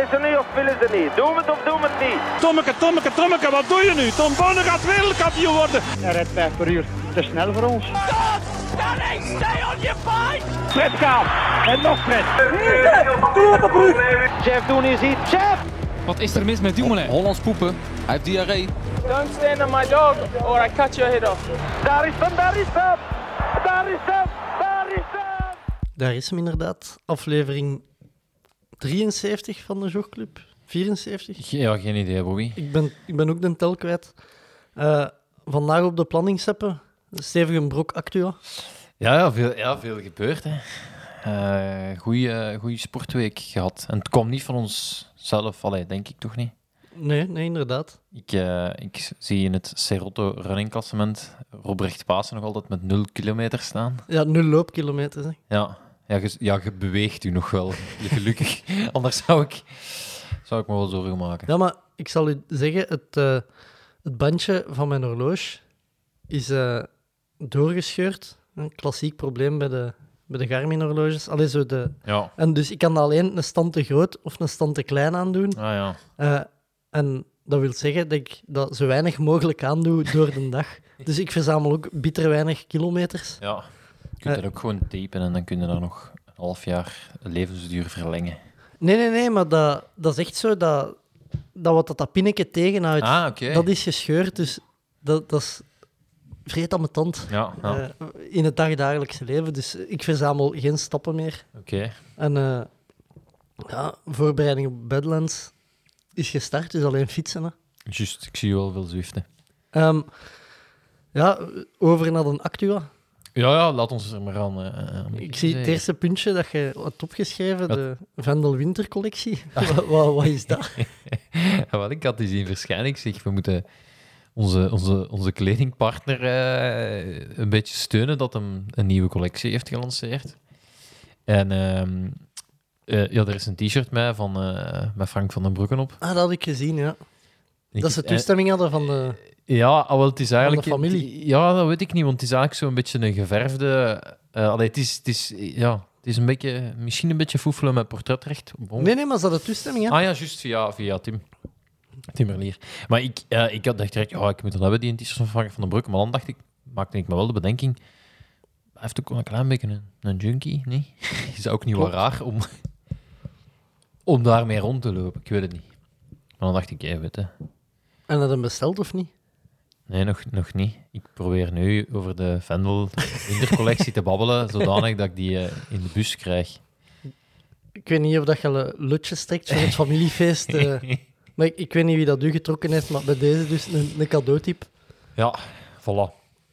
Willen ze nu of willen ze niet? Doen we het of doen we het niet? Tommeke, wat doe je nu? Tom Bonne gaat wereldkampioen worden. Hij rijdt 5 per uur. Te snel voor ons. Stop! Stanley, stay on your fight! Fred Kaap. En nog Fred. Jeff Doen is hier. Jeff! Wat is er mis met Dumoulin? Hollands poepen. Hij heeft diarree. Don't stand on my dog or I cut your head off. Daar is hem, daar is hem! Daar is hem, daar is hem! Daar is hem inderdaad. Aflevering 73 van de Jogclub. 74? Ja, geen idee, Bobby. Ik ben ook de tel kwijt. Vandaag op de planningsappen. Stevige brok actua. Veel gebeurd. Hè. Goeie sportweek gehad. En het kwam niet van ons zelf, denk ik toch niet. Nee, inderdaad. Ik zie in het Serotto running klassement Robrecht Pasen nog altijd met 0 kilometer staan. Ja, 0 loopkilometers. Hè. Je beweegt u nog wel, gelukkig. Anders zou ik me wel zorgen maken. Ja, maar ik zal u zeggen, het bandje van mijn horloge is doorgescheurd. Een klassiek probleem bij de Garmin-horloges. Ja. En dus ik kan alleen een stand te groot of een stand te klein aandoen. Ah, ja. En dat wil zeggen dat ik dat zo weinig mogelijk aandoe door de dag. Dus ik verzamel ook bitter weinig kilometers. Ja. Je kunt dat ook gewoon tapen en dan kun je daar nog een half jaar levensduur verlengen. Nee, maar dat is echt zo dat wat dat pinnetje tegenhoudt, Oké. dat is gescheurd. Dus dat is vreed aan mijn tand Ja. in het dagdagelijkse leven. Dus ik verzamel geen stappen meer. Oké. En voorbereiding op Badlands is gestart, dus alleen fietsen. Hè. Juist, ik zie wel veel zwiften. Over naar een actua. Ja, laat ons er maar aan. Ik zie het eerste puntje dat je had opgeschreven, de Vendel Wintercollectie. Wat is dat? Wat ik had die zien verschijnen. Ik zeg, we moeten onze kledingpartner een beetje steunen dat hem een nieuwe collectie heeft gelanceerd. En er is een t-shirt met Frank van den Broeken op. Dat had ik gezien, ja. Dat ze toestemming hadden van de... Ja, het is eigenlijk... Van de familie. Ja, dat weet ik niet, want het is eigenlijk zo'n beetje een geverfde... Het is een beetje... Misschien een beetje foefelen met portretrecht. Bon. Nee, maar ze hadden toestemming, hè? Ja, juist, via Tim Merlier. Maar ik dacht direct, ik moet dat hebben, die t-shirt van Frank van den Broek. Maar dan maakte ik me wel de bedenking... Hij heeft ook wel een klein beetje een junkie, nee? Is dat ook niet wel raar om daarmee rond te lopen? Ik weet het niet. Maar dan dacht ik, weet je... En had hem besteld, of niet? Nee, nog niet. Ik probeer nu over de Vendel wintercollectie te babbelen, zodanig dat ik die in de bus krijg. Ik weet niet of dat je lutjes trekt voor het familiefeest. Maar ik weet niet wie dat u getrokken heeft, maar bij deze dus een cadeautip. Ja, voilà.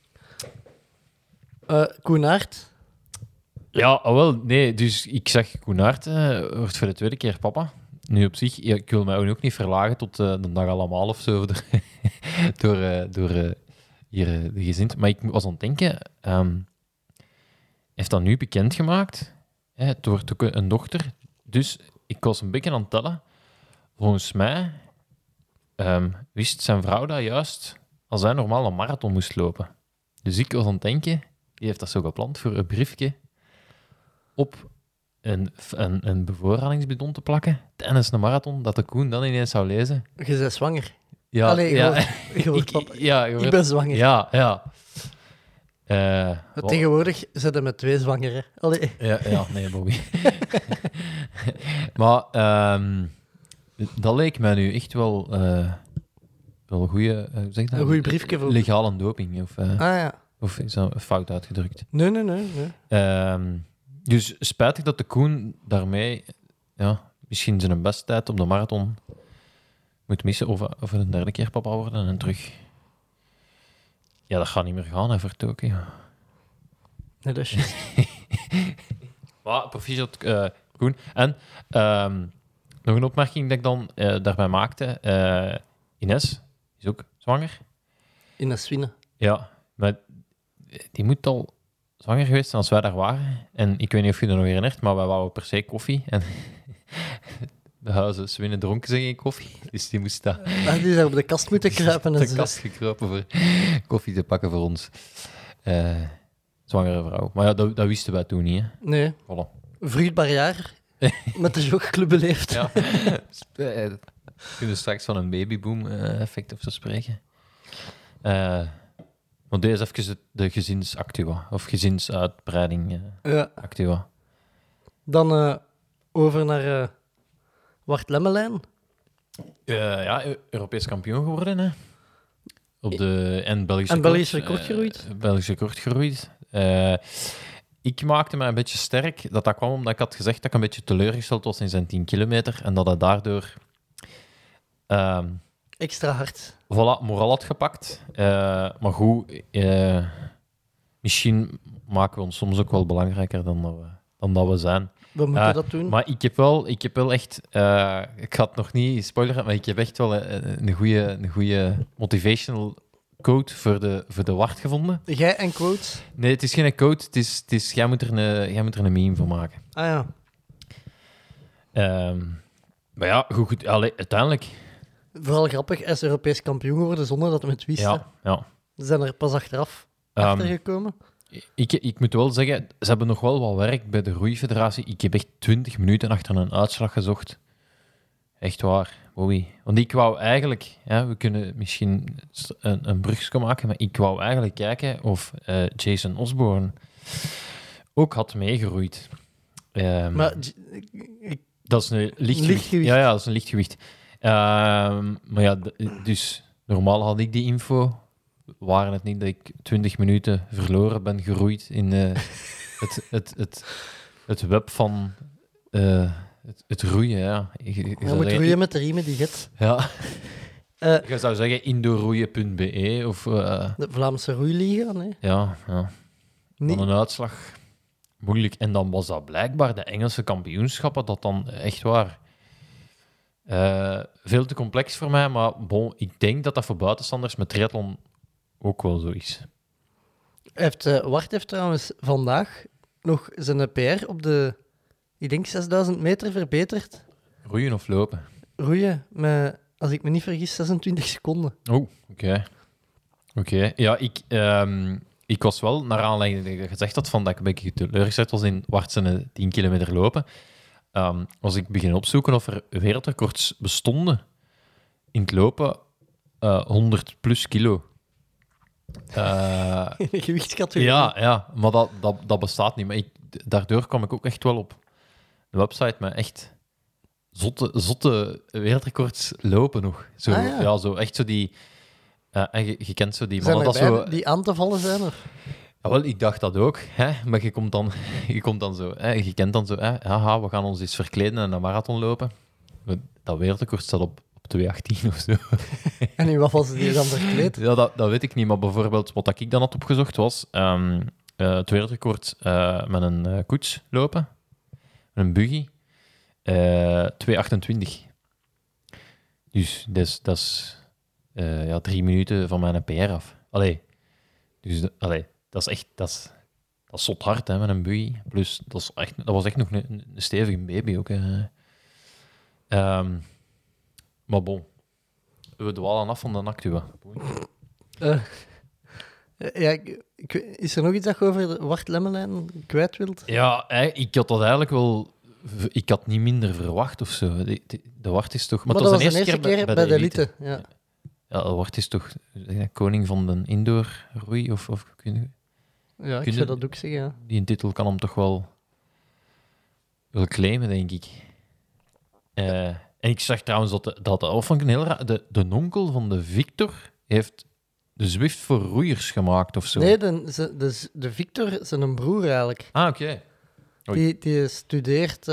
Koen Aert. Ja, nee. Dus ik zag Koen Aert wordt voor de tweede keer papa. Nu op zich, ik wil mij ook niet verlagen tot de dag allemaal of zo door hier de gezin. Maar ik was aan het denken, heeft dat nu bekendgemaakt door een dochter. Dus ik was een beetje aan het tellen. Volgens mij wist zijn vrouw dat juist als hij normaal een marathon moest lopen. Dus ik was aan het denken, die heeft dat zo gepland voor een briefje op een bevoorradingsbidon te plakken tijdens een marathon, dat de Koen dan ineens zou lezen. Je bent zwanger. Ja, Allee, ja. je wordt papa. Ik ben zwanger. Ja. Tegenwoordig zitten we met 2 zwangeren. Allee. Ja, nee, Bobby. Maar dat leek mij nu echt wel een goede... zeg dat? Een goed briefje voor... Legale doping. ja. Of is dat fout uitgedrukt? Nee. Dus spijtig dat de Koen daarmee misschien zijn beste tijd op de marathon moet missen of een derde keer papa worden en terug. Ja, dat gaat niet meer gaan voor Tokio. Nee, dat is juist. Maar proficiat Koen. En nog een opmerking dat ik dan daarbij maakte. Ines is ook zwanger. Ines Winnen. Ja, maar die moet al zwanger geweest zijn als wij daar waren. En ik weet niet of je dat nog herinnert, maar wij wouden per se koffie. En de huizen Swinnen dronken ze geen koffie. Dus die moest daar... Die zou op de kast moeten kruipen. De kast gekropen voor koffie te pakken voor ons. Zwangere vrouw. Maar ja, dat wisten wij toen niet, hè. Nee. Voilà. Vruchtbaar jaar met de jogclub beleefd. Ja. Kunnen we straks van een babyboom-effect of zo spreken. Maar deze even de gezinsactua, of gezinsuitbreiding Ja. actua. Dan over naar Wart Lemmelijn. Europees kampioen geworden, hè. En Belgisch record geroeid. Belgisch record geroeid. Ik maakte mij een beetje sterk. Dat kwam omdat ik had gezegd dat ik een beetje teleurgesteld was in zijn 10 kilometer. En dat hij daardoor... Extra hard. Voilà, moraal had gepakt. Maar goed, misschien maken we ons soms ook wel belangrijker dan dat we zijn. We moeten dat doen. Maar ik heb wel echt... ik ga het nog niet spoileren, maar ik heb echt wel een goede motivational quote voor de Wart gevonden. Jij en quotes? Nee, het is geen quote. Het is jij moet er een meme van maken. Ah ja. Maar ja, goed. Uiteindelijk... Vooral grappig, hij is Europees kampioen geworden zonder dat we het wisten. Ja. Ze zijn er pas achteraf achter gekomen. Ik moet wel zeggen, ze hebben nog wel wat werk bij de roeifederatie. Ik heb echt 20 minuten achter een uitslag gezocht. Echt waar, Bobby. Want ik wou eigenlijk... we kunnen misschien een brugje maken, maar ik wou eigenlijk kijken of Jason Osborne ook had meegeroeid. Maar dat is een lichtgewicht. Lichtgewicht. Ja, dat is een lichtgewicht. Maar ja, dus normaal had ik die info. Waren het niet dat ik 20 minuten verloren ben geroeid in het web van het roeien. Ja. Je moet roeien met de riemen die je hebt. Ja. Je zou zeggen indoroeien.be of... De Vlaamse roeiliga, nee. Ja. Niet. Van een uitslag. Moeilijk. En dan was dat blijkbaar de Engelse kampioenschappen, dat dan echt waar... veel te complex voor mij, maar ik denk dat voor buitenstanders met triathlon ook wel zo is. Wart heeft trouwens vandaag nog zijn PR op de, ik denk 6000 meter verbeterd. Roeien of lopen? Roeien, met, als ik me niet vergis, 26 seconden. Oh, oké. Ja, ik was wel, naar aanleiding dat je gezegd had, van dat ik een beetje teleurgesteld was in Wart zijn 10 kilometer lopen, was ik beginnen opzoeken of er wereldrecords bestonden in het lopen 100 plus kilo. Gewichtscategorie. Ja, maar dat bestaat niet. Maar daardoor kwam ik ook echt wel op een website met echt zotte wereldrecords lopen nog. Zo, ja. Zo echt zo die... en je kent zo die Zijn mannen er dat bij zo... die aan te vallen zijn? Of? Ja, wel, ik dacht dat ook. Hè? Maar je komt dan zo... je kent dan zo... Haha, we gaan ons eens verkleden en een marathon lopen. Dat wereldrecord staat op 2:18 of zo. En in wat was die dan verkleed? Ja, dat weet ik niet. Maar bijvoorbeeld, wat ik dan had opgezocht was het wereldrecord met een koets lopen. Met een buggy. 2:28. Dus dat is 3 minuten van mijn PR af. Dus dat is echt... Dat is zot hard, hè, met een buggy. Plus, dat was echt nog een stevige baby ook. Maar bon. We dwalen af van de actua. Is er nog iets dat je over de Wart Lemmelijn kwijt wilt? Ja, ik had dat eigenlijk wel... Ik had niet minder verwacht of zo. De Wart is toch... Maar dat was de eerste keer bij de elite. Ja, de Wart is toch koning van de indoor roei? Of ja, ik zou dat ook zeggen. Ja. Die titel kan hem toch wel claimen, denk ik. En ik zag trouwens dat vond ik een heel raar... De nonkel van de Victor heeft de Zwift voor roeiers gemaakt of zo. Nee, de Victor, zijn broer eigenlijk. Ah, oké. Die studeert...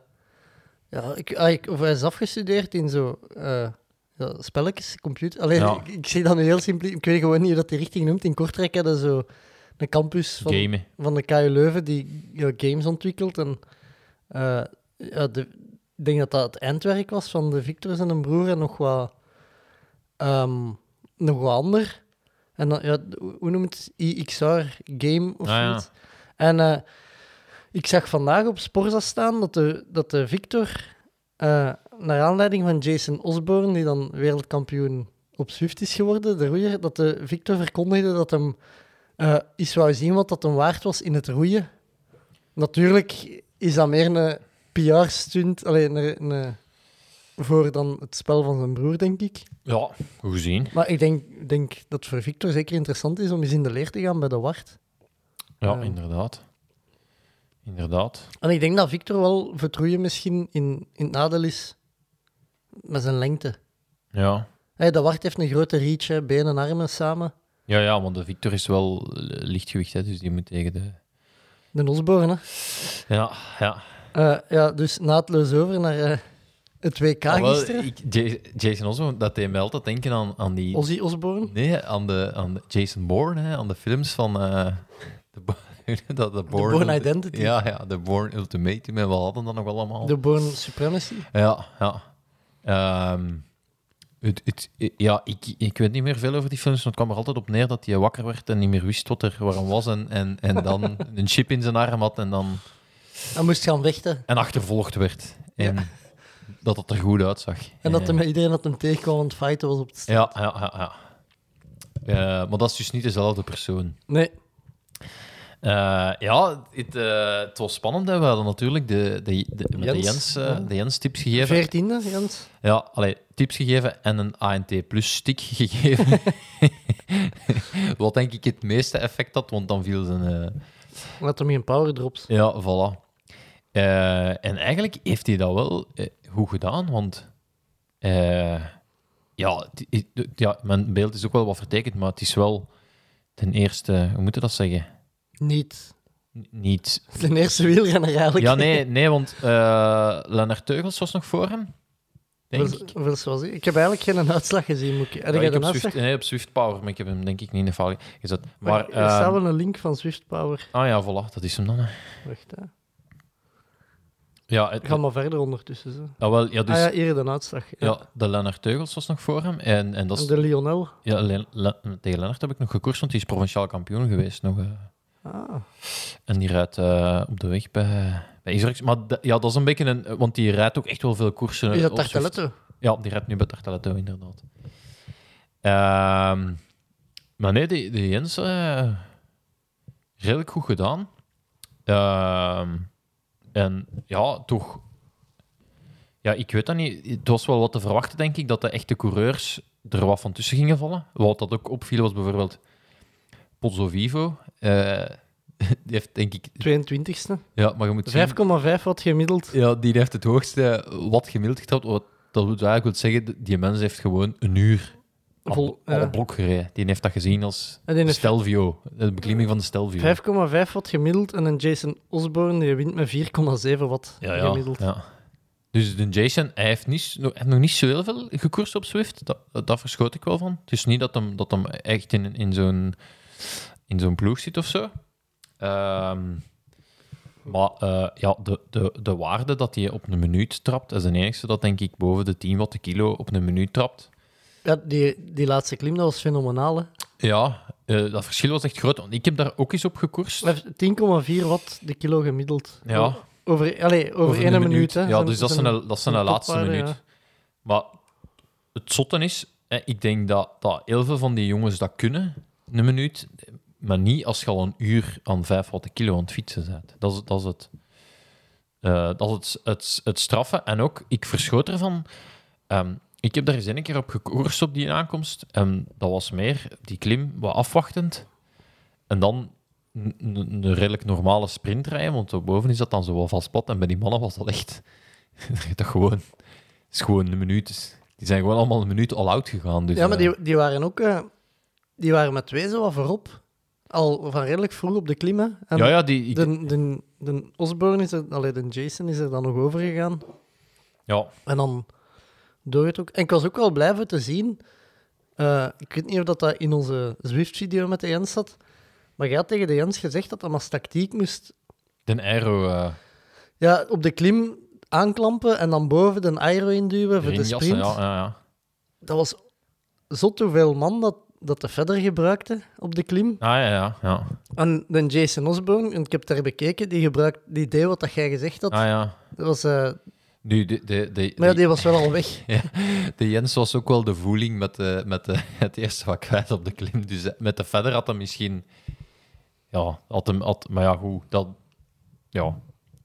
of hij is afgestudeerd in zo... spelletjes, computer... Alleen, Ja. ik zie dat nu heel simpel... Ik weet gewoon niet hoe dat die richting noemt. In Kortrijk hadden zo een campus van de KU Leuven die games ontwikkelt. En ik denk dat het eindwerk was van de Victor en een broer en nog wat ander. En dan, hoe noemt het? IXR Game of zoiets. Ja. En ik zag vandaag op Sporza staan dat de Victor, naar aanleiding van Jason Osborne, die dan wereldkampioen op Zwift is geworden, de roeier, dat de Victor verkondigde dat hem eens wou zien wat dat hem waard was in het roeien. Natuurlijk is dat meer PR-stunt. Voor dan het spel van zijn broer, denk ik. Ja, goed gezien. Maar ik denk dat het voor Victor zeker interessant is om eens in de leer te gaan bij de Wart. Ja, inderdaad. Inderdaad. En ik denk dat Victor wel vertroeien misschien in het nadeel is met zijn lengte. Ja. De Wart heeft een grote reach, hè, benen en armen samen. Ja, want de Victor is wel lichtgewicht, hè, dus die moet tegen de... De Osborne, hè. Ja. Dus naadloos over naar het WK gisteren. Jason Osborne, dat deed mij altijd denken aan die... Ozzy Osbourne. Nee, aan de Jason Bourne, hè, aan de films van... de Bourne Identity. Ja, de Bourne Ultimatum. En we hadden dat nog wel allemaal. De Bourne Supremacy. Ja. Ik weet niet meer veel over die films, want het kwam er altijd op neer dat hij wakker werd en niet meer wist wat er waarom was en dan een chip in zijn arm had en dan... Hij moest gaan vechten. En achtervolgd werd. En dat het er goed uitzag. En dat iedereen dat hem tegenkwam aan het fighten was op het strand. Ja. Maar dat is dus niet dezelfde persoon. Nee. Het was spannend. Hè. We hadden natuurlijk de Jens tips gegeven. 14e, Jens. Ja, tips gegeven en een ANT Plus stick gegeven. Wat denk ik het meeste effect had, want dan viel zijn... Laat hem geen power drops. Ja, voilà. En eigenlijk heeft hij dat wel goed gedaan, want... mijn beeld is ook wel wat vertekend, maar het is wel ten eerste... Hoe moet je dat zeggen? Niet. De eerste wielrenner eigenlijk. Ja, nee, want Lennart Teugels was nog voor hem. Ik heb eigenlijk geen uitslag gezien. Heb jij de uitslag? Op Swift Power, maar ik heb hem denk ik niet in de fout gezet. Maar er staat wel een link van Swift Power. Ah ja, voilà, dat is hem dan. Hè. Wacht, hè. Ja, ga maar verder ondertussen. Zo. Dus, hier de uitslag. Ja, de Lennart Teugels was nog voor hem. En dat is, de Lionel. Ja, tegen Lennart heb ik nog gekoerst, want die is provinciaal kampioen geweest. En die rijdt op de weg bij Israël. Maar dat is een beetje want die rijdt ook echt wel veel koersen. Is dat Tarteletto? Ja, die rijdt nu bij Tarteletto, inderdaad. Maar nee, de Jens... redelijk goed gedaan. En ja, toch... Ja, ik weet dat niet. Het was wel wat te verwachten, denk ik, dat de echte coureurs er wat van tussen gingen vallen. Wat dat ook opviel was bijvoorbeeld Pozzo Vivo. Die heeft, denk ik... 22e. Ja, maar je moet 5,5 wat gemiddeld. Ja, die heeft het hoogste wat gemiddeld getrapt. Dat wil eigenlijk wil zeggen, die mens heeft gewoon een uur al een blok gereden. Die heeft dat gezien als Stelvio. De beklimming van de Stelvio. 5,5 wat gemiddeld en een Jason Osborne die wint met 4,7 wat gemiddeld. Ja. Dus de Jason, hij heeft nog niet zo heel veel gekoerst op Zwift. Dat verschoot ik wel van. Het is niet dat hem echt in zo'n ploeg zit of zo. Maar de waarde dat hij op een minuut trapt, is de enige dat, denk ik, boven de 10 watt de kilo op een minuut trapt. Ja, die laatste klim, dat was fenomenaal, hè? Ja, dat verschil was echt groot. Want ik heb daar ook eens op gekoerst. 10,4 watt de kilo gemiddeld. Ja. Over 1 minuut, hè? Ja, dus dat is een laatste minuut. Ja. Maar het zotte is, ik denk dat heel veel van die jongens dat kunnen, een minuut, maar niet als je al een uur aan 5 watt de kilo aan het fietsen bent. Dat is het straffen. En ook, ik verschoot ervan... ik heb daar eens een keer op gekoerst op die aankomst. En dat was meer die klim wat afwachtend. En dan een redelijk normale sprint rijden, want boven is dat dan zo wel vast plat. En bij die mannen was dat echt... dat is gewoon een minuut. Die zijn gewoon allemaal een minuut al oud gegaan. Dus, ja, maar die waren ook... die waren met 2 zo wat voorop. Al van redelijk vroeg op de klimmen. En de Osborne is er... de Jason is er dan nog over gegaan. Ja. En dan... door het ook. En ik was ook wel blij voor te zien. Ik weet niet of dat in onze Zwift-video met de Jens zat. Maar jij had tegen de Jens gezegd dat dat als tactiek moest... De aero... Ja, op de klim aanklampen en dan boven de aero induwen voor de sprint. Ja. Dat was zot hoeveel man dat de verder gebruikte op de klim. Ja. En de Jason Osborne, en ik heb daar bekeken, die deed wat dat jij gezegd had. Ja. Dat was... maar die was wel al weg. Ja, de Jens was ook wel de voeling met het eerste wat kwijt op de klim. Dus met de verder had hij misschien... Ja, maar ja, goed. Dat, ja.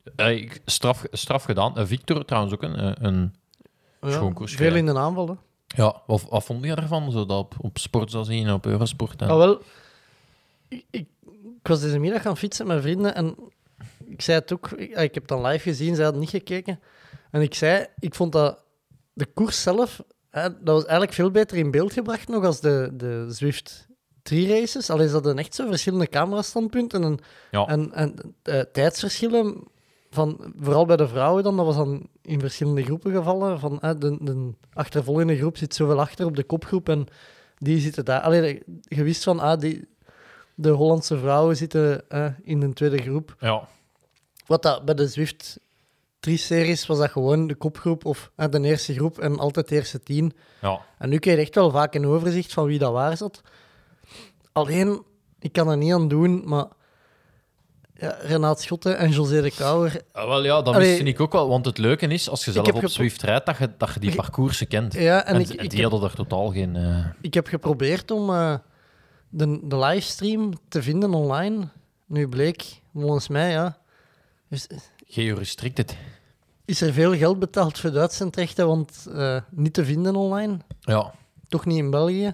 Straf gedaan. Victor trouwens ook een schoon koers veel gereden. in de aanval, hè. Ja, wat vond je ervan? Zo dat op sport zou zien, op Eurosport. Ah, wel, ik was deze middag gaan fietsen met vrienden en ik zei het ook, ik heb het dan live gezien, zij hadden niet gekeken. En ik zei, ik vond dat de koers zelf, dat was eigenlijk veel beter in beeld gebracht nog als de Zwift 3 races. Alleen ze hadden echt zo verschillende camerastandpunten en tijdsverschillen. Vooral bij de vrouwen dan, dat was dan in verschillende groepen gevallen. Van, de achtervolgende groep zit zoveel achter op de kopgroep en die zitten daar. Allee, je wist van, de Hollandse vrouwen zitten in de tweede groep. Ja. Wat dat bij de Zwift 3-series was dat gewoon de kopgroep of de eerste groep en altijd de eerste 10. Ja. En nu krijg je echt wel vaak een overzicht van wie dat waar zat. Alleen, ik kan er niet aan doen, maar ja, Renaat Schotten en José de Kouwer... Wel ja, dat wist ik ook wel. Want het leuke is, als je zelf op Zwift rijdt, dat je die parcoursen kent. Ja, en die hadden er totaal geen... Ik heb geprobeerd om de livestream te vinden online. Nu bleek, volgens mij, ja... Geo-restricted. Is er veel geld betaald voor de uitzendrechten, want niet te vinden online. Ja. Toch niet in België.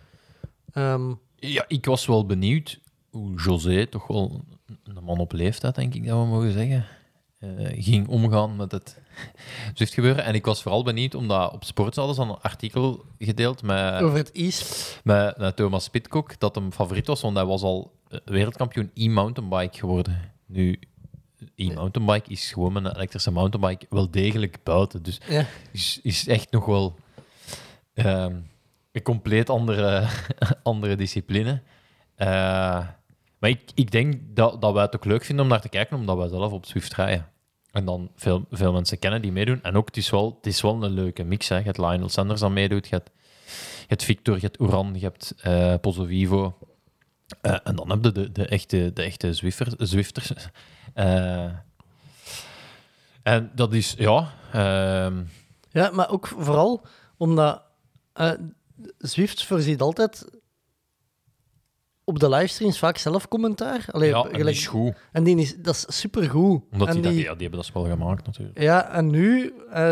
Ja, ik was wel benieuwd hoe José, toch wel een man op leeftijd, denk ik dat we mogen zeggen, ging omgaan met het Zwift-gebeuren. En ik was vooral benieuwd, omdat op Sport hadden ze een artikel gedeeld met... Over het IS. Met Thomas Pidcock, dat hem favoriet was, want hij was al wereldkampioen e-mountainbike geworden. Nu, e-mountainbike is gewoon met een elektrische mountainbike wel degelijk buiten. Dus Ja. is echt nog wel een compleet andere discipline. Maar ik denk dat wij het ook leuk vinden om naar te kijken, omdat wij zelf op Zwift rijden. En dan veel mensen kennen die meedoen. En ook, het is wel een leuke mix. Hè. Je hebt Lionel Sanders aan meedoet, je hebt Victor, je hebt Uran, je hebt Pozzo Vivo. En dan heb je de echte Zwifters. En dat is, ja... Ja, maar ook vooral omdat Zwift voorziet altijd op de livestreams vaak zelf commentaar. Allee, ja, en die is goed. En dat is supergoed. Omdat en die hebben dat spel gemaakt, natuurlijk. Ja, en nu...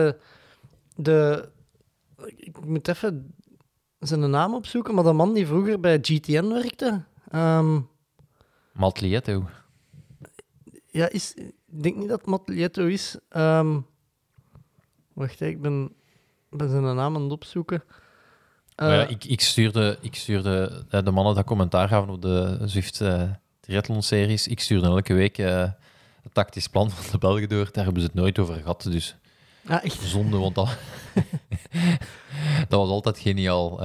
ik moet even zijn naam opzoeken, maar de man die vroeger bij GTN werkte... Matlietto. Ja, ik denk niet dat Matlietto is. Wacht, ik ben zijn naam aan het opzoeken. Ja, ik stuurde de mannen dat commentaar gaven op de Zwift triathlon-series. Ik stuurde elke week het tactisch plan van de Belgen door. Daar hebben ze het nooit over gehad. Dus echt? Zonde, want dat, dat was altijd geniaal.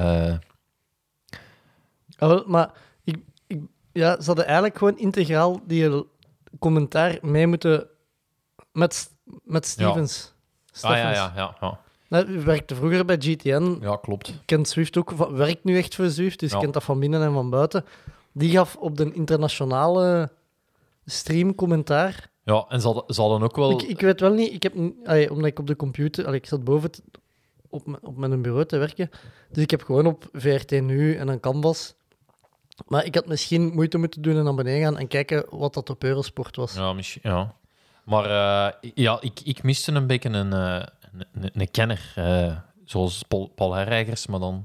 Maar ze hadden eigenlijk gewoon integraal die commentaar mee moeten met Stevens. Ja. U werkte vroeger bij GTN. Ja, klopt. Kent Zwift ook, werkt nu echt voor Zwift, dus kent dat van binnen en van buiten. Die gaf op de internationale stream commentaar. Ja, en ze hadden ook wel... Ik weet wel niet, omdat ik op de computer... ik zat boven op mijn bureau te werken, dus ik heb gewoon op VRT Nu en een Canvas. Maar ik had misschien moeite moeten doen en naar beneden gaan en kijken wat dat op Eurosport was. Ja, misschien, ja. Maar ik miste een beetje een kenner, zoals Paul Herreigers, maar dan...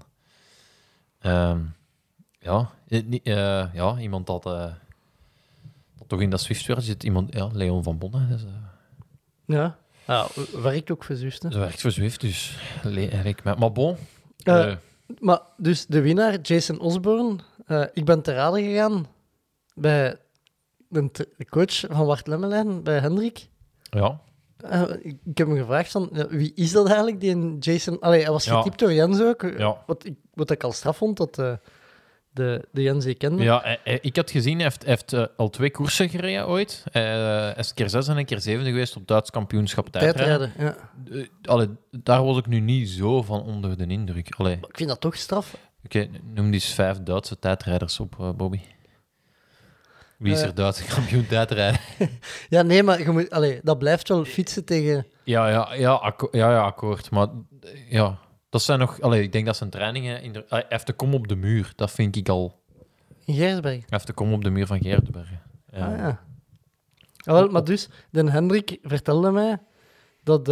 iemand dat toch in dat Zwift-werk zit. Leon van Bonne. Dus, ja, werkt ook voor Zwift. Ze werkt voor Zwift, dus maar bon. Maar dus de winnaar, Jason Osborne, ik ben te raden gegaan bij de coach van Wart Lemmelijn, bij Hendrik. Ja. Ik heb hem gevraagd van, wie is dat eigenlijk, die Jason... hij was getipt door Jens ook. Ja. Wat ik al straf vond, dat de Jens die kende. Ja, ik had gezien, hij heeft al 2 koersen gereden ooit. Hij is een keer 6 en een keer 7 geweest op Duits kampioenschap tijdrijden. Ja. Daar was ik nu niet zo van onder de indruk. Ik vind dat toch straf. Oké, noem die eens 5 Duitse tijdrijders op, Bobby. Wie is er Duitse kampioen tijdrijden? Ja, nee, maar je moet, dat blijft wel fietsen tegen... Ja, akkoord. Maar ja, dat zijn nog... ik denk dat zijn trainingen... Hij heeft de kom op de muur. Dat vind ik al... In Gersberg? Hij heeft de kom op de muur van Geertbergen. Ja. Wel, maar dus, Den Hendrik vertelde mij dat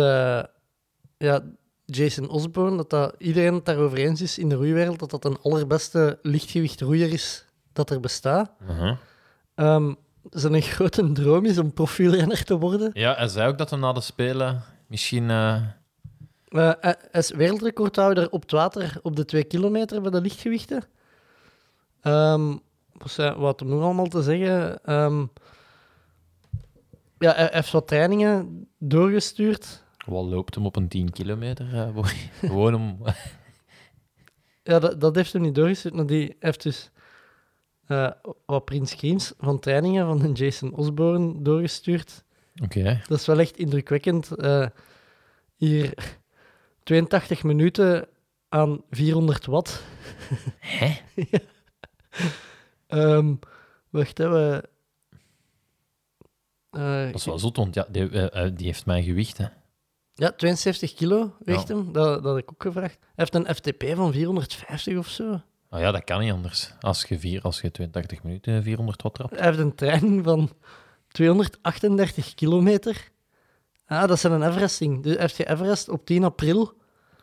Jason Osborne, dat iedereen het daarover eens is in de roeiwereld, dat dat een allerbeste lichtgewicht roeier is dat er bestaat. Zijn grote droom is om profielrenner te worden. Ja, hij zei ook dat hij na de Spelen misschien... Hij is wereldrecordhouder op het water op de 2 kilometer bij de lichtgewichten. Wat hem nog allemaal te zeggen... hij heeft wat trainingen doorgestuurd. Wat loopt hem op een 10 kilometer? Gewoon om... Ja, dat heeft hem niet doorgestuurd, maar die heeft dus wat print screens van trainingen van een Jason Osborne doorgestuurd. Oké. Dat is wel echt indrukwekkend. Hier 82 minuten aan 400 watt. Hè? Ja. Wacht, hè, Dat is wel zot, want ja, die heeft mijn gewicht, hè. Ja, 72 kilo weegt Ja. hem. Dat had ik ook gevraagd. Hij heeft een FTP van 450 of zo. Oh ja, dat kan niet anders. Als je 82 minuten 400 watt trapt. Hij heeft een training van 238 kilometer. Ah, dat is een Everesting. Dus hij heeft Everest op 10 april.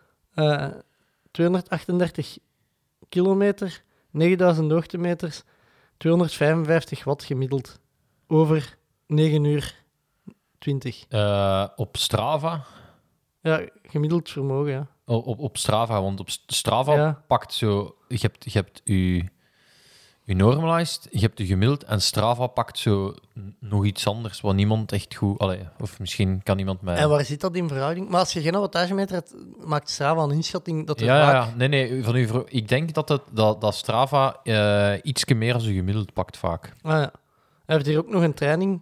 238 kilometer, 9000 hoogtemeters, 255 watt gemiddeld. Over 9 uur 20. Op Strava... Ja, gemiddeld vermogen, ja. Op Strava, want op Strava Ja. pakt zo... Je hebt je normalized, je hebt je gemiddeld en Strava pakt zo nog iets anders, wat niemand echt goed... of misschien kan iemand mij... En waar zit dat in verhouding? Maar als je geen wattagemeter hebt, maakt Strava een inschatting dat er Ja, vaak... nee, van u, ik denk dat Strava ietsje meer als je gemiddeld pakt vaak. Ah, ja. Hij heeft hier ook nog een training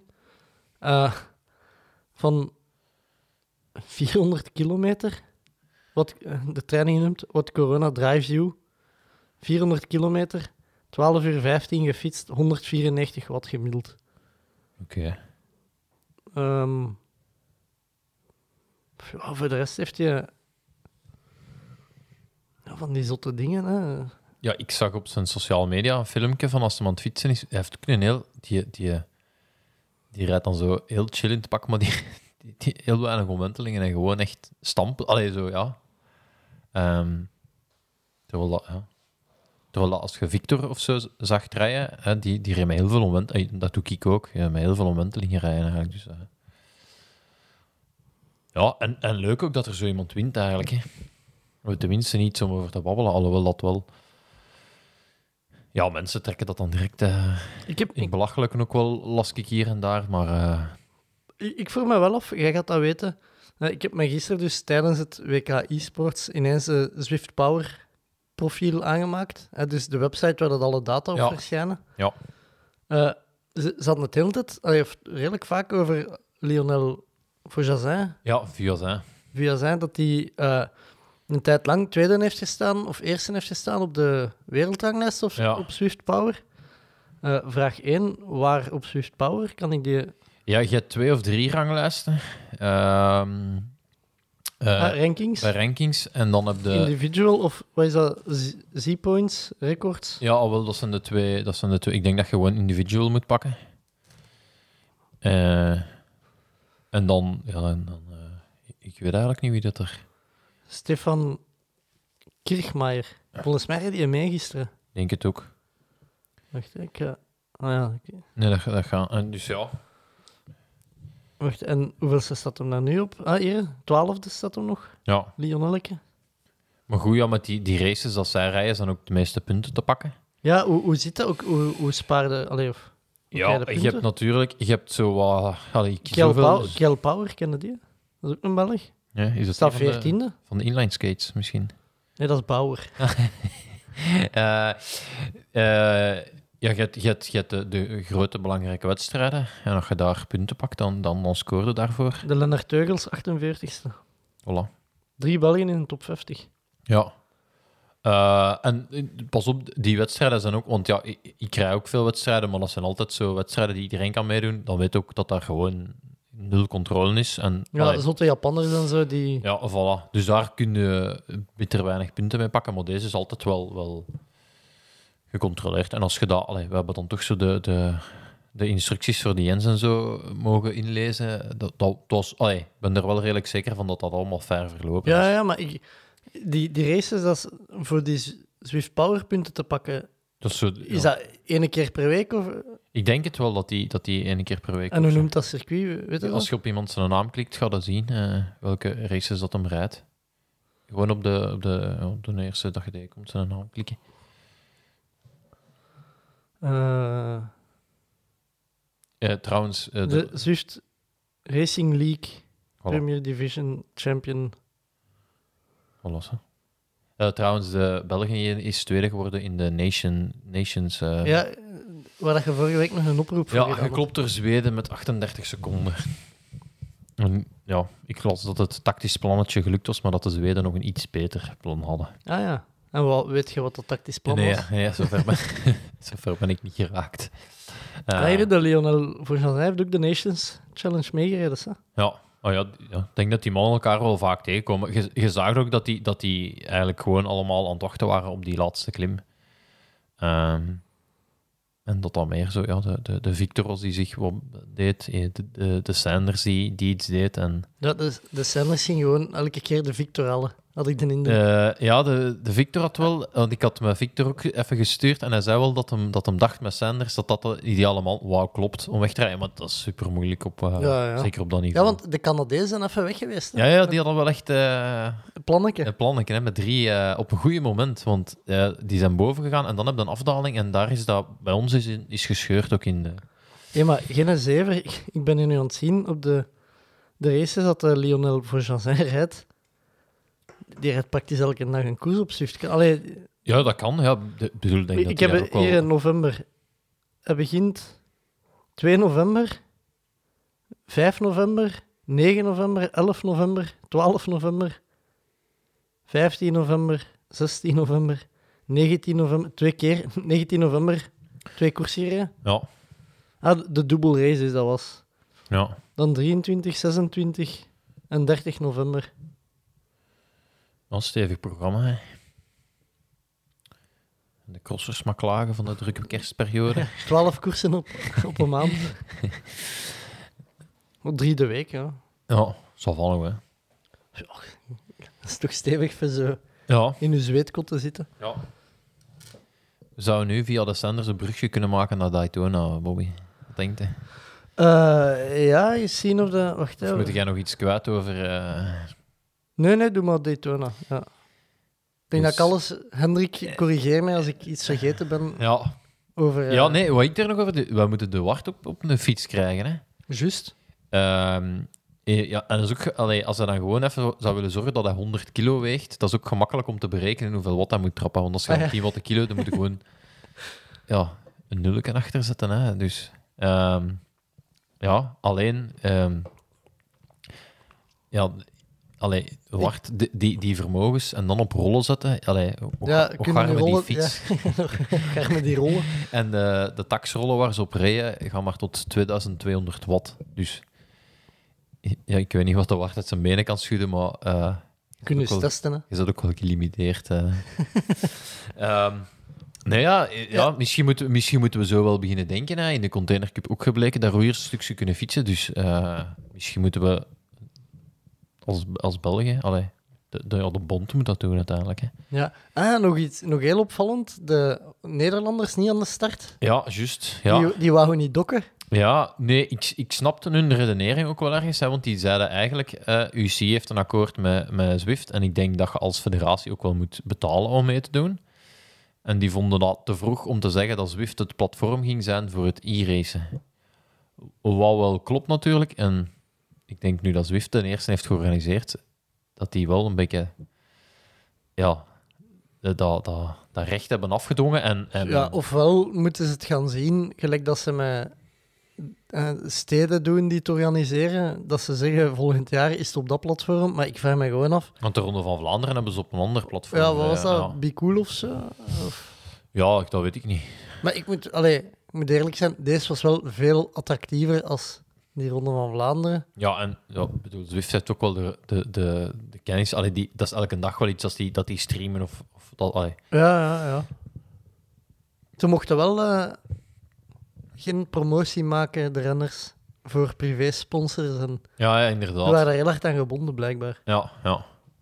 van 400 kilometer. Wat de training noemt, What Corona Drives You. 400 kilometer, 12 uur 15 gefietst, 194 watt gemiddeld. Oké. Voor de rest heeft je van die zotte dingen. Hè. Ja, ik zag op zijn sociale media een filmpje van als hij aan het fietsen is. Hij heeft ook een heel... Die rijdt dan zo heel chill in het pak, maar die heel weinig omwentelingen en gewoon echt stampen. Allee, zo, ja. Terwijl dat als je Victor of zo zag rijden, hè, die reed met heel veel omwentelingen. Dat doe ik ook. Ja, met heel veel omwentelingen rijden eigenlijk. Dus, ja, en leuk ook dat er zo iemand wint eigenlijk. Hè. Of tenminste niet om over te babbelen, alhoewel dat wel... Ja, mensen trekken dat dan direct in belachelijke ook wel lastig hier en daar, maar... Ik vroeg me wel af, jij gaat dat weten. Ik heb me gisteren dus tijdens het WK e-sports ineens een Zwift Power profiel aangemaakt. Dus de website waar dat alle data op verschijnen. Ja. Ze hadden het de hele tijd, of redelijk vaak over Lionel Vaujazin. Ja, Vaujazin. Vaujazin, dat hij een tijd lang tweede heeft gestaan, of eerste heeft gestaan op de wereldranglijst of op Zwift Power. Vraag 1, waar op Zwift Power kan ik die... Ja, je hebt 2 of 3 ranglijsten. Rankings? Bij rankings. En dan heb je... Individual of wat is dat? Z-points, records? Ja, wel, dat zijn de twee. Ik denk dat je gewoon individual moet pakken. En dan... ik weet eigenlijk niet wie dat er... Stefan Kirchmeier. Volgens mij reed hij mee gisteren. Denk het ook. Wacht, ik ga... Okay. Nee, dat gaat... En dus ja... Wacht, en hoeveelste staat hem daar nu op? Hier, 12e staat hem nog. Ja. Lionelke. Maar goed, ja, met die races dat zij rijden, zijn ook de meeste punten te pakken. Ja, hoe zit dat ook? Hoe spaarde... Allee, of... Ja, je hebt natuurlijk... Je hebt zo wat... Kjell Power, kende die? Dat is ook een Belg. Ja, is het staat 14e. Van de inline skates, misschien. Nee, dat is Bauer. Ja, je hebt de grote belangrijke wedstrijden. En als je daar punten pakt, dan scoorde daarvoor. De Lennart Teugels, 48e. Voilà. 3 Belgen in de top 50. Ja. En pas op, die wedstrijden zijn ook... Want ja, ik krijg ook veel wedstrijden, maar dat zijn altijd zo wedstrijden die iedereen kan meedoen. Dan weet ook dat daar gewoon 0 controle is. En, ja, zotte Japanners en zo, die... Ja, voilà. Dus daar kun je bitter weinig punten mee pakken, maar deze is altijd wel gecontroleerd. En als je dat... we hebben dan toch zo de de instructies voor die Jens en zo mogen inlezen. Dat was, allee, ik ben er wel redelijk zeker van dat allemaal fair verlopen is. Ja, maar die races, dat is voor die Zwift Power-punten te pakken, Dat is, zo, is dat 1 keer per week? Of... Ik denk het wel dat die 1 keer per week... En hoe of zo. noemt dat circuit? Weet je Als je op iemand zijn naam klikt, ga je zien welke races dat hem rijdt. Gewoon op de eerste dat je tegenkomt zijn naam klikken. Trouwens... de Zwift Racing League Voilà. Premier Division Champion. Voilà, zo. Trouwens, België is tweede geworden in de Nations... Ja, waar dat je vorige week nog een oproep voor Ja, gedaan had. geklopt door Zweden met 38 seconden. En, ja, ik las dat het tactisch plannetje gelukt was, maar dat de Zweden nog een iets beter plan hadden. Ah ja. En weet je wat dat tactisch plan Nee, was? nee, zover ben ik niet geraakt. De Lionel Vaughan heeft ook de Nations Challenge meegereden. Hè? Ja. Oh ja, ik denk dat die mannen elkaar wel vaak tegenkomen. Je zag ook dat die eigenlijk gewoon allemaal aan het wachten waren op die laatste klim. En dat dan meer zo, ja, de Victoros die zich wat deed, de Sanders die iets deed. En, Ja, de Sanders ging gewoon elke keer de Victor halen, had ik de indruk. ja, de Victor had wel, want ik had met Victor ook even gestuurd en hij zei wel dat hem dacht met Sanders dat de ideale man, wauw, klopt, om weg te rijden. Maar dat is super moeilijk, Ja. zeker op dat Ja, niveau. want de Canadezen zijn even weg geweest. Hè? Ja, die hadden wel echt Plannetje. een plannetje, hè, met 3 op een goede moment. Want die zijn boven gegaan en dan heb je een afdaling en daar is dat bij ons is gescheurd ook in de... Ja, maar geen zever. Ik ben hier nu aan het zien op de races dat Lionel Vaughan rijdt. Die rijdt praktisch elke dag een koers op Zwift. Allee, Ja, dat kan. Ja, bedoel, denk ik dat heb die daar ook wel... hier in november. Het begint 2 november, 5 november, 9 november, 11 november, 12 november, 15 november, 16 november, 19 november, 2 keer, 19 november, 2 koersserieën. Ja, De dubbel race is dat was. ja. Dan 23, 26 en 30 november. Een stevig programma, hè. En de crossers maar klagen van de drukke kerstperiode. 12 koersen op een maand. 3 de week, ja. Ja, zal vallen, hè. Dat is toch stevig voor zo Ja. in uw zweetkot te zitten. Ja. We zouden nu via de Sanders een brugje kunnen maken naar Daytona, Bobby. Wat denkt je? Ja, eens zien of de... Wacht Of even. moet jij nog iets kwijt over... Nee, doe maar Daytona. Ja. Ik denk Dus- dat ik alles... Hendrik, corrigeer mij als ik iets vergeten ben Ja. over... Ja, nee, wat ik er nog over... We moeten de Wart op een fiets krijgen, hè. Juist. Ja, en dat is ook, als hij dan gewoon even zou willen zorgen dat hij 100 kilo weegt, dat is ook gemakkelijk om te berekenen hoeveel watt hij moet trappen. Want als je 10 watt een kilo, dan moet je gewoon een nulken achter zetten. Hè. Dus alleen... Wart, die vermogens en dan op rollen zetten. Hoe gaan we die fiets? Ja, ga met die rollen. En de taxrollen waar ze op rijden gaan maar tot 2200 watt. Dus ja, ik weet niet wat de Wart uit zijn benen kan schudden, maar Kunnen ook eens wel- testen, hè. is dat ook wel gelimiteerd. Misschien moeten we zo wel beginnen denken. Hè. In de Container Cup ook gebleken dat roeiers een stukje kunnen fietsen. Dus misschien moeten we als België... de bond moet dat doen uiteindelijk. Hè. Ja. Nog heel opvallend. De Nederlanders niet aan de start. Ja, juist. Ja. Die wouden niet dokken. Ja, nee, ik snapte hun redenering ook wel ergens, hè, want die zeiden eigenlijk, UC heeft een akkoord met Zwift en ik denk dat je als federatie ook wel moet betalen om mee te doen. En die vonden dat te vroeg om te zeggen dat Zwift het platform ging zijn voor het e-racen. Wat wel klopt natuurlijk, en ik denk nu dat Zwift ten eerste heeft georganiseerd, dat die wel een beetje dat recht hebben afgedwongen. En Ja, ofwel moeten ze het gaan zien, gelijk dat ze met steden doen die het organiseren, dat ze zeggen, volgend jaar is het op dat platform, maar ik vraag me gewoon af. Want de Ronde van Vlaanderen hebben ze op een ander platform. Ja, wat was dat? Ja. Be Cool of zo? Of... Ja, dat weet ik niet. Maar ik moet eerlijk zijn, deze was wel veel attractiever als die Ronde van Vlaanderen. Ja, en ik bedoel, Zwift heeft ook wel de kennis. Dat is elke dag wel iets dat die streamen of dat. Ja. Ze mochten wel geen promotie maken, de renners, voor privé-sponsors. En Ja, die inderdaad. waren daar heel hard aan gebonden, blijkbaar. Ja, ja.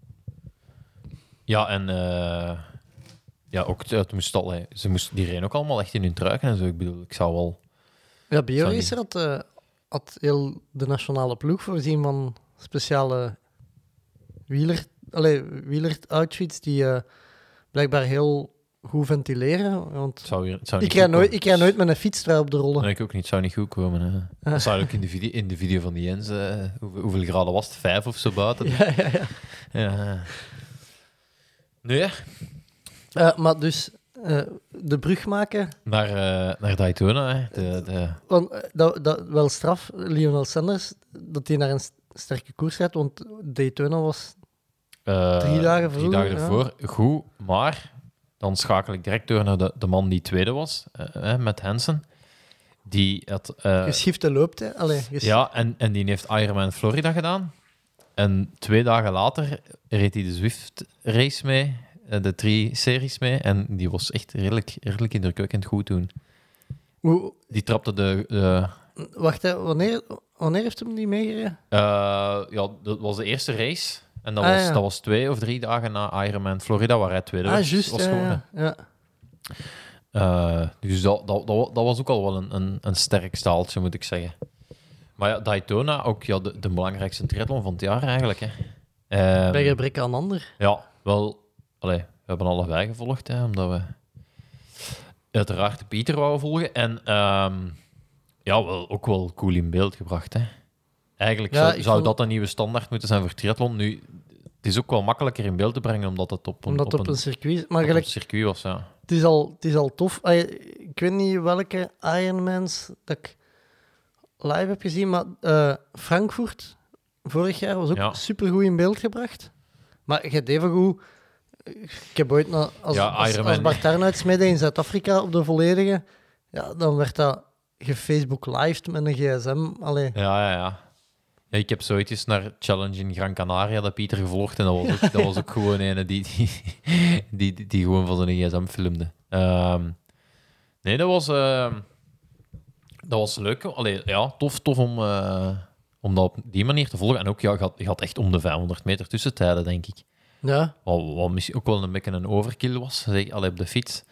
Ja, en ook, het moest al, die reden ook allemaal echt in hun truiken en zo. Ik bedoel, ik zou wel... Ja, BioRacer had heel de nationale ploeg voorzien van speciale wieler-outfits die blijkbaar heel goed ventileren. Want Het zou ik niet rijd goed nooit, nooit met een fietstrui op de rollen. Nee, ik ook niet. Het zou niet goed komen. Hè. Dat zou ook in de video van die Jens... hoeveel graden was het? 5 of zo buiten? Ja. Ja. Nee, Maar dus de brug maken... naar Daytona. Hè. Want dat wel straf, Lionel Sanders, dat hij naar een sterke koers rijdt, want Daytona was 3 dagen vroeger. 3 dagen ervoor. Goed, maar dan schakel ik direct door naar de man die tweede was, met Hansen. Die had... Geschifte loopt, hè? Ja, en die heeft Ironman Florida gedaan. En 2 dagen later reed hij de Zwift-race mee, de 3-series mee, en die was echt redelijk indrukwekkend goed toen. Die trapte de Wacht, hè, wanneer heeft hem die meegereden? ja, dat was de eerste race. En dat was 2 of 3 dagen na Ironman Florida, waar hij tweede was geworden. Ja. Dus dat was ook al wel een sterk staaltje, moet ik zeggen. Maar ja, Daytona, ook de belangrijkste triathlon van het jaar eigenlijk. Hè. Bij gebrek aan ander. Ja, wel. We hebben allebei gevolgd, hè, omdat we uiteraard de Pieter wouden volgen. En ook wel cool in beeld gebracht. Hè. Eigenlijk zou dat een nieuwe standaard moeten zijn voor triathlon. Nu, het is ook wel makkelijker in beeld te brengen, omdat het op een circuit... Maar op een circuit was, ja. Het is al tof. Ik weet niet welke Ironmans dat ik live heb gezien, maar Frankfurt vorig jaar was ook supergoed in beeld gebracht. Maar je hebt even goed... Ik heb ooit als Bart Arnouds meedeed in Zuid-Afrika op de volledige, dan werd dat gefacebook lived met een gsm. Allee. Ja, ik heb zoiets eens naar Challenge in Gran Canaria dat Pieter gevolgd en dat was ook gewoon een die gewoon van zijn gsm filmde. Nee, dat was leuk. Allee, ja, tof om dat op die manier te volgen. En ook, je had echt om de 500 meter tussentijden, denk ik. Ja. Wat misschien ook wel een beetje een overkill was, op de fiets.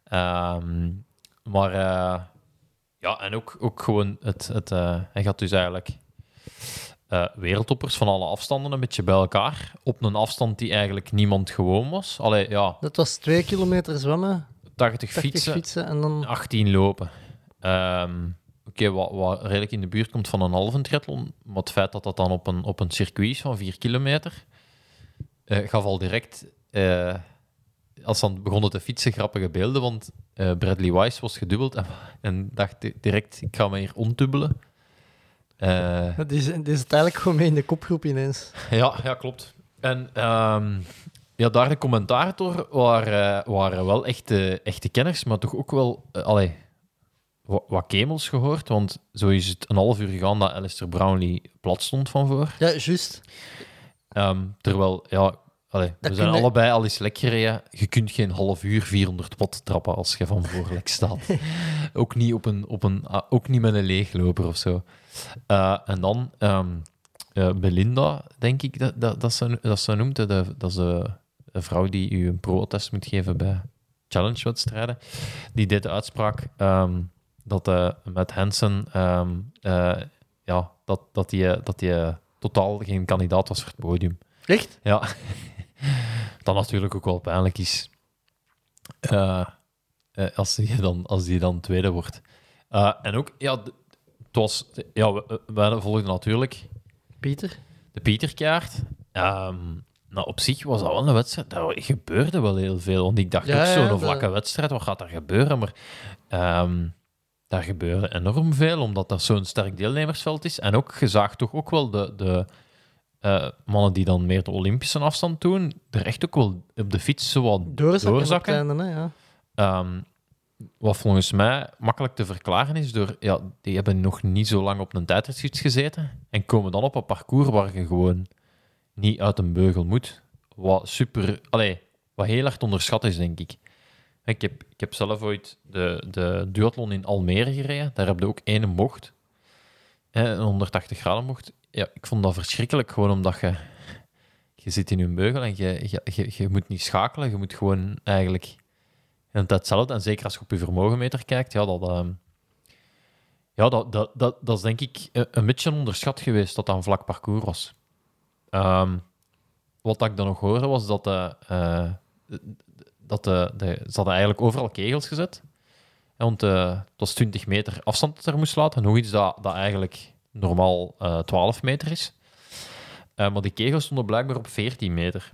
Maar en ook gewoon hij gaat dus eigenlijk wereldtoppers van alle afstanden een beetje bij elkaar. Op een afstand die eigenlijk niemand gewoon was. Dat was 2 kilometer zwemmen, 80 fietsen en dan 18 lopen. Wat redelijk in de buurt komt van een halve triathlon. Maar het feit dat dat dan op een circuit is van 4 kilometer... gaf al direct, als ze begonnen te fietsen, grappige beelden, want Bradley Weiss was gedubbeld en dacht direct, ik ga me hier omdubbelen. die is uiteindelijk gewoon mee in de kopgroep ineens. Ja, klopt. En daar de commentator waren wel echte kenners, maar toch ook wel wat kemels gehoord, want zo is het een half uur gegaan dat Alistair Brownlee plat stond van voor. Ja, juist. Terwijl, we zijn allebei al eens lek gereden. Je kunt geen half uur 400 watt trappen als je van voor lek staat. Ook niet ook niet met een leegloper of zo. En dan Belinda, denk ik dat ze noemt. Dat is de vrouw die u een pro-attest moet geven bij challenge-wedstrijden. Die deed de uitspraak dat met Hansen dat die totaal geen kandidaat was voor het podium. Echt? Ja. Dat natuurlijk ook wel pijnlijk is. Als die dan tweede wordt. En ook, het was... wij volgden natuurlijk... Pieter? De Pieterkaart. Op zich was dat wel een wedstrijd. Daar gebeurde wel heel veel. Want ik dacht zo'n vlakke wedstrijd, wat gaat er gebeuren? Maar daar gebeurde enorm veel, omdat dat zo'n sterk deelnemersveld is. En ook, je zag toch ook wel de mannen die dan meer de Olympische afstand doen, er echt ook wel op de fiets zo wat doorzakken. Wat volgens mij makkelijk te verklaren is door... Ja, die hebben nog niet zo lang op een tijdritfiets gezeten en komen dan op een parcours waar je gewoon niet uit een beugel moet. Wat heel hard onderschat is, denk ik. Ik heb zelf ooit de duathlon in Almere gereden. Daar heb je ook één bocht. Een 180 graden bocht. Ja, ik vond dat verschrikkelijk, gewoon omdat je zit in je beugel en je moet niet schakelen. Je moet gewoon eigenlijk... En hetzelfde, en zeker als je op je vermogenmeter kijkt, dat is denk ik een beetje onderschat geweest dat dat een vlak parcours was. Wat ik dan nog hoorde was dat ze hadden eigenlijk overal kegels gezet. Want het was 20 meter afstand dat er moest laten. Nog iets dat eigenlijk normaal 12 meter is. Maar die kegels stonden blijkbaar op 14 meter.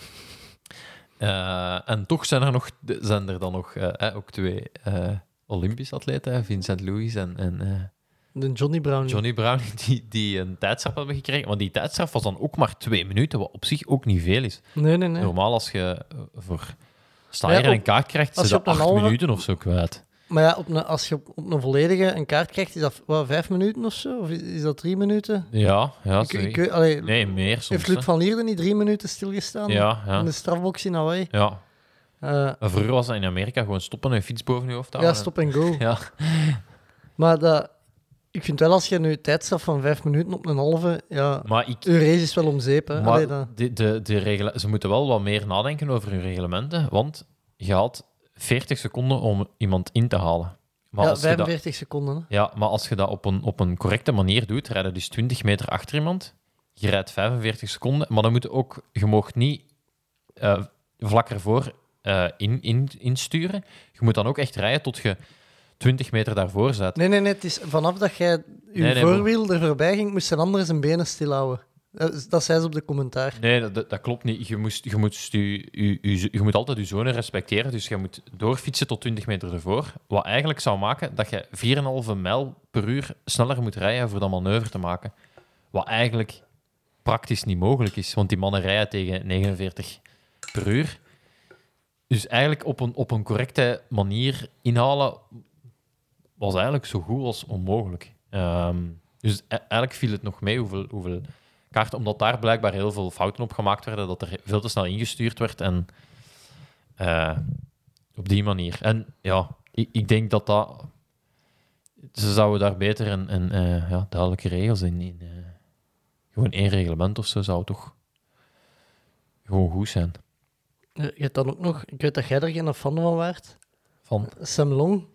En toch zijn er dan nog ook 2 Olympische atleten, Vincent Louis en De Johnny Brown. Johnny Brown, die een tijdstraf hebben gekregen. Maar die tijdstraf was dan ook maar 2 minuten, wat op zich ook niet veel is. Nee. Normaal, als je voor stijger een kaart krijgt, als zit je je op een 8 halve- minuten of zo kwijt. Maar ja, als je op een volledige een kaart krijgt, is dat 5 minuten of zo? Of is dat 3 minuten? Ja, Allee, nee, meer soms. heeft Luc van Lierde niet 3 minuten stilgestaan? Ja. In de strafbox in Hawaii? Ja. En Vroeger was dat in Amerika gewoon stoppen en een fiets boven je hoofd houden. ja, stop en go. Ja. Maar ik vind wel, als je nu tijdstraf van 5 minuten op een halve, ja, Maar je race is wel om zeep. Hè. Allee, Maar ze moeten wel wat meer nadenken over hun reglementen, want je had 40 seconden om iemand in te halen. Maar ja, als je dat, 45 seconden. Hè. ja, maar als je dat op een correcte manier doet, rijd je dus 20 meter achter iemand, je rijdt 45 seconden, maar dan moet je mag niet vlak ervoor insturen. Je moet dan ook echt rijden tot je 20 meter daarvoor zit. Nee, het is vanaf dat jij je Nee, voorwiel er voorbij ging, moest een ander zijn benen stilhouden. Dat zei ze op de commentaar. Nee, dat klopt niet. Je moet altijd je zone respecteren. Dus je moet doorfietsen tot 20 meter ervoor. Wat eigenlijk zou maken dat je 4,5 mijl per uur sneller moet rijden voor dat manoeuvre te maken. Wat eigenlijk praktisch niet mogelijk is, want die mannen rijden tegen 49 per uur. Dus eigenlijk op een correcte manier inhalen was eigenlijk zo goed als onmogelijk. Dus eigenlijk viel het nog mee hoeveel kaarten, omdat daar blijkbaar heel veel fouten op gemaakt werden, dat er veel te snel ingestuurd werd en op die manier. En ja, ik denk dat ze zouden daar beter duidelijke regels in gewoon 1 reglement of zo zou toch gewoon goed zijn. Je hebt dan ook nog, ik weet dat jij er geen fan van waart, Van? Sam Long.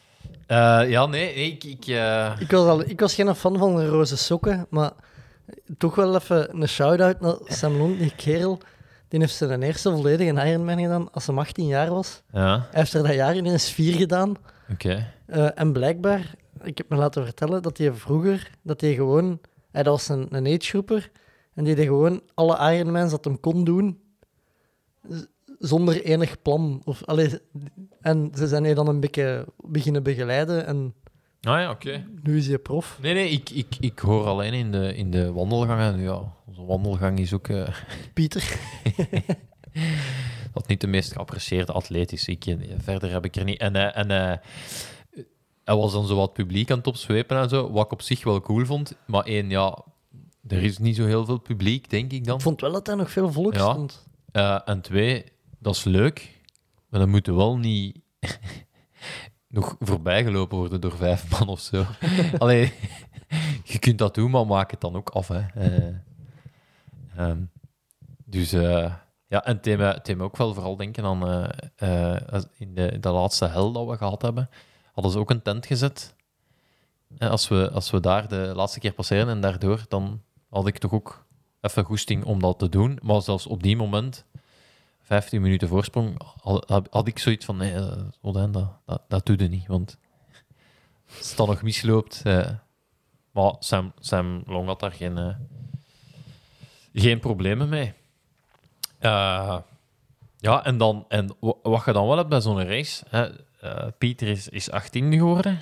Ik was geen fan van de roze sokken, maar toch wel even een shout-out naar Sam Long, die kerel. Die heeft zijn eerste volledige Ironman gedaan als hij 18 jaar was. Ja, Hij heeft er dat jaar ineens 4 gedaan. oké. En blijkbaar, ik heb me laten vertellen, dat hij vroeger, dat was een agegroeper, en die deed gewoon alle Ironmans dat hem kon doen, zonder enig plan. En ze zijn hij dan een beetje beginnen begeleiden en Ah ja, oké. nu is hij prof. Nee, ik hoor alleen in de wandelgangen. Ja, onze wandelgang is ook Pieter. dat niet de meest geapprecieerde atleet is. Verder heb ik er niet. En hij was dan zo wat publiek aan het opzwepen en zo, wat ik op zich wel cool vond. Maar er is niet zo heel veel publiek, denk ik dan. Ik vond wel dat hij nog veel volk Ja. stond. En 2, dat is leuk, maar dan moet wel niet nog voorbijgelopen worden door 5 man of zo. Allee, je kunt dat doen, maar maak het dan ook af. Hè. En het deed me ook wel vooral denken aan in de laatste hel dat we gehad hebben, hadden ze ook een tent gezet. Als we daar de laatste keer passeren en daardoor, dan had ik toch ook even goesting om dat te doen. Maar zelfs op die moment, 15 minuten voorsprong, had ik zoiets van, nee, dat doe je niet. Want als het dan nog misloopt... maar Sam Long had daar geen problemen mee. En wat je dan wel hebt bij zo'n race... Pieter is 18 geworden.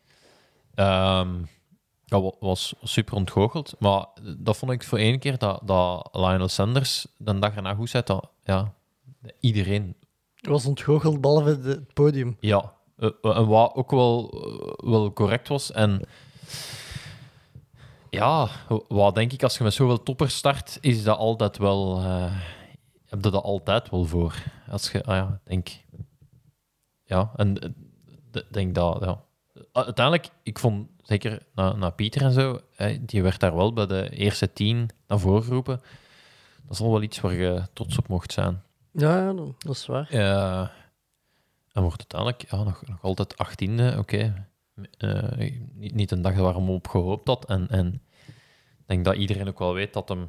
Dat was super ontgoocheld. Maar dat vond ik voor 1 keer dat Lionel Sanders de dag erna goed zei. Iedereen... Hij was ontgoocheld, behalve het podium. Ja. En wat ook wel correct was. En ja, wat denk ik, als je met zoveel toppers start, is dat altijd wel... heb je dat altijd wel voor. Als je... denk... denk dat... Ja. Uiteindelijk, ik vond zeker na Pieter en zo, die werd daar wel bij de eerste 10 naar voren geroepen. Dat is al wel iets waar je trots op mocht zijn. Ja, dat is waar. En wordt uiteindelijk nog altijd 18e, oké. Niet een dag waar hem op gehoopt had. En ik denk dat iedereen ook wel weet dat hem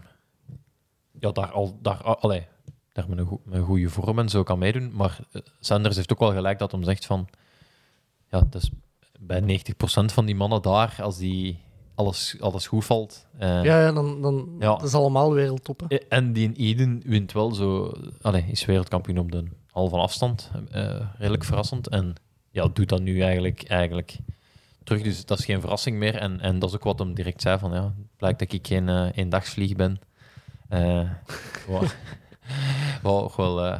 daar met een goede vorm en zo kan meedoen. Maar Sanders heeft ook wel gelijk dat hem zegt van... Ja, het is bij 90% van die mannen daar, als die alles goed valt... Dan dat is allemaal wereldtoppen. En die Eden wint wel zo... is wereldkampioen op de halve afstand. Redelijk verrassend. En doet dat nu eigenlijk terug. Dus dat is geen verrassing meer. En dat is ook wat hem direct zei van... Ja, het blijkt dat ik geen eendagsvlieg ben. Nog wel...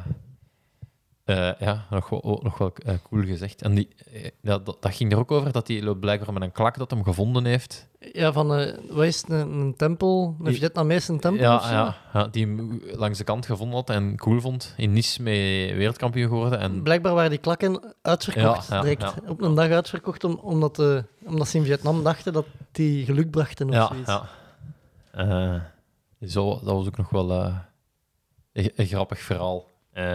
nog wel cool gezegd. En dat ging er ook over dat hij blijkbaar met een klak dat hem gevonden heeft. Ja, van wat is het, een tempel, een Vietnamese tempel? Ja, die hem langs de kant gevonden had en cool vond. In Nice mee wereldkampioen geworden. En... Blijkbaar waren die klakken uitverkocht, direct op een dag uitverkocht, omdat ze in Vietnam dachten dat die geluk brachten of zoiets. Dat was ook nog wel een grappig verhaal.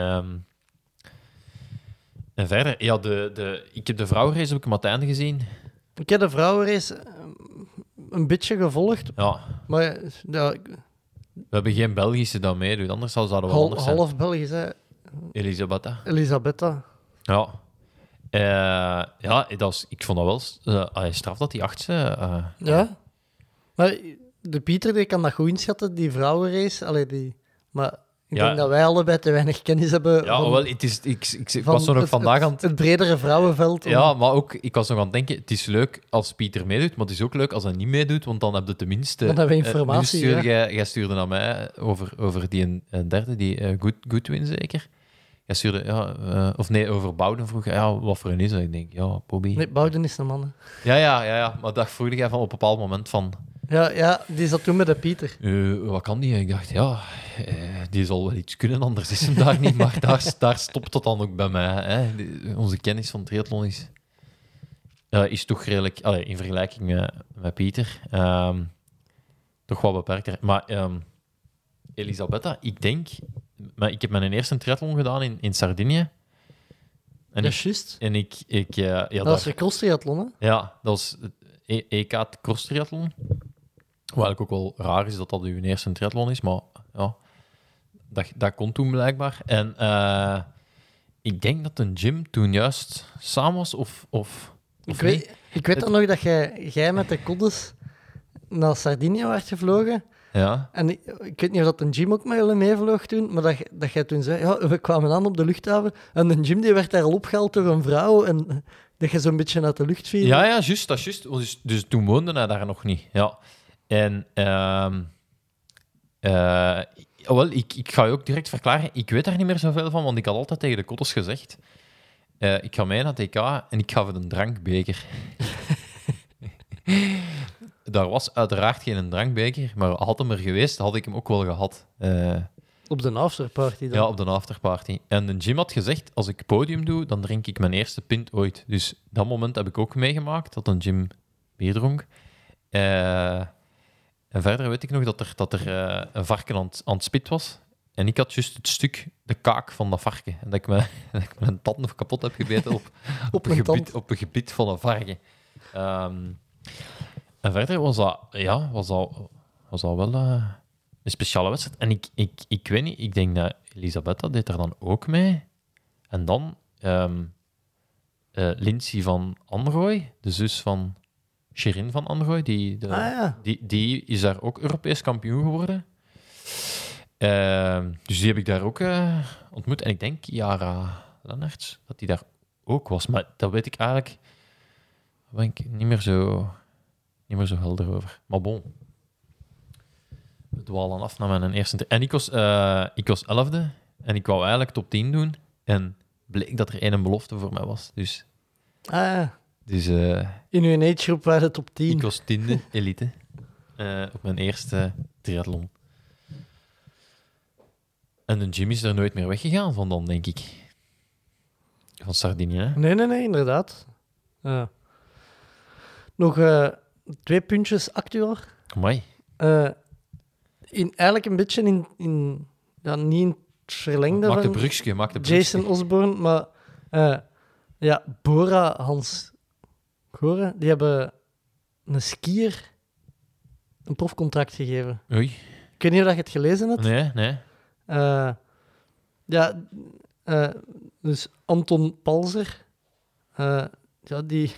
En verder, ik heb de vrouwenrace op het einde gezien. Ik heb de vrouwenrace een beetje gevolgd. Ja. Maar we hebben geen Belgische dat meedoet, anders zouden we wel anders zijn. Half Belgisch, hè. Elisabetta. Ja. Ik vond dat wel straf dat die 8e... Ja. Maar de Pieter die kan dat goed inschatten, die vrouwenrace. Maar... Ik denk dat wij allebei te weinig kennis hebben. Ja, wel, ik was zo nog vandaag aan het bredere vrouwenveld. Ja, maar ook, ik was nog aan het denken, het is leuk als Pieter meedoet, maar het is ook leuk als hij niet meedoet, want dan heb je tenminste... Dan hebben we informatie, Jij stuurde naar mij over die derde, die Goodwin zeker? Jij stuurde, over Bouden vroeg wat voor een is dat? Ik denk, Bobby... Nee, Bouden is een man. Ja, maar dat vroeg jij van op een bepaald moment van... Ja, die zat toen met de Pieter. Wat kan die? Ik dacht, die zal wel iets kunnen, anders is hem daar niet. Maar daar stopt het dan ook bij mij. Hè. Onze kennis van triathlon is toch redelijk, in vergelijking met Pieter, toch wat beperkter. Maar Elisabetta, ik denk... Maar ik heb mijn eerste triathlon gedaan in Sardinië. Dat is juist. En dat was een cross-triathlon, hè? Ja, dat was het EK cross-triathlon. Wat eigenlijk ook wel raar is dat uw eerste triathlon is, maar ja, dat kon toen blijkbaar. En ik denk dat een gym toen juist samen was, of ik weet dan nog dat jij met de koddes naar Sardinië werd gevlogen. Ja. En ik weet niet of dat een gym ook met jullie meevloog toen, maar dat jij toen zei, we kwamen aan op de luchthaven en de gym die werd daar al opgehaald door een vrouw en dat je zo'n beetje uit de lucht viel. Ja, juist, dat is juist. Dus toen woonde hij daar nog niet. Ja. En ik ga je ook direct verklaren, ik weet daar niet meer zoveel van, want ik had altijd tegen de kotters gezegd, ik ga mee naar het EK en ik gaf het een drankbeker. Daar was uiteraard geen drankbeker, maar had hem er geweest, had ik hem ook wel gehad. Op de afterparty dan? Ja, op de afterparty. En de gym had gezegd, als ik podium doe, dan drink ik mijn eerste pint ooit. Dus dat moment heb ik ook meegemaakt, dat een gym bier dronk. En verder weet ik nog dat er een varken aan het spit was. En ik had juist het stuk, de kaak van dat varken. En dat ik mijn tand nog kapot heb gebeten op een gebied van een varken. En verder was dat wel een speciale wedstrijd. En ik weet niet, ik denk dat Elisabetta deed er dan ook mee. En dan Lindsay van Anrooy, de zus van Shirin van Anrooy, die is daar ook Europees kampioen geworden. Dus die heb ik daar ook ontmoet. En ik denk Jara Lennarts, dat die daar ook was. Maar dat weet ik eigenlijk... Daar ben ik niet meer zo helder over. Maar bon. We dwalen af naar mijn eerste... En ik was 11e. En ik wou eigenlijk top 10 doen. En bleek dat er één belofte voor mij was. Dus... Dus, in uw agegroep waren het top 10. Ik was 10e elite op mijn eerste triathlon. En de gym is er nooit meer weggegaan van dan, denk ik. Van Sardinië, hè? Nee, inderdaad. Nog 2 puntjes actueel. Amai. Eigenlijk een beetje niet in het verlengde Maak de van brugje, maak de brugje. Jason Osborne, maar Bora, Hans Goren, die hebben een skier een profcontract gegeven. Oei. Ik weet niet of je het gelezen hebt. Nee. Dus Anton Palzer, die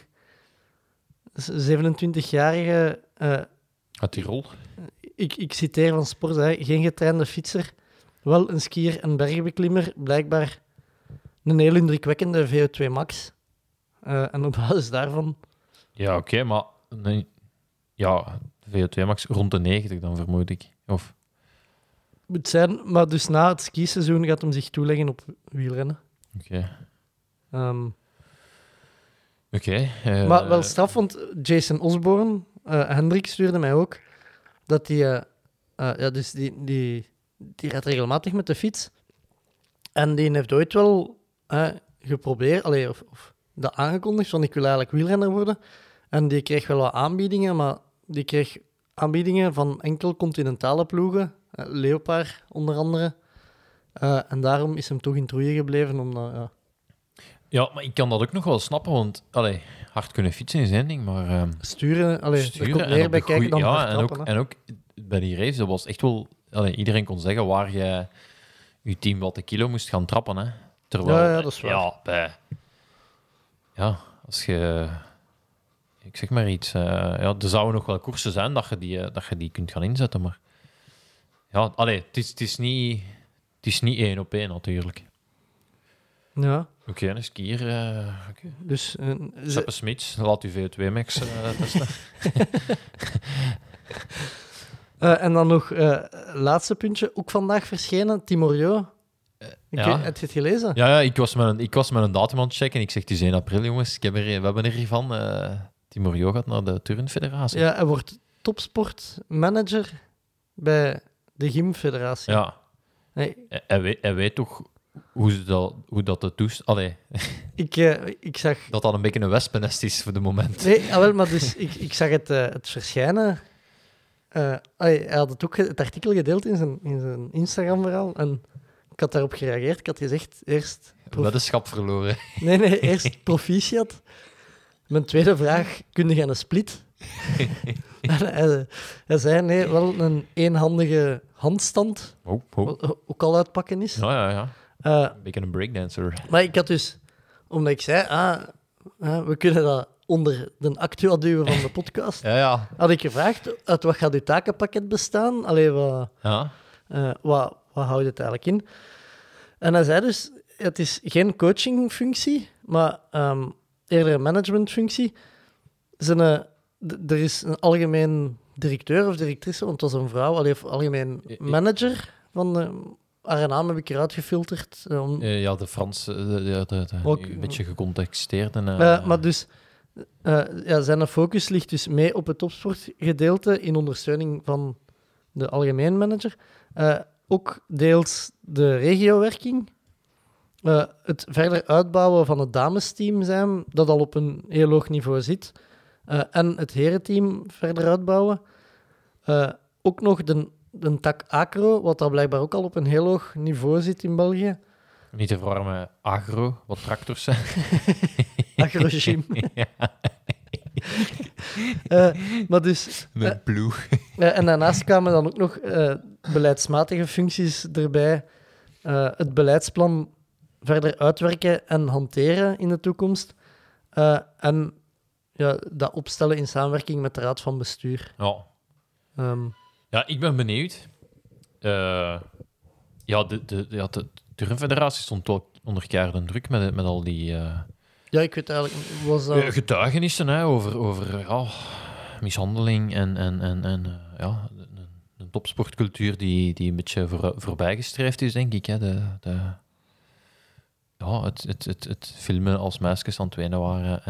27-jarige, Uit Tirol. ik citeer van Sport, geen getrainde fietser, wel een skier en bergbeklimmer, blijkbaar een heel indrukwekkende VO2 max. En op basis daarvan... Ja, oké, maar... Nee. Ja, VO2 max rond de 90 dan, vermoed ik. Of... Moet zijn, maar dus na het skiseizoen gaat hem zich toeleggen op wielrennen. Oké. Maar wel straf, want Jason Osborne, Hendrik stuurde mij ook, dat dus die rijdt regelmatig met de fiets. En die heeft ooit wel geprobeerd, of dat aangekondigd, van ik wil eigenlijk wielrenner worden. En die kreeg wel wat aanbiedingen, maar die kreeg aanbiedingen van enkel continentale ploegen, Leopard onder andere. En daarom is hem toch in Troeien gebleven, omdat... Ja, maar ik kan dat ook nog wel snappen, want hard kunnen fietsen is één ding, maar... Sturen, er komt en meer op bij de kijken dan ja, hard trappen. en ook bij die race, dat was echt wel... iedereen kon zeggen waar je je 10 watt de kilo moest gaan trappen, hè. Terwijl, Ja, dat is waar. Als je... Ik zeg maar iets. Er zouden nog wel koersen zijn dat je die kunt gaan inzetten, maar... Ja, het is niet 1 op 1 natuurlijk. Ja. Oké, een skier. Dus... Seppe Smits, laat u VO2 max testen. En dan nog laatste puntje, ook vandaag verschenen, Timorio. Heb je het gelezen? Ja, ik was met een datum aan het checken. Ik zeg, het is 1 april, jongens. We hebben er hiervan. Timorio gaat naar de Turnfederatie. Ja, hij wordt topsportmanager bij de Gymfederatie. Ja. Nee. Hij weet toch hoe dat het doet. Ik zag... Dat een beetje een wespennest is voor de moment. Nee, maar dus ik zag het verschijnen. Hij had het ook het artikel gedeeld in zijn Instagram-verhaal. En ik had daarop gereageerd. Ik had gezegd, eerst... Weddenschap verloren. Nee, eerst proficiat. Mijn tweede vraag, kun je een split? Hij zei, nee, wel een eenhandige handstand. Wat ook al uitpakken is. Ja. Een beetje een breakdancer. Maar ik had dus, omdat ik zei, we kunnen dat onder de actua duwen van de podcast, had ik gevraagd, uit wat gaat uw takenpakket bestaan? Wat houdt het eigenlijk in? En hij zei dus, het is geen coachingfunctie, maar eerder een managementfunctie. Er is een algemeen directeur of directrice, want het was een vrouw, of algemeen manager van haar naam heb ik eruit gefilterd. De Franse, een beetje gecontexteerd. Maar dus, zijn focus ligt dus mee op het topsportgedeelte in ondersteuning van de algemeen manager. Ook deels de regiowerking. Het verder uitbouwen van het damesteam zijn, dat al op een heel hoog niveau zit. En het herenteam verder uitbouwen. Ook nog de tak acro, wat daar blijkbaar ook al op een heel hoog niveau zit in België. Niet te verwarren met agro, wat tractors zijn. Agrogym. Maar dus... Met ploeg. En daarnaast kwamen dan ook nog beleidsmatige functies erbij. Het beleidsplan verder uitwerken en hanteren in de toekomst. En dat opstellen in samenwerking met de Raad van Bestuur. Ja, ik ben benieuwd. De Turnfederatie stond wel onder keihard druk met al die... Ja, ik weet eigenlijk... getuigenissen over mishandeling en een topsportcultuur die een beetje voorbijgestreefd is, denk ik. Hè. Het filmen als meisjes aan het wenen waren.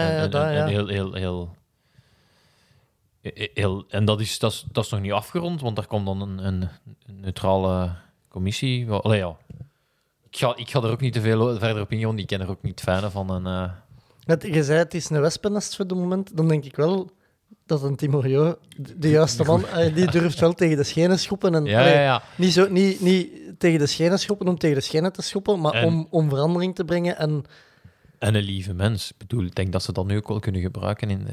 En dat is nog niet afgerond, want daar komt dan een neutrale commissie. Ik ga er ook niet te veel verder op ingaan. Ik ken er ook niet fijne van. En, Je zei het is een wespennest voor de moment. Dan denk ik wel dat een Timorieux, de juiste man, die durft wel tegen de schenen schoppen. En, ja. Niet tegen de schenen schoppen om tegen de schenen te schoppen, maar om verandering te brengen. En een lieve mens. Ik bedoel, ik denk dat ze dat nu ook wel kunnen gebruiken in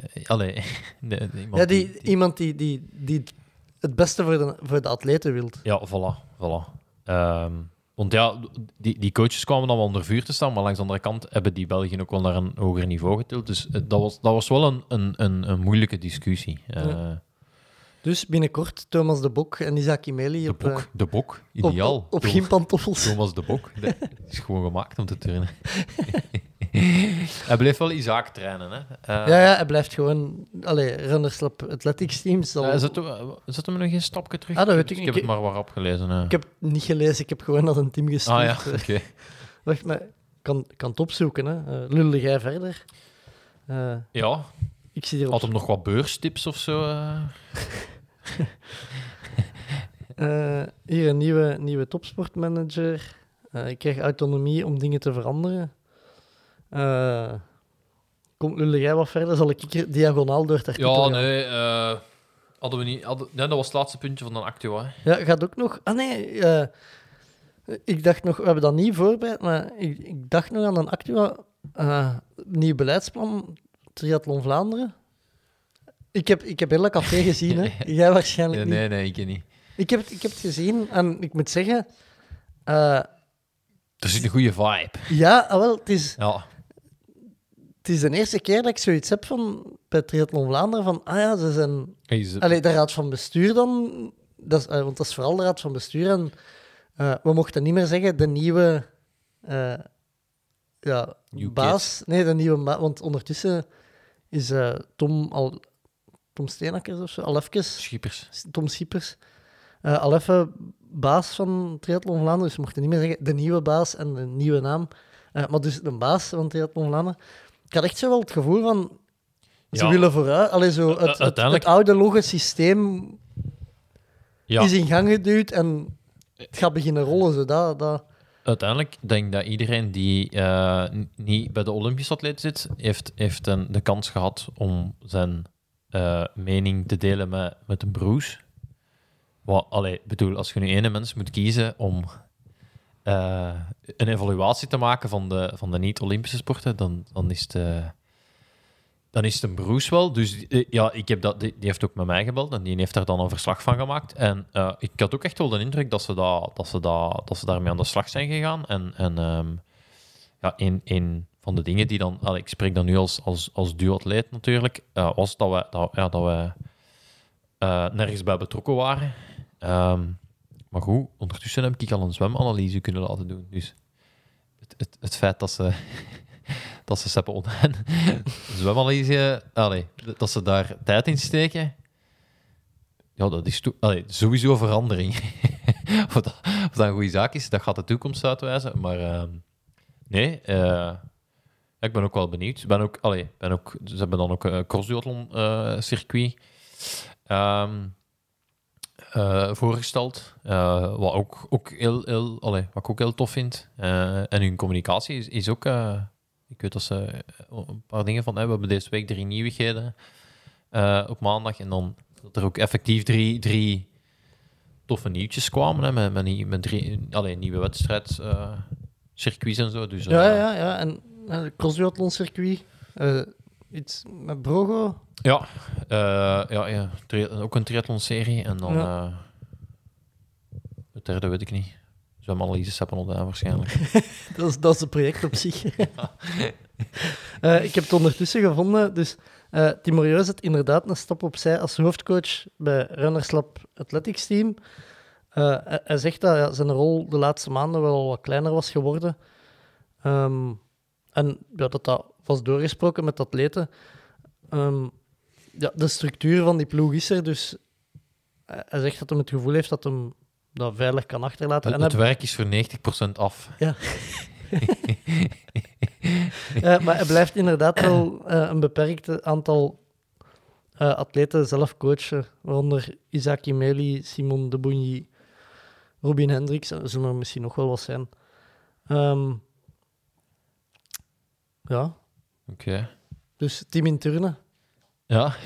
iemand die het beste voor de atleten wil. Ja, voilà. Want ja, die coaches kwamen dan wel onder vuur te staan, maar langs de andere kant hebben die Belgen ook wel naar een hoger niveau getild. Dus dat was wel een moeilijke discussie. Dus binnenkort Thomas de Bok en Isaac Imeli De Bok, ideaal. Op gympantoffels. Thomas de Bok, dat is gewoon gemaakt om te turnen. Hij bleef wel Isaac trainen, hè? Ja, hij blijft gewoon... Runnerslap Athletics teams. Zet hem nog een stapje terug? Dat weet ik heb het maar wat opgelezen. Ik heb het niet gelezen, ik heb gewoon naar een team gestuurd. Ja, oké. Wacht, maar ik kan het opzoeken, hè. Lulde jij verder? Ja. Ik zie Had hem nog wat beurstips of zo? Hier een nieuwe topsportmanager. Ik krijg autonomie om dingen te veranderen. Lulde jij wat verder? Zal ik diagonaal door het artikel gaan? Nee. Hadden we niet... Nee, dat was het laatste puntje van de actua. Hè. Ja, gaat ook nog... ik dacht nog... We hebben dat niet voorbereid, maar ik dacht nog aan een actua... nieuw beleidsplan, Triathlon Vlaanderen. Ik heb heel café gezien, hè. Jij waarschijnlijk niet. Nee, ik niet. Ik heb het gezien en ik moet zeggen... Er zit een goede vibe. Ja, wel, het is... Ja. Het is de eerste keer dat ik zoiets heb bij Triathlon Vlaanderen van... ze zijn... de raad van bestuur dan... want dat is vooral de raad van bestuur. En we mochten niet meer zeggen de nieuwe... baas. Kid. Nee, de nieuwe baas. Want ondertussen is Tom Steenakkers of zo, al even... Tom Schippers. Al even baas van Triathlon Vlaanderen. Dus we mochten niet meer zeggen de nieuwe baas en de nieuwe naam. Maar dus de baas van Triathlon Vlaanderen. Ik had echt zo wel het gevoel van... Ze willen vooruit. Het oude logge-systeem is in gang geduwd en het gaat beginnen rollen. Zo, Uiteindelijk denk ik dat iedereen die niet bij de Olympische atleet zit, heeft de kans gehad om zijn mening te delen met een broers. Als je nu ene mens moet kiezen om een evaluatie te maken van de niet-Olympische sporten, dan is het een broers wel. Dus ik heb die heeft ook met mij gebeld en die heeft daar dan een verslag van gemaakt. En ik had ook echt wel de indruk dat ze daarmee aan de slag zijn gegaan. En een van de dingen die dan... ik spreek dan nu als duatleet natuurlijk, was dat we nergens bij betrokken waren. Maar goed, ondertussen heb ik al een zwemanalyse kunnen laten doen. Dus het feit dat ze Seppe Onijn zwemanalyse... dat ze daar tijd in steken... Ja, dat is sowieso een verandering. of dat een goede zaak is, dat gaat de toekomst uitwijzen. Maar nee... ik ben ook wel benieuwd. Ze hebben dan ook een crossduathlon circuit voorgesteld. Wat ik ook heel tof vind. En hun communicatie is ook... ik weet dat ze een paar dingen van... we hebben deze week 3 nieuwigheden op maandag. En dan dat er ook effectief drie toffe nieuwtjes kwamen. Met 3 nieuwe wedstrijdcircuits en zo. Dus, ja. En het crossduathlon circuit... iets met Brogo? Ja. Ook een triathlon-serie. En dan... het derde weet ik niet. Zwemanalyse Seppe Onijn waarschijnlijk. dat is een project op zich. Ik heb het ondertussen gevonden. Dus Timorieux zet inderdaad een stap opzij als hoofdcoach bij Runnerslap Athletics team. Hij zegt dat zijn rol de laatste maanden wel wat kleiner was geworden. En dat was doorgesproken met atleten. De structuur van die ploeg is er, dus hij zegt dat hij het gevoel heeft dat hem dat veilig kan achterlaten. Het werk is voor 90% af. Ja. Maar hij blijft inderdaad wel een beperkt aantal atleten zelf coachen, waaronder Isaac Imeli, Simon de Boigny, Robin Hendricks, er zullen er misschien nog wel wat zijn. Ja, Oké. dus team in turnen. Ja.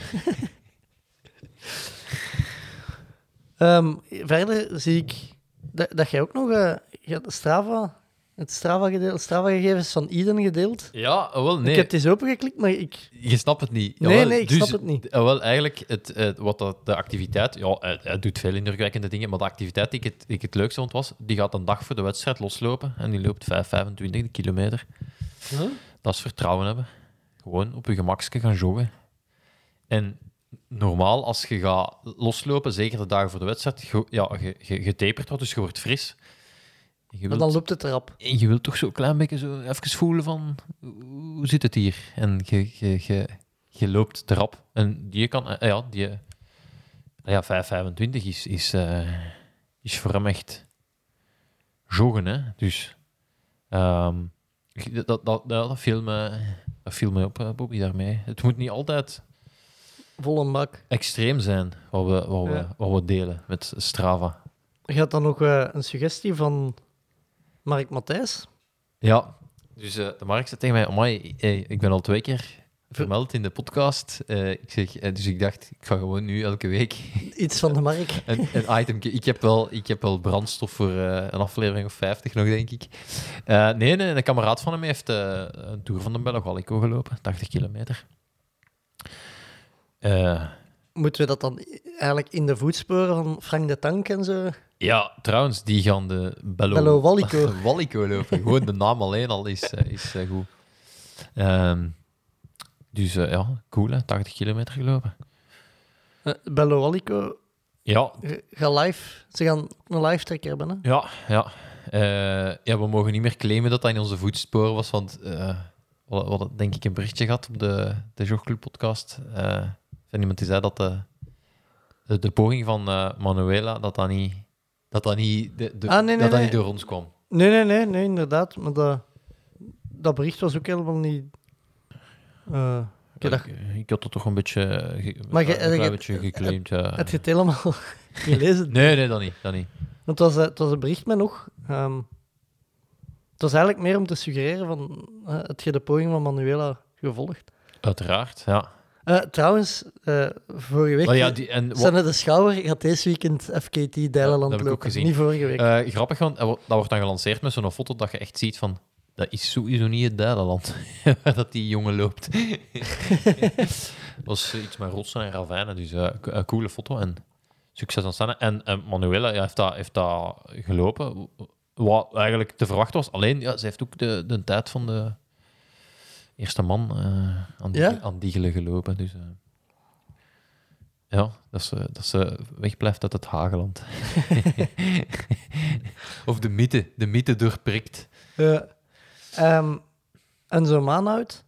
Verder zie ik dat jij ook nog je had het Strava-gegevens van Eden gedeeld. Ja, wel, nee. Ik heb het eens opengeklikt, maar Je snapt het niet. Nee, ik snap het niet. Wel, eigenlijk, de activiteit... Ja, hij doet veel indrukwekkende dingen, maar de activiteit die ik het leukste vond was, die gaat een dag voor de wedstrijd loslopen en die loopt 25 kilometer. Huh? Dat is vertrouwen hebben. Gewoon op je gemakske gaan joggen. En normaal, als je gaat loslopen, zeker de dagen voor de wedstrijd, je tapert wat, dus je wordt fris. Maar dan loopt het erop. En je wilt toch zo'n klein beetje zo even voelen van, hoe zit het hier? En je loopt erop. En die kan, 5,25 is voor hem echt joggen, hè. Dus dat viel me op, Bobby, daarmee. Het moet niet altijd Vol een bak. extreem zijn wat we delen met Strava. Je had dan nog een suggestie van Mark Matthijs. Ja, dus de Mark zei tegen mij, amai, ik ben al 2 keer vermeld in de podcast. Dus ik dacht, ik ga gewoon nu elke week Iets van de Mark. een item. Ik heb wel brandstof voor een aflevering of 50 nog, denk ik. Nee, een kameraad van hem heeft een Tour van de Bello-Gallico gelopen, 80 kilometer. Moeten we dat dan eigenlijk in de voetsporen van Frank de Tank en zo? Ja, trouwens, die gaan de Bello Wallico. Wallico lopen. Gewoon de naam alleen al is goed. Dus cool, hè? 80 kilometer gelopen. Bello Wallico Ja, gaat live. Ze gaan een live track hebben, hè? ja. We mogen niet meer claimen dat dat in onze voetsporen was, want we hadden denk ik een berichtje gehad op de Jogclub podcast van iemand die zei dat de poging van Manuela dat niet niet door ons kwam. Nee, inderdaad. Maar dat bericht was ook helemaal niet... Ik had het toch een beetje geclaimd. Ja. Heb je het helemaal gelezen? Nee, dat niet. Want het was een bericht met nog... het was eigenlijk meer om te suggereren van... heb je de poging van Manuela gevolgd? Uiteraard, ja. Trouwens, vorige week... Sanne de Schouwer gaat deze weekend FKT Deileland dat heb ik ook lopen. gezien. Niet vorige week. Grappig, want dat wordt dan gelanceerd met zo'n foto dat je echt ziet van... Dat is sowieso niet het Deileland waar dat die jongen loopt. Dat was iets met rotsen en ravijnen, dus een coole foto en succes aan Sanne. En Manuela heeft dat gelopen, wat eigenlijk te verwachten was. Alleen, ze heeft ook de tijd van de eerste man aan Diegelen gelopen. Dus dat ze wegblijft uit het Hageland. Of de mythe doorprikt. En zo'n Maanhout?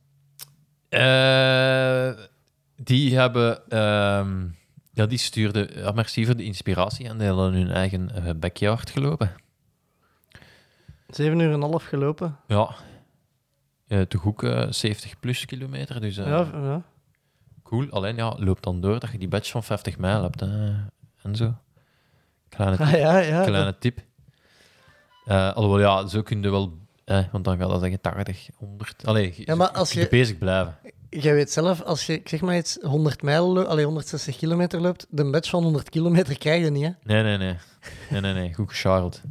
Die hebben... die stuurden... merci voor de inspiratie. En die hadden hun eigen backyard gelopen. 7,5 uur gelopen. Ja. Toch ook 70 plus kilometer. Dus, Ja. Cool. Alleen, loopt dan door dat je die badge van 50 mijl hebt. En zo. Kleine tip. Kleine tip. Alhoewel, zo kun je wel... want dan gaat dat zeggen 80, 100... Allee, maar als je bezig blijven. Jij weet zelf, als je, ik zeg maar iets, 100 mijl, 160 kilometer loopt, de badge van 100 kilometer krijg je niet, hè? Nee. Goed gecharreld.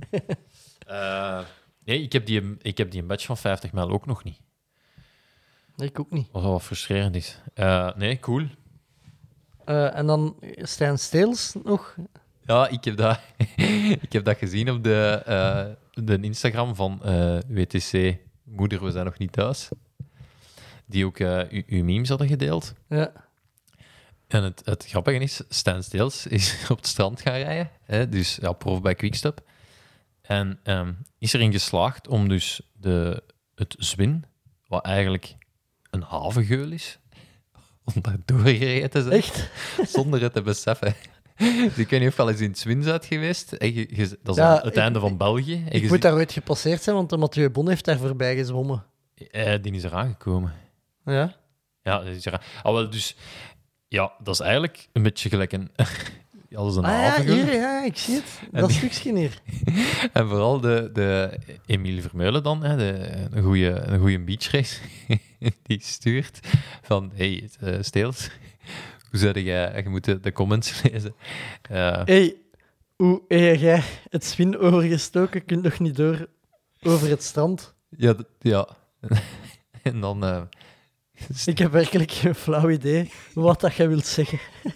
Nee, ik heb die badge van 50 mijl ook nog niet. Nee, ik ook niet. Wat wel frustrerend is. Nee, cool. En dan Stijn Steels nog. Ja, ik heb dat gezien op de Instagram van WTC Moeder, we zijn nog niet thuis. Die ook uw memes hadden gedeeld. Ja. En het grappige is, Stijn Steels is op het strand gaan rijden. Hè, dus prof bij Quickstep. En is erin geslaagd om dus het Zwin, wat eigenlijk een havengeul is, om daar doorgereden te zijn. Echt? Zonder het te beseffen. Dus ik weet niet of je al eens in het Zwin bent geweest. Dat is het einde van België. Ik moet daar ooit gepasseerd zijn, want de Mathieu Bon heeft daar voorbij gezwommen. Die is eraan gekomen. Ja? Ja, dat is eraan. Dus ja, dat is eigenlijk een beetje gelijk een hadden ze een Ah ja, haven hier, ja, ik zie het. En Dat die- stukje hier. En vooral de Emiel Vermeulen dan, hè, een goede beachrace, die stuurt van, hey, Steels, hoe zou jij... Je moet de comments lezen. Hey, hoe heb jij het zwin overgestoken? Kunt nog niet door over het strand? Ja. En dan... Ik heb werkelijk geen flauw idee wat dat jij wilt zeggen.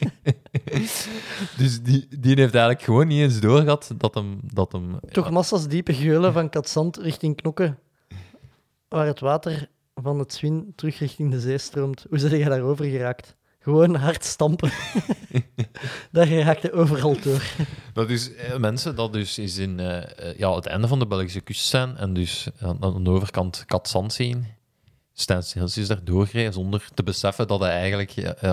Dus die heeft eigenlijk gewoon niet eens doorgehad dat hem Toch massa's diepe geulen van Katzand richting Knokke, waar het water van het zwin terug richting de zee stroomt. Hoe ben jij daarover geraakt? Gewoon hard stampen. Daar raakt je overal door. Dat is, mensen, dat dus is in het einde van de Belgische kust zijn en dus aan de overkant Katzand zien. Stijn Steels is daar doorgereden zonder te beseffen dat hij eigenlijk...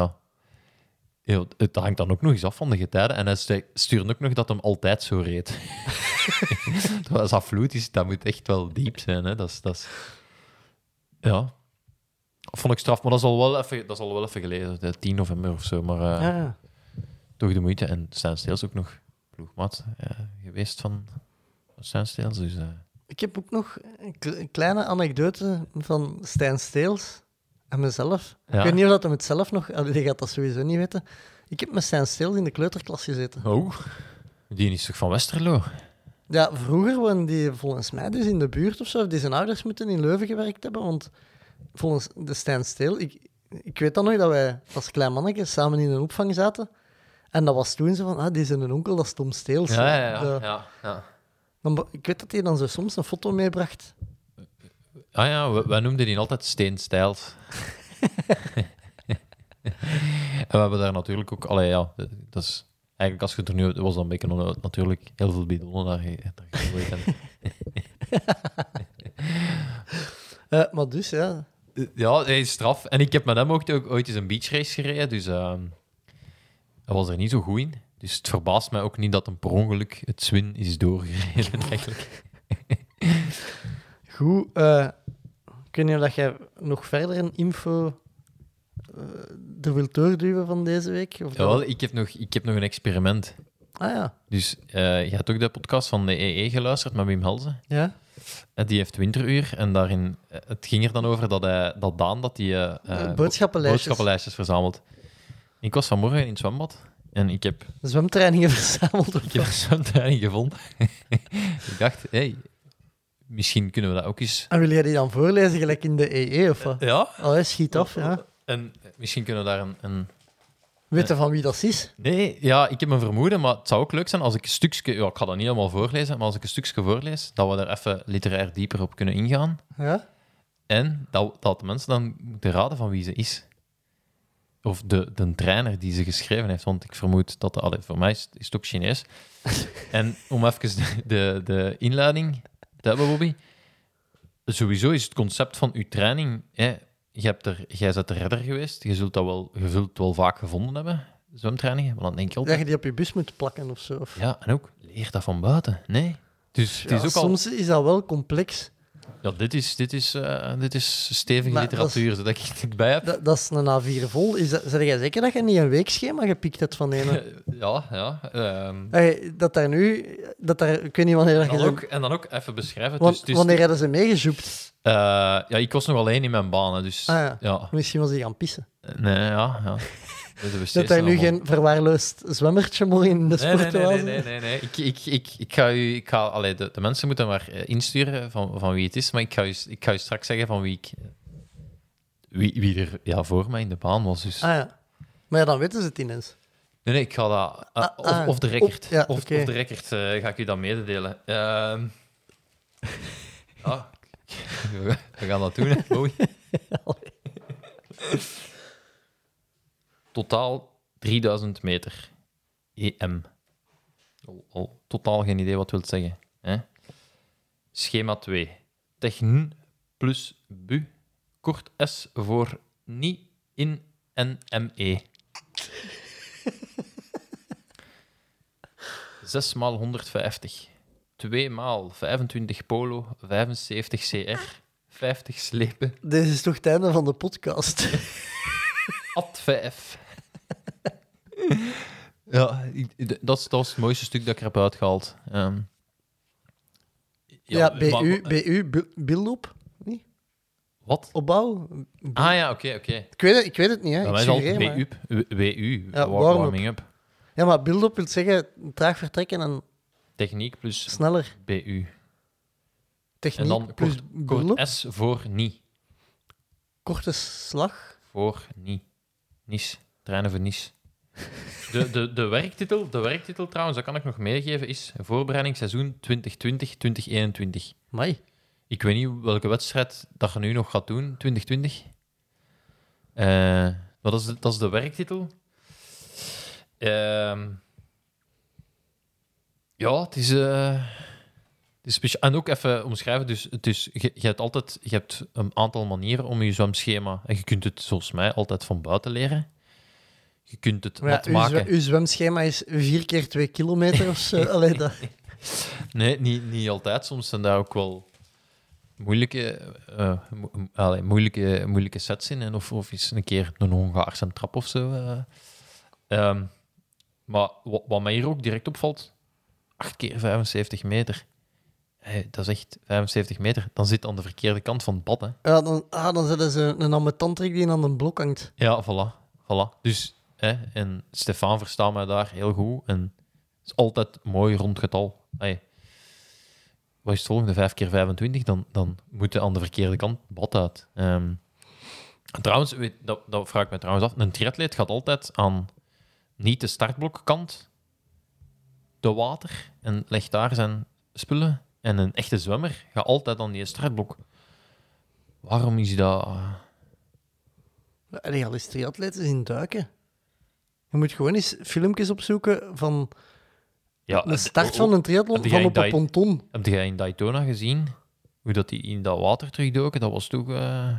het hangt dan ook nog eens af van de getijden en hij stuurt ook nog dat hem altijd zo reed. Als dat vloed is, dat moet echt wel diep zijn. Hè? Dat is... Ja. Dat vond ik straf, maar dat is al wel even geleden. 10 november of zo, maar Ja. toch de moeite. En Stijn Steels ook nog ploegmaat geweest van Stijn Steels, dus... Ik heb ook nog een kleine anekdote van Stijn Steels en mezelf. Ja. Ik weet niet of dat hem het zelf nog... Die gaat dat sowieso niet weten. Ik heb met Stijn Steels in de kleuterklas gezeten. Oh, die is toch van Westerlo? Ja, vroeger woonde die volgens mij dus in de buurt of zo. Of die zijn ouders moeten in Leuven gewerkt hebben, want volgens de Stijn Steel... Ik weet dan nog dat wij als klein mannetje samen in een opvang zaten. En dat was toen zo van, die is een onkel, dat is Tom Steels. Ja. Ik weet dat hij dan zo soms een foto meebracht. Ah ja, wij noemden die altijd Steen Stijls. En we hebben daar natuurlijk ook... dat is... Eigenlijk, als je het er nu... was dan een beetje natuurlijk heel veel bidonnen daar gegooid. Maar dus, ja... Ja, hij is straf. En ik heb met hem ook ooit eens een beachrace gereden, dus hij was er niet zo goed in. Dus het verbaast mij ook niet dat hem per ongeluk het zwin is doorgereden, eigenlijk. Goed. Ik weet niet of jij nog verder een info er wilt doorduwen van deze week? Of Jawel, ik heb nog een experiment. Ah ja. Dus je hebt ook de podcast van de EE geluisterd met Wim Helsen. Ja? Die heeft winteruur en daarin... het ging er dan over dat Daan boodschappenlijstjes verzamelt. Ik was vanmorgen in het zwembad en ik heb Zwemtrainingen verzameld. een zwemtraining gevonden. Ik dacht, misschien kunnen we dat ook eens... En wil jij die dan voorlezen, gelijk in de EE, of wat? Ja. Oh, schiet af, ja. En misschien kunnen we daar een... Weet je van wie dat is? Nee, ja, ik heb een vermoeden, maar het zou ook leuk zijn als ik een stukje... Ja, ik ga dat niet helemaal voorlezen, maar als ik een stukje voorlees, dat we daar even literair dieper op kunnen ingaan. Ja? En dat de mensen dan moeten raden van wie ze is. Of de trainer die ze geschreven heeft, want ik vermoed dat... voor mij is het ook Chinees. En om even de inleiding te hebben, Bobby. Sowieso is het concept van uw training... Jij bent de redder geweest. Je zult het wel vaak gevonden hebben, zwemtrainingen. Maar dan denk je Dat altijd... je die op je bus moet plakken of zo. Of... Ja, en ook, leer dat van buiten. Nee. Dus het is ook soms is dat wel complex. al... Ja, dit is stevige Maar literatuur, zodat ik het bij heb. Dat is een A4 vol. Zeg jij zeker dat je niet een weekschema gepikt hebt van een? Ja. Dat daar nu... ik weet niet wanneer dat je... En dan ook even beschrijven. Wanneer hadden ze meegezoept? Ja, ik was nog alleen in mijn baan, dus... Ja. Misschien was hij gaan pissen. Nee, ja. Dat daar nu geen verwaarloosd zwemmertje meer in de sport was. Nee. Ik ga de mensen moeten maar insturen van wie het is, maar ik ga je straks zeggen van wie er voor mij in de baan was. Dus. Ah ja. Maar ja, dan weten ze het ineens. Nee, ik ga dat... Of de record. Of de record ga ik u dat mededelen. We gaan dat doen, hè. Mooi. Totaal 3000 meter. EM. Al totaal geen idee wat wil zeggen. Hè? Schema 2. Techn plus bu. Kort S voor niet in NME. 6 maal 150. 2 maal 25 polo, 75 CR, 50 slepen. Dit is toch het einde van de podcast? Ad 5. Ja, dat was het mooiste stuk dat ik er heb uitgehaald. BU, build-up, niet? Wat? Opbouw? Ah ja, oké. Ik weet het niet, hè. Bij Ik mij is het suggereer altijd maar. WU, Ja, warming up. Ja, maar build-up wil zeggen traag vertrekken en Techniek plus sneller. BU. Techniek En dan plus kort build-up. S voor niet. Korte slag. Voor niet. Nice. Trainen voor Nice. De werktitel trouwens, dat kan ik nog meegeven, is voorbereidingsseizoen 2020-2021. Mai. Ik weet niet welke wedstrijd dat je nu nog gaat doen, 2020. Maar dat is de werktitel. Ja, het is speciaal. En ook even omschrijven, dus je hebt een aantal manieren om je zwemschema, en je kunt het, zoals mij, altijd van buiten leren. Je kunt het mat maken. Uw zwemschema is 4 keer 2 kilometer of zo. Allee, dat... Nee, niet altijd. Soms zijn daar ook wel moeilijke sets in. En of eens een keer een Hongaarse trap of zo. Maar wat mij hier ook direct opvalt, 8 keer 75 meter. Dat is echt 75 meter. Dan zit aan de verkeerde kant van het bad. Hè. Ja, dan zetten ze een ambetantrick die aan een blok hangt. Ja, voilà. Dus, en Stefan verstaat mij daar heel goed. En het is altijd mooi rond getal. Wat is het volgende? 5 keer 25? Dan moet je aan de verkeerde kant bad uit. Trouwens, dat vraag ik me trouwens af. Een triatleet gaat altijd aan niet de startblokkant de water en legt daar zijn spullen. En een echte zwemmer gaat altijd aan die startblok. Waarom is dat... Allee, al is triatleet is in duiken. Je moet gewoon eens filmpjes opzoeken van de start van een triathlon van op een ponton. Heb jij in Daytona gezien hoe dat die in dat water terugdoken? Dat was toch...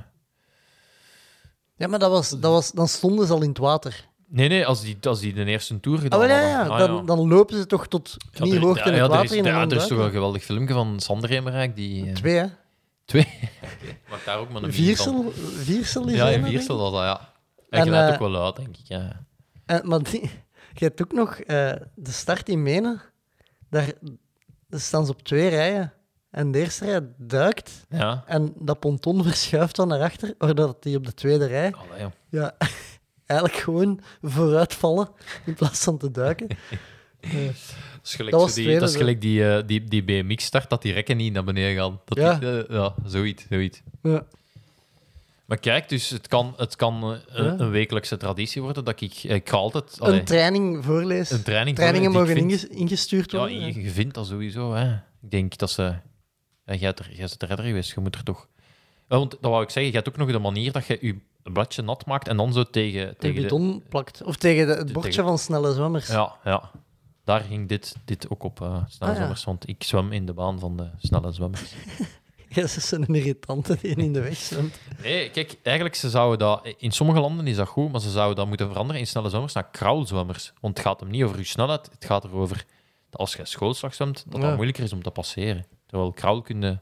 Ja, maar dan stonden ze al in het water. Nee, als die de eerste tour gedaan hadden. Dan lopen ze toch tot kniehoogte in het water in. Er is toch een geweldig filmpje van Sander Hemerijk die... 2, hè? 2? Oké. Mag daar ook maar een Viersel is ja, een, in Viersel was dat, ja. En je leidt ook wel uit, denk ik. Ja. Maar je hebt ook nog de start in Menen. Daar staan ze op 2 rijen. En de eerste rij duikt. Ja. En dat ponton verschuift dan naar achter, waardoor die op de tweede rij... Allee, ja, eigenlijk gewoon vooruitvallen in plaats van te duiken. Dat is gelijk die BMX-start, dat die rekken niet naar beneden gaan. Zoiets. Ja. Maar kijk, dus het kan een wekelijkse traditie worden dat ik ga altijd... Een training voorlees. Trainingen mogen ingestuurd worden. Ja, je vindt dat sowieso. Hè. Ik denk dat ze... Jij bent de redder geweest, je moet er toch... Want dat wou ik zeggen, je hebt ook nog de manier dat je je bladje nat maakt en dan zo tegen de beton plakt. Of tegen het bordje van snelle zwemmers. Ja. Daar ging dit ook op, snelle zwemmers. Want ik zwem in de baan van de snelle zwemmers. Ja, ze zijn een irritante die in de weg zwemt. Nee, kijk, eigenlijk ze zouden dat... In sommige landen is dat goed, maar ze zouden dat moeten veranderen in snelle zwemmers naar kraulzwemmers. Want het gaat hem niet over je snelheid, het gaat erover dat als je schoolslag zwemt, dat het moeilijker is om te passeren. Terwijl kraul kun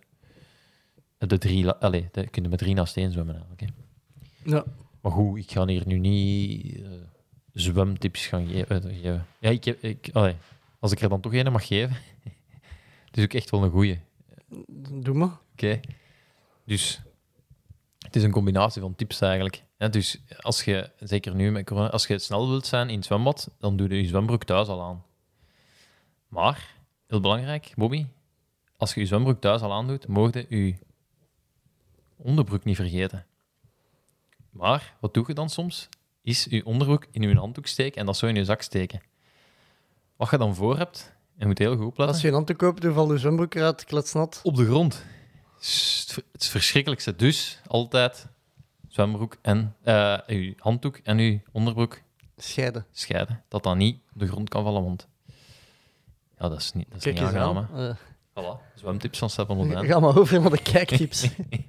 je met 3 naast 1 zwemmen eigenlijk. Hè. Ja. Maar goed, ik ga hier nu niet zwemtips gaan geven. Ja, als ik er dan toch een mag geven, het is ook echt wel een goeie. Doe maar. Oké. Dus het is een combinatie van tips eigenlijk. Ja, dus als je, zeker nu met corona, als je snel wilt zijn in het zwembad, dan doe je je zwembroek thuis al aan. Maar, heel belangrijk, Bobby, als je je zwembroek thuis al aandoet, mocht je je onderbroek niet vergeten. Maar, wat doe je dan soms? Is je onderbroek in je handdoek steken en dat zo in je zak steken. Wat je dan voor hebt, en je moet heel goed opletten... Als je een handdoek koopt, doe je zwembroek eruit, kletsnat. Op de grond. Het verschrikkelijkste. Dus altijd zwembroek en je handdoek en je onderbroek scheiden. Dat dat niet op de grond kan vallen, want ja, dat is niet aangenaam. Voilà, zwemtips van Stefan Lodijn. Ga maar over naar de kijktips.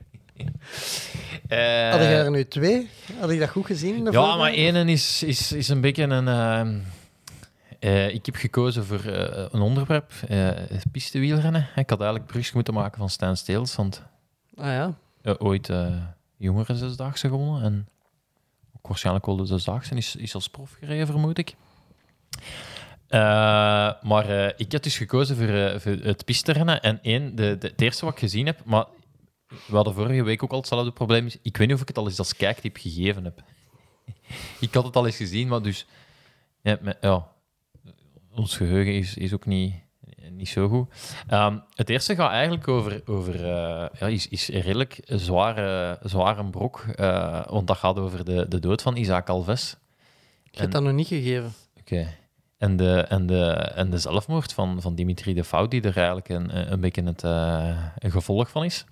Had jij er nu 2? Had ik dat goed gezien? Ja, maar één is een beetje een... ik heb gekozen voor een onderwerp, pistewielrennen. Ik had eigenlijk Brugge moeten maken van Stijn Steels, want ooit jongere zesdaagse gewonnen. En ook waarschijnlijk wel de zesdaagse is als prof gereden, vermoed ik. Maar ik had dus gekozen voor het pisterennen. En het eerste wat ik gezien heb... Maar we hadden vorige week ook al hetzelfde probleem. Ik weet niet of ik het al eens als kijktip gegeven heb. Ik had het al eens gezien, maar dus... Ja, ons geheugen is ook niet zo goed. Het eerste gaat eigenlijk is een redelijk zware brok. Want dat gaat over de dood van Isaac Alves. Ik heb dat nog niet gegeven. Oké. En de zelfmoord van Dimitri de Fouw, die er eigenlijk een beetje een gevolg van is.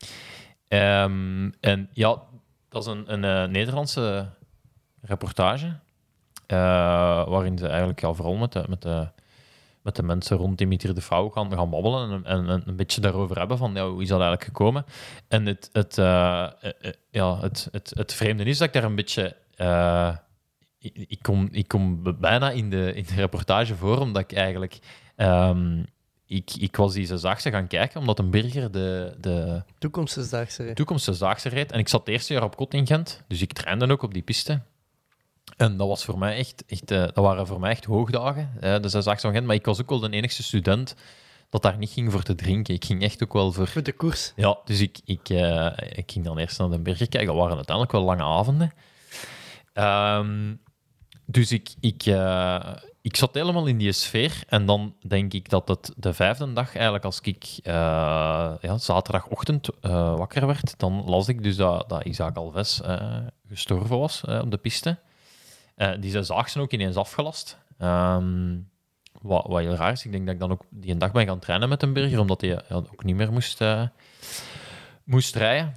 En ja, dat is een Nederlandse reportage, waarin ze eigenlijk vooral met de mensen rond Dimitri de Fouw gaan babbelen en een beetje daarover hebben van hoe is dat eigenlijk gekomen. En het vreemde is dat ik daar een beetje... Ik kom bijna in de reportage voor, omdat ik eigenlijk... Ik was deze Zaagse gaan kijken, omdat een burger de Toekomstdaagse reed. En ik zat het eerste jaar op kot in Gent, dus ik trainde ook op die piste. En dat was voor mij echt dat waren voor mij echt hoogdagen, de Zaagse van Gent. Maar ik was ook wel de enigste student dat daar niet ging voor te drinken. Ik ging echt ook wel voor de koers. Ja, dus ik ging dan eerst naar de burger kijken. Dat waren uiteindelijk wel lange avonden. Dus ik zat helemaal in die sfeer. En dan denk ik dat het de 5e dag, eigenlijk als ik zaterdagochtend wakker werd, dan las ik dus dat Isaac Alves gestorven was op de piste. Die Zaagsen ook ineens afgelast. Wat heel raar is. Ik denk dat ik dan ook die een dag ben gaan trainen met een burger, omdat hij ook niet meer moest rijden.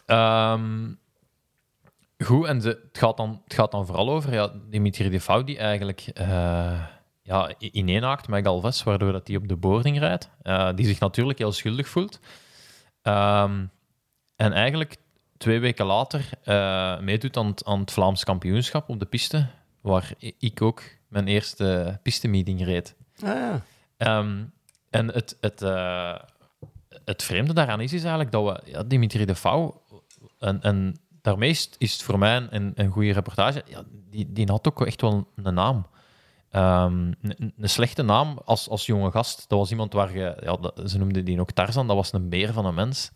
Goed, en het gaat dan vooral over Dimitri de Fouw, die eigenlijk ineenhaakt met Alves, waardoor dat hij op de boarding rijdt. Die zich natuurlijk heel schuldig voelt. En eigenlijk 2 weken later meedoet aan het Vlaams kampioenschap op de piste, waar ik ook mijn eerste pistemeeting reed. En het vreemde daaraan is eigenlijk dat we Dimitri de Fouw... En daarmee is het voor mij een goede reportage. Ja, die had ook echt wel een naam. Een slechte naam als jonge gast. Dat was iemand waar ze noemden die ook Tarzan, dat was een beer van een mens.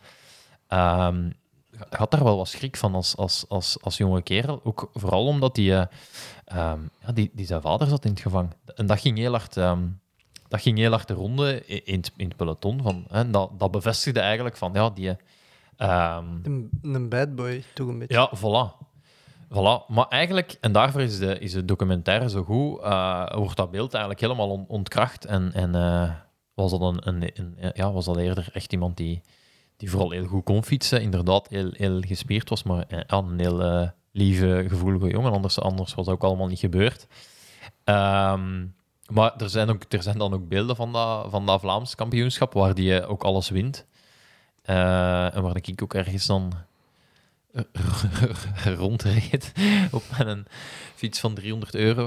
Had daar wel wat schrik van als jonge kerel. Ook vooral omdat die zijn vader zat in het gevangen. En dat ging heel hard de ronde in het peloton. Dat bevestigde eigenlijk van die... een bad boy, toch een beetje. Ja, voilà. Maar eigenlijk, en daarvoor is de documentaire zo goed, wordt dat beeld eigenlijk helemaal ontkracht. En was dat eerder echt iemand die vooral heel goed kon fietsen, inderdaad heel gespierd was, maar een heel lieve, gevoelige jongen. Anders was dat ook allemaal niet gebeurd. Maar er zijn dan ook beelden van dat Vlaams kampioenschap, waar die ook alles wint. En waar ik ook ergens dan rondreed op een fiets van €300.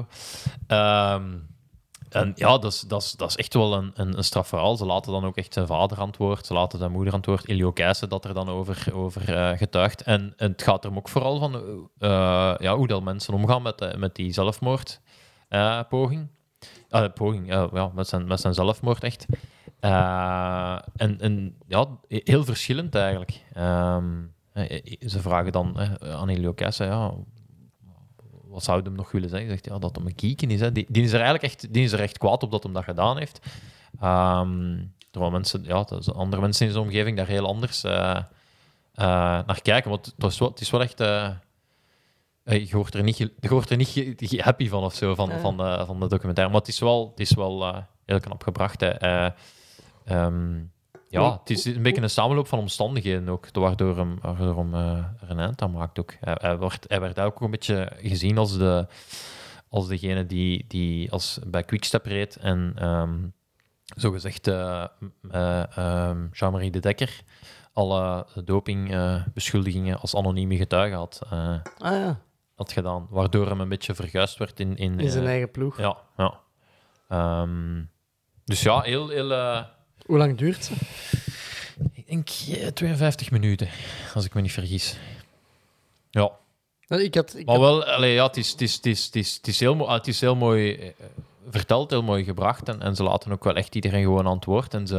En ja, dat is echt wel een strafverhaal. Ze laten dan ook echt zijn vader aan het woord, ze laten zijn moeder aan het woord, Elio Keijsen dat er dan over getuigt. En het gaat er ook vooral van hoe dat mensen omgaan met die zelfmoordpoging. Met zijn zelfmoord echt. Heel verschillend eigenlijk. Ze vragen dan aan Elio Keijsen, wat zou hij hem nog willen zeggen? Hij zegt dat hem een kieken is. Hè. Die is er echt kwaad op dat hij dat gedaan heeft. Terwijl andere mensen in zijn omgeving daar heel anders naar kijken. Want het is wel echt... je wordt er niet happy van of zo, van de documentaire. Maar het is wel heel knap gebracht. Het is een beetje een samenloop van omstandigheden ook, waardoor hem er een eind aan maakt ook. Hij werd ook een beetje gezien als degene die bij Quickstep reed en zogezegd Jean-Marie de Dekker alle dopingbeschuldigingen als anonieme getuige had gedaan, waardoor hem een beetje verguisd werd in zijn eigen ploeg. Ja. Dus ja, heel... Hoe lang duurt ze? Ik denk 52 minuten, als ik me niet vergis. Ja. Maar wel, het is heel mooi verteld, heel mooi gebracht. En ze laten ook wel echt iedereen gewoon aan het woord. En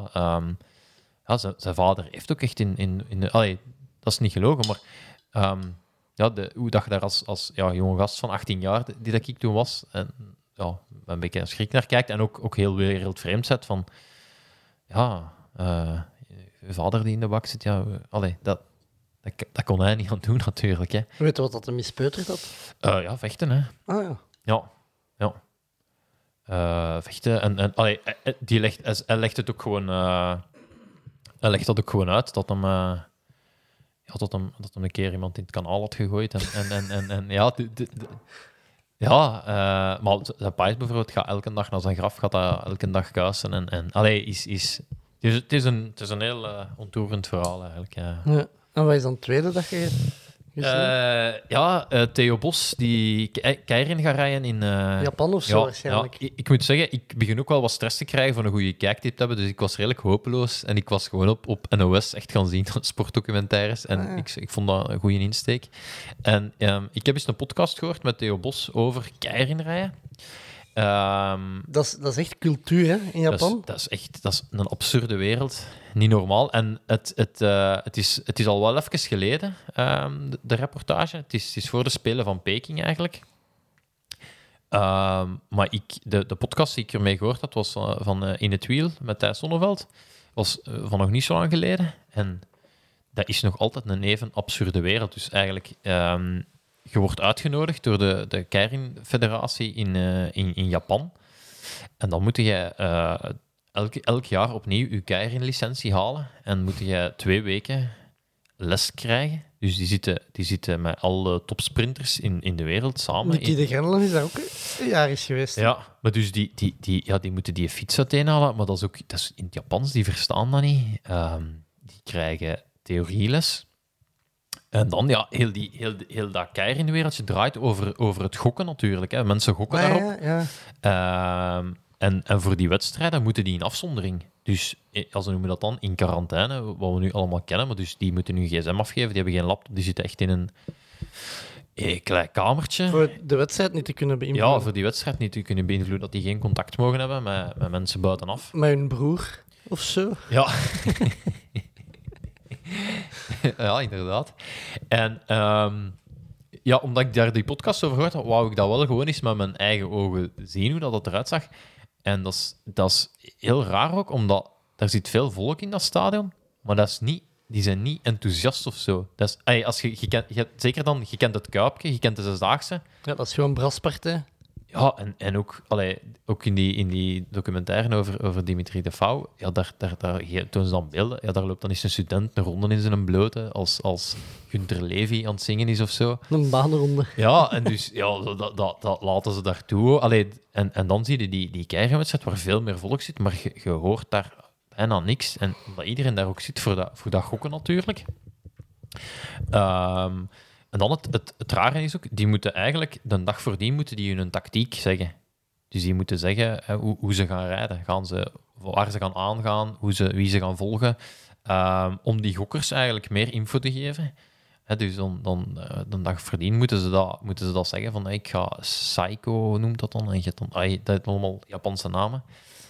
zijn vader heeft ook echt in allee, dat is niet gelogen, maar hoe dat je daar als jonge gast van 18 jaar, die dat ik toen was, en een beetje schrik naar kijkt en ook heel wereldvreemd zet van je vader die in de bak zit, dat kon hij niet aan doen natuurlijk. Hè. Weet je wat dat een mispeuterd had? Vechten, hè. Ah ja. Vechten en hij legt het ook gewoon hij legt dat ook gewoon uit dat hem dat hem een keer iemand in het kanaal had gegooid maar zijn pa bijvoorbeeld gaat elke dag naar zijn graf, gaat dat elke dag kuisen het is een heel ontroerend verhaal eigenlijk. Ja. En wat is dan de tweede dag gezien? Theo Bos, die keirin gaat rijden in... Japan of zo waarschijnlijk. Ja, ik moet zeggen, ik begin ook wel wat stress te krijgen van een goede kijktip te hebben, dus ik was redelijk hopeloos en ik was gewoon op NOS echt gaan zien, sportdocumentaires, en ik vond dat een goede insteek. En ik heb eens een podcast gehoord met Theo Bos over keirin rijden. Dat is echt cultuur, hè, in Japan? Dat is een absurde wereld. Niet normaal. En het is al wel even geleden, de reportage. Het is voor de Spelen van Peking, eigenlijk. Maar de podcast die ik ermee gehoord had, was van In het Wiel met Thijs Sonneveld. Was van nog niet zo lang geleden. En dat is nog altijd een even absurde wereld. Dus eigenlijk... je wordt uitgenodigd door de Keirin-federatie in Japan. En dan moet je elk jaar opnieuw je Keirin-licentie halen. En moet je 2 weken les krijgen. Dus die zitten met alle topsprinters in de wereld samen. Nicky de Grenlen is daar ook een jaar is geweest. Ja, maar dus die moeten die fiets uiteenhalen. Maar dat is in het Japans, die verstaan dat niet. Die krijgen theorieles. En dan, heel dat Keirin-wereldje draait over het gokken natuurlijk. Hè. Mensen gokken daarop. Ja. En voor die wedstrijden moeten die in afzondering. Dus, als we noemen dat dan, in quarantaine, wat we nu allemaal kennen. Maar dus die moeten nu gsm afgeven, die hebben geen laptop, die zitten echt in een klein kamertje. Voor de wedstrijd niet te kunnen beïnvloeden. Ja, voor die wedstrijd niet te kunnen beïnvloeden, dat die geen contact mogen hebben met mensen buitenaf. Met hun broer of zo. Ja. Ja, inderdaad. En omdat ik daar die podcast over gehoord had, wou ik dat wel gewoon eens met mijn eigen ogen zien, hoe dat eruit zag. En dat is heel raar ook, omdat er zit veel volk in dat stadion, maar die zijn niet enthousiast of zo. Dat is, als zeker dan, je kent het Kuipje, je kent de Zesdaagse. Ja, dat is gewoon braspartij. Ja, en ook in die documentaire over Dimitri de Pauw, daar tonen ze dan beelden. Ja, daar loopt dan eens een student een ronde in zijn blote, als Gunther Levy aan het zingen is of zo. Een baanronde. Ja, en dus dat laten ze daartoe. En dan zie je die keigerwedstrijd waar veel meer volk zit, maar je hoort daar bijna niks. En omdat iedereen daar ook zit voor dat gokken natuurlijk. En dan het rare is ook, die moeten eigenlijk, de dag voordien moeten die hun tactiek zeggen. Dus die moeten zeggen hoe ze gaan rijden. Waar ze gaan aangaan, wie ze gaan volgen. Om die gokkers eigenlijk meer info te geven. Dus dan de dag voordien moeten ze dat zeggen. Van ik ga Psycho, noemt dat dan. En dat zijn allemaal Japanse namen.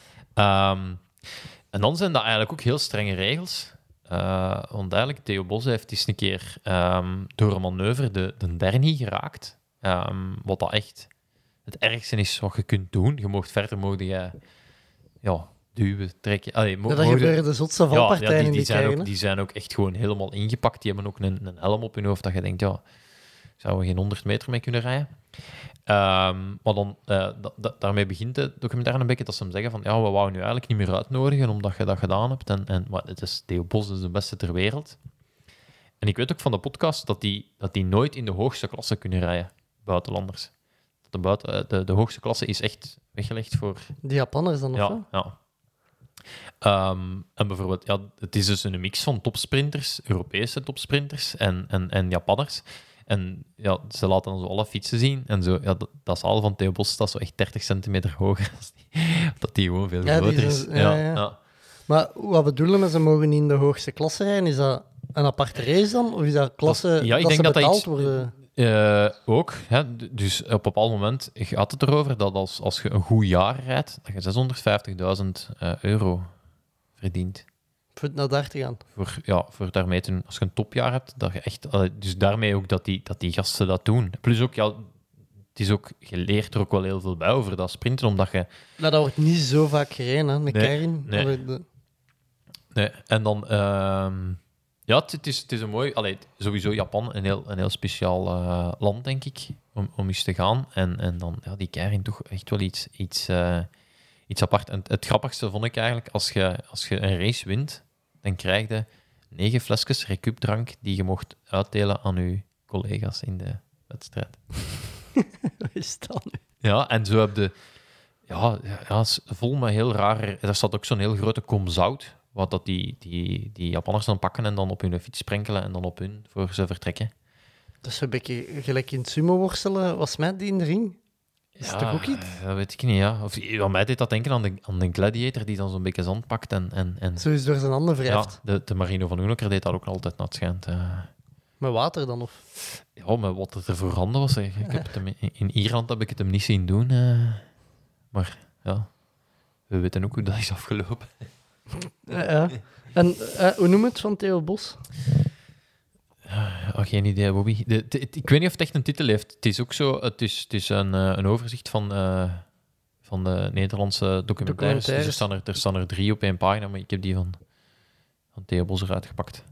En dan zijn dat eigenlijk ook heel strenge regels. Want eigenlijk, Theo Bos heeft eens een keer door een manoeuvre de Bernie geraakt. Wat dat echt het ergste is wat je kunt doen. Je mocht verder duwen, trekken. Dat gebeuren de zotste valpartijen in die keigen. Die zijn ook echt gewoon helemaal ingepakt. Die hebben ook een helm op hun hoofd dat je denkt, zouden we geen 100 meter mee kunnen rijden. Maar dan, daarmee begint de documentaire een beetje dat ze hem zeggen van, we wouden nu eigenlijk niet meer uitnodigen omdat je dat gedaan hebt. Maar het is Theo Bos is de beste ter wereld. En ik weet ook van de podcast dat die nooit in de hoogste klasse kunnen rijden, buitenlanders. De hoogste klasse is echt weggelegd voor... Die Japanners dan, of zo? Ja. En bijvoorbeeld, het is dus een mix van topsprinters, Europese topsprinters en Japanners. En ze laten dan zo alle fietsen zien. En zo, dat zaal van Theo Bos staat zo echt 30 centimeter hoger. Dat die gewoon veel groter is. Ja. Maar wat bedoelen we, ze mogen niet in de hoogste klasse rijden? Is dat een aparte race dan? Of is dat klasse ik denk dat betaald iets, worden? Ook. Hè, dus op een bepaald moment gaat het erover dat als je een goed jaar rijdt, dat je €650.000 verdient. Voor het naar daar te gaan. Voor daarmee te doen. Als je een topjaar hebt, dat je echt... Dus daarmee ook dat die gasten dat doen. Plus ook, het is ook... Je leert er ook wel heel veel bij over dat sprinten, omdat je... Maar dat wordt niet zo vaak gereden, hè, met Keirin. Nee, en dan... het is een mooi... sowieso Japan, een heel speciaal land, denk ik, om eens te gaan. En dan, die Keirin toch echt wel iets apart. En het grappigste vond ik eigenlijk, als je een race wint, dan krijg je 9 flesjes recupdrank die je mocht uitdelen aan je collega's in de wedstrijd. Wat is dat nu? Ja, en zo heb je... vol met heel rare... Er staat ook zo'n heel grote kom zout, wat dat die Japanners dan pakken en dan op hun fiets sprenkelen en dan op hun voor ze vertrekken. Dat is een beetje gelijk in het sumo-worstelen. Was mij die in de ring? Is het toch ook iets? Dat weet ik niet, ja. Of, mij deed dat denken aan de gladiator die dan zo'n beetje zand pakt en... Zo is door zijn handen wrijft. Ja, de Marino van Hoeneker deed dat ook altijd, naar het schijnt. Met water dan? Of? Ja, met wat er voorhanden was. Ik heb het hem, in Ierland heb ik het hem niet zien doen. Maar ja, we weten ook hoe dat is afgelopen. Ja. En hoe noem het van Theo Bos? Geen idee, Bobby. Ik weet niet of het echt een titel heeft. Het is ook zo, het is een overzicht van de Nederlandse documentaires. Dus er staan er 3 op 1 pagina, maar ik heb die van Theo Bos eruit gepakt.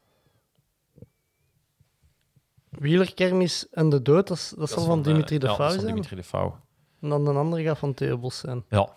Wielerkermis en de dood, dat zal van Dimitri de Pauw zijn? Dimitri de Pauw. En dan de andere gaat van Theo Bos zijn. Ja.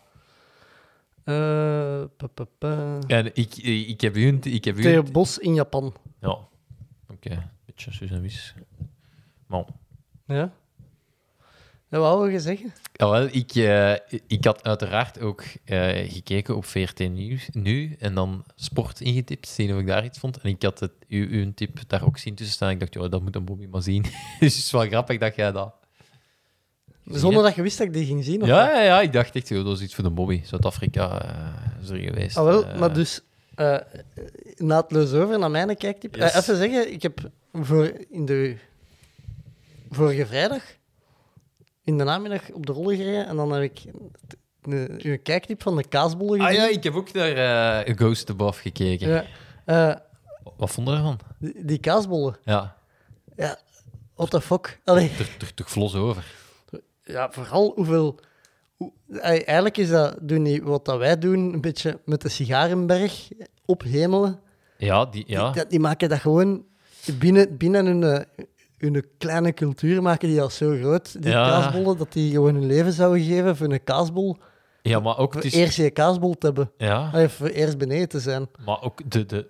En ik heb u... Theo Bos in Japan. Ja. Oké. Beetje zus en wis. Maar... Ja? Dat wou we zeggen. Ja, wel, ik had uiteraard ook gekeken op VRT nu en dan sport ingetipt, zien of ik daar iets vond. En ik had uw tip daar ook zien tussen staan. Ik dacht, dat moet een Bobby maar zien. Dus het is wel grappig dat jij dat... Zonder dat je wist dat ik die ging zien? Of ja, ik dacht echt, dat is iets voor de Bobby. Zuid-Afrika is er geweest. Maar dus... naadloos over naar mijn kijktip. Yes. Even zeggen, ik heb vorige vrijdag in de namiddag op de rollen gereden en dan heb ik een kijktip van de kaasbollen gezien. Ah ja, ik heb ook naar Ghost Above gekeken. Ja. Wat vond je ervan? Die kaasbollen. Ja. Ja, what the fuck. Allee. Toch vlos over. Ja, vooral hoeveel... Eigenlijk is dat, doen die wat dat wij doen, een beetje met de sigarenberg ophemelen. Ja, Die maken dat gewoon binnen hun kleine cultuur, maken die dat zo groot, die kaasbollen, dat die gewoon hun leven zouden geven voor een kaasbol. Ja, maar ook... Eerst je kaasbol te hebben. Ja. Voor eerst beneden te zijn. Maar ook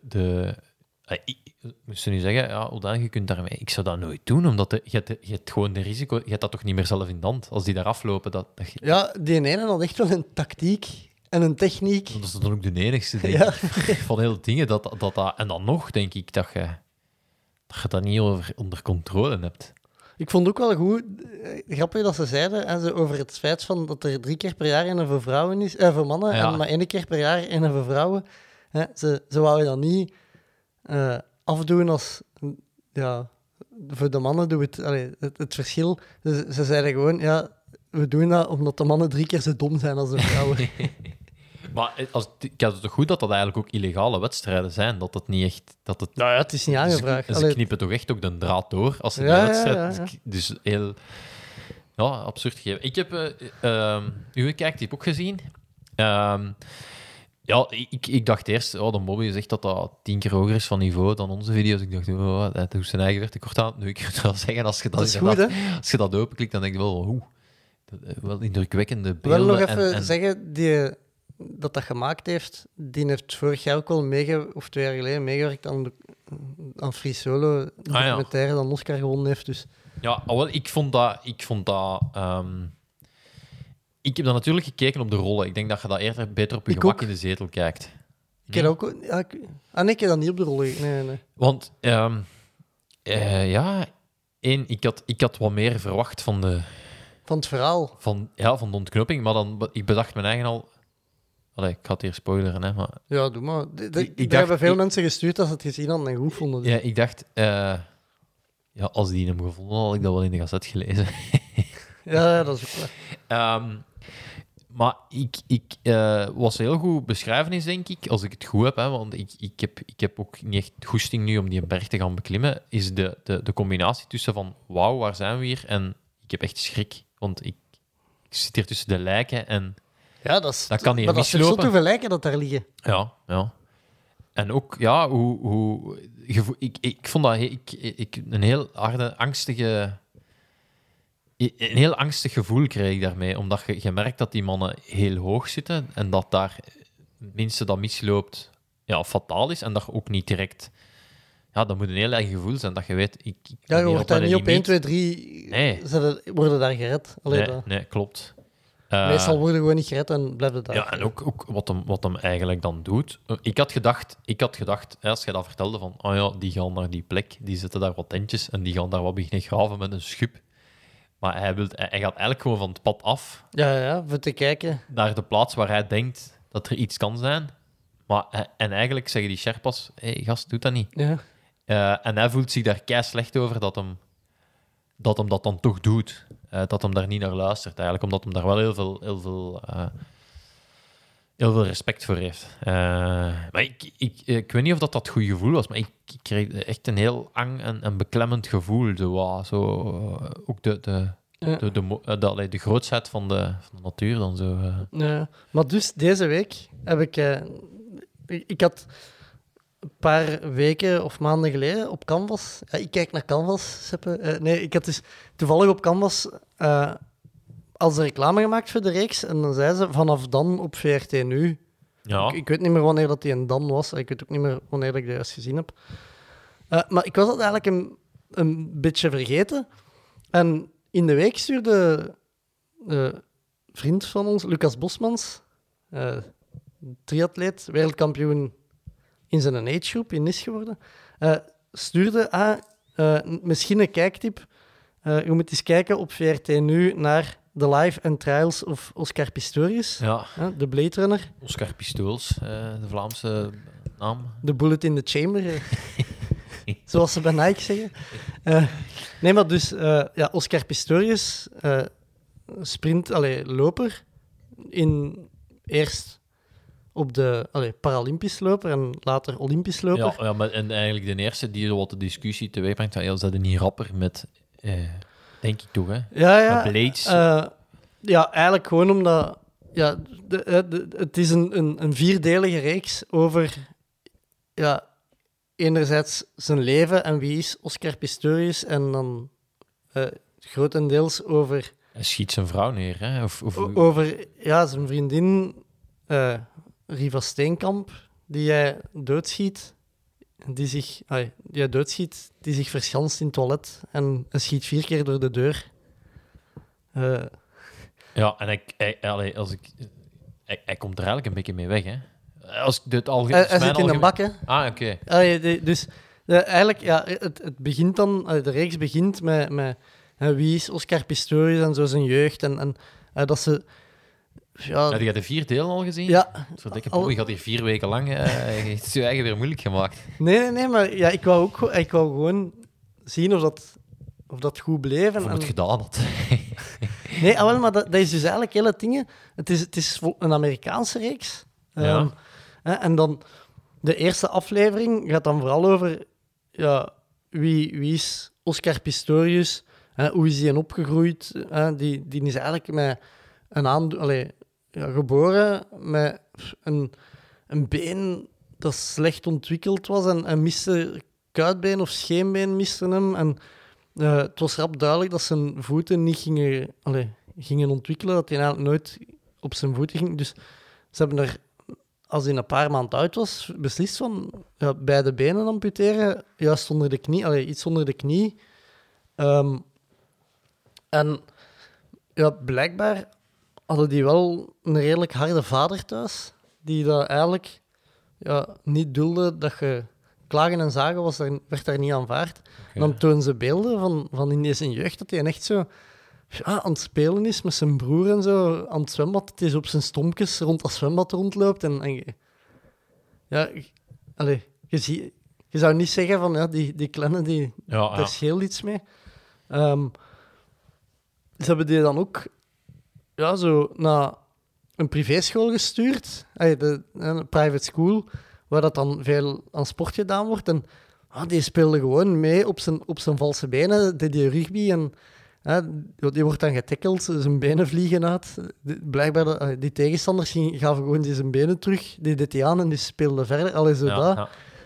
ik moest nu zeggen, je kunt daarmee... Ik zou dat nooit doen, omdat je hebt gewoon de risico... Je hebt dat toch niet meer zelf in de hand, als die daar aflopen. Ja, die ene had echt wel een tactiek en een techniek. Dat is dan ook de enigste, denk ik, van heel dingen. En dan nog, denk ik, dat je dat niet onder controle hebt. Ik vond ook wel goed, grappig dat ze zeiden over het feit van dat er 3 keer per jaar een voor vrouwen is, voor mannen, en maar 1 keer per jaar een voor vrouwen. Ze wouden dat niet afdoen als... Ja, voor de mannen doen we het verschil. Ze zeiden gewoon, we doen dat omdat de mannen 3 keer zo dom zijn als de vrouwen. Maar ik had het toch goed dat eigenlijk ook illegale wedstrijden zijn? Dat het niet echt... Nou ja, het is niet aangevraagd. Ze knippen toch echt ook de draad door als ze de wedstrijd... Ja. Dus heel... Ja, absurd gegeven. Ik heb uw kijktip ook gezien. Ik dacht eerst, de Bobby zegt dat 10 keer hoger is van niveau dan onze video's. Ik dacht, dat doet zijn eigen werk te kort aan. Nu, ik kan wel zeggen, als je dat openklikt, dan denk ik wel, wel indrukwekkende beelden. Ik wil nog even zeggen, dat gemaakt heeft, die heeft vorig jaar ook wel 2 jaar geleden meegewerkt aan Free Solo, documentaire dat Oscar gewonnen heeft. Dus. Ja, ik vond dat... Ik heb dan natuurlijk gekeken op de rollen. Ik denk dat je dat eerder beter op je gemak in de zetel kijkt. Ik heb ook... ik heb dat niet op de rollen. Nee. Want, ik had wat meer verwacht van de... Van het verhaal. Van de ontknoping, maar dan... Ik bedacht mijn eigen al... ik ga het hier spoileren, hè, maar... Ja, doe maar. Er hebben veel mensen gestuurd dat ze het gezien hadden en goed vonden. Dus. Ja, ik dacht... Ja, als die hem gevonden had, had ik dat wel in de gazet gelezen. Ja, dat is ook waar. Maar ik wat ze heel goed beschrijven is, denk ik, als ik het goed heb, hè, want ik heb ook niet echt goesting nu om die berg te gaan beklimmen, is de combinatie tussen van wauw, waar zijn we hier? En ik heb echt schrik, want ik zit hier tussen de lijken en Ja, dat kan hier maar dat is mislopen. zo te lijken dat daar liggen. Ja. En ook, ja, ik vond dat een heel harde, angstige... Een heel angstig gevoel kreeg ik daarmee, omdat je merkt dat die mannen heel hoog zitten en dat daar minstens dat misloopt, ja, fataal is en dat je ook niet direct... Ja, dat moet een heel erg gevoel zijn, dat je weet... Ja, je wordt daar niet op 1, 2, limiet. 3... Nee. Worden daar gered. Allee, Nee, klopt. meestal worden gewoon niet gered en blijven daar. Ja, en ook wat hem eigenlijk dan doet. Ik had gedacht, als je dat vertelde, van oh ja, die gaan naar die plek, die zetten daar wat tentjes en die gaan daar wat beginnen graven met een schub. Maar hij gaat eigenlijk gewoon van het pad af Ja, voor te kijken. naar de plaats waar hij denkt dat er iets kan zijn. En eigenlijk zeggen die Sherpas, hé, gast, doe dat niet. Ja. En hij voelt zich daar kei slecht over dat hem dat dan toch doet. Dat hem daar niet naar luistert, eigenlijk. Omdat hem daar wel heel veel respect voor heeft. Maar ik weet niet of dat het goede gevoel was, maar ik kreeg echt een heel eng en beklemmend gevoel. Ook de grootsheid van de natuur dan zo. Ja. Maar dus, deze week heb ik... ik had een paar weken of maanden geleden op Canvas... Ja, ik kijk naar Canvas, Seppe. Nee, ik had dus toevallig op Canvas als reclame gemaakt voor de reeks. En dan zei ze, vanaf dan op VRT Nu. Ja. Ik weet niet meer wanneer dat die een dan was. Ik weet ook niet meer wanneer ik dat juist gezien heb. Maar ik was dat eigenlijk een beetje vergeten. En in de week stuurde een vriend van ons, Lucas Bosmans, triatleet, wereldkampioen in zijn agegroep in Nice geworden, stuurde misschien een kijktip. Je moet eens kijken op VRT Nu naar The Life and Trials of Oscar Pistorius, Ja. de Blade Runner. Oscar Pistools, de Vlaamse naam. The Bullet in the Chamber, zoals ze bij Nike zeggen. Nee, maar dus Oscar Pistorius, loper, eerst op de Paralympisch loper en later Olympisch loper. Ja, maar en eigenlijk de eerste die wat de discussie teweeg brengt, van, ja, is dat niet rapper met... denk ik toch, hè? Ja. Met Blades. Ja, eigenlijk gewoon omdat... Ja, het is een vierdelige reeks over... Ja, enerzijds zijn leven en wie is Oscar Pistorius en dan grotendeels over... Hij schiet zijn vrouw neer, hè? Over zijn vriendin Riva Steenkamp, die hij doodschiet... Die zich verschanst in het toilet en hij schiet 4 keer door de deur. Ja, en hij komt er eigenlijk een beetje mee weg, hè? Als ik dit al hij zit in een bak, hè? Ah, oké. Dus eigenlijk, ja, het begint dan... de reeks begint met wie is Oscar Pistorius en zo zijn jeugd. En dat ze... Ja, Heb je de 4 delen al gezien? Ja. Je had hier 4 weken lang... je hebt je eigen weer moeilijk gemaakt. Nee, maar ja, ik wou gewoon zien of dat goed bleef. Of het gedaan had. Nee, maar dat is dus eigenlijk hele dingen. Het is een Amerikaanse reeks. Ja. En dan de eerste aflevering gaat dan vooral over wie is Oscar Pistorius, hoe is hij opgegroeid. Die is eigenlijk met geboren met een been dat slecht ontwikkeld was en miste kuitbeen of scheenbeen miste hem. En het was rap duidelijk dat zijn voeten niet gingen ontwikkelen, dat hij eigenlijk nooit op zijn voeten ging. Dus ze hebben er, als hij een paar maanden oud was, beslist van beide benen amputeren, juist onder de knie, iets onder de knie. En ja, blijkbaar hadden die wel een redelijk harde vader thuis, die dat eigenlijk niet dulde dat je klagen en zagen werd daar niet aanvaard. Okay. Dan tonen ze beelden van in deze jeugd dat hij echt zo aan het spelen is met zijn broer en zo aan het zwembad. Dat hij zo op zijn stompjes rond dat zwembad rondloopt. Je ziet... Je zou niet zeggen van, ja, die kleine, daar scheelt iets mee. Ze hebben die dan ook zo naar een privéschool gestuurd, een private school, waar dat dan veel aan sport gedaan wordt. En die speelde gewoon mee op zijn valse benen, die rugby. En die wordt dan getackeld, zijn benen vliegen uit. Blijkbaar, die tegenstanders gaven gewoon zijn benen terug. Die deed die aan en die speelde verder. Allee, zo dat.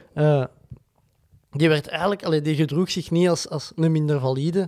Die werd eigenlijk... die gedroeg zich niet als een minder valide.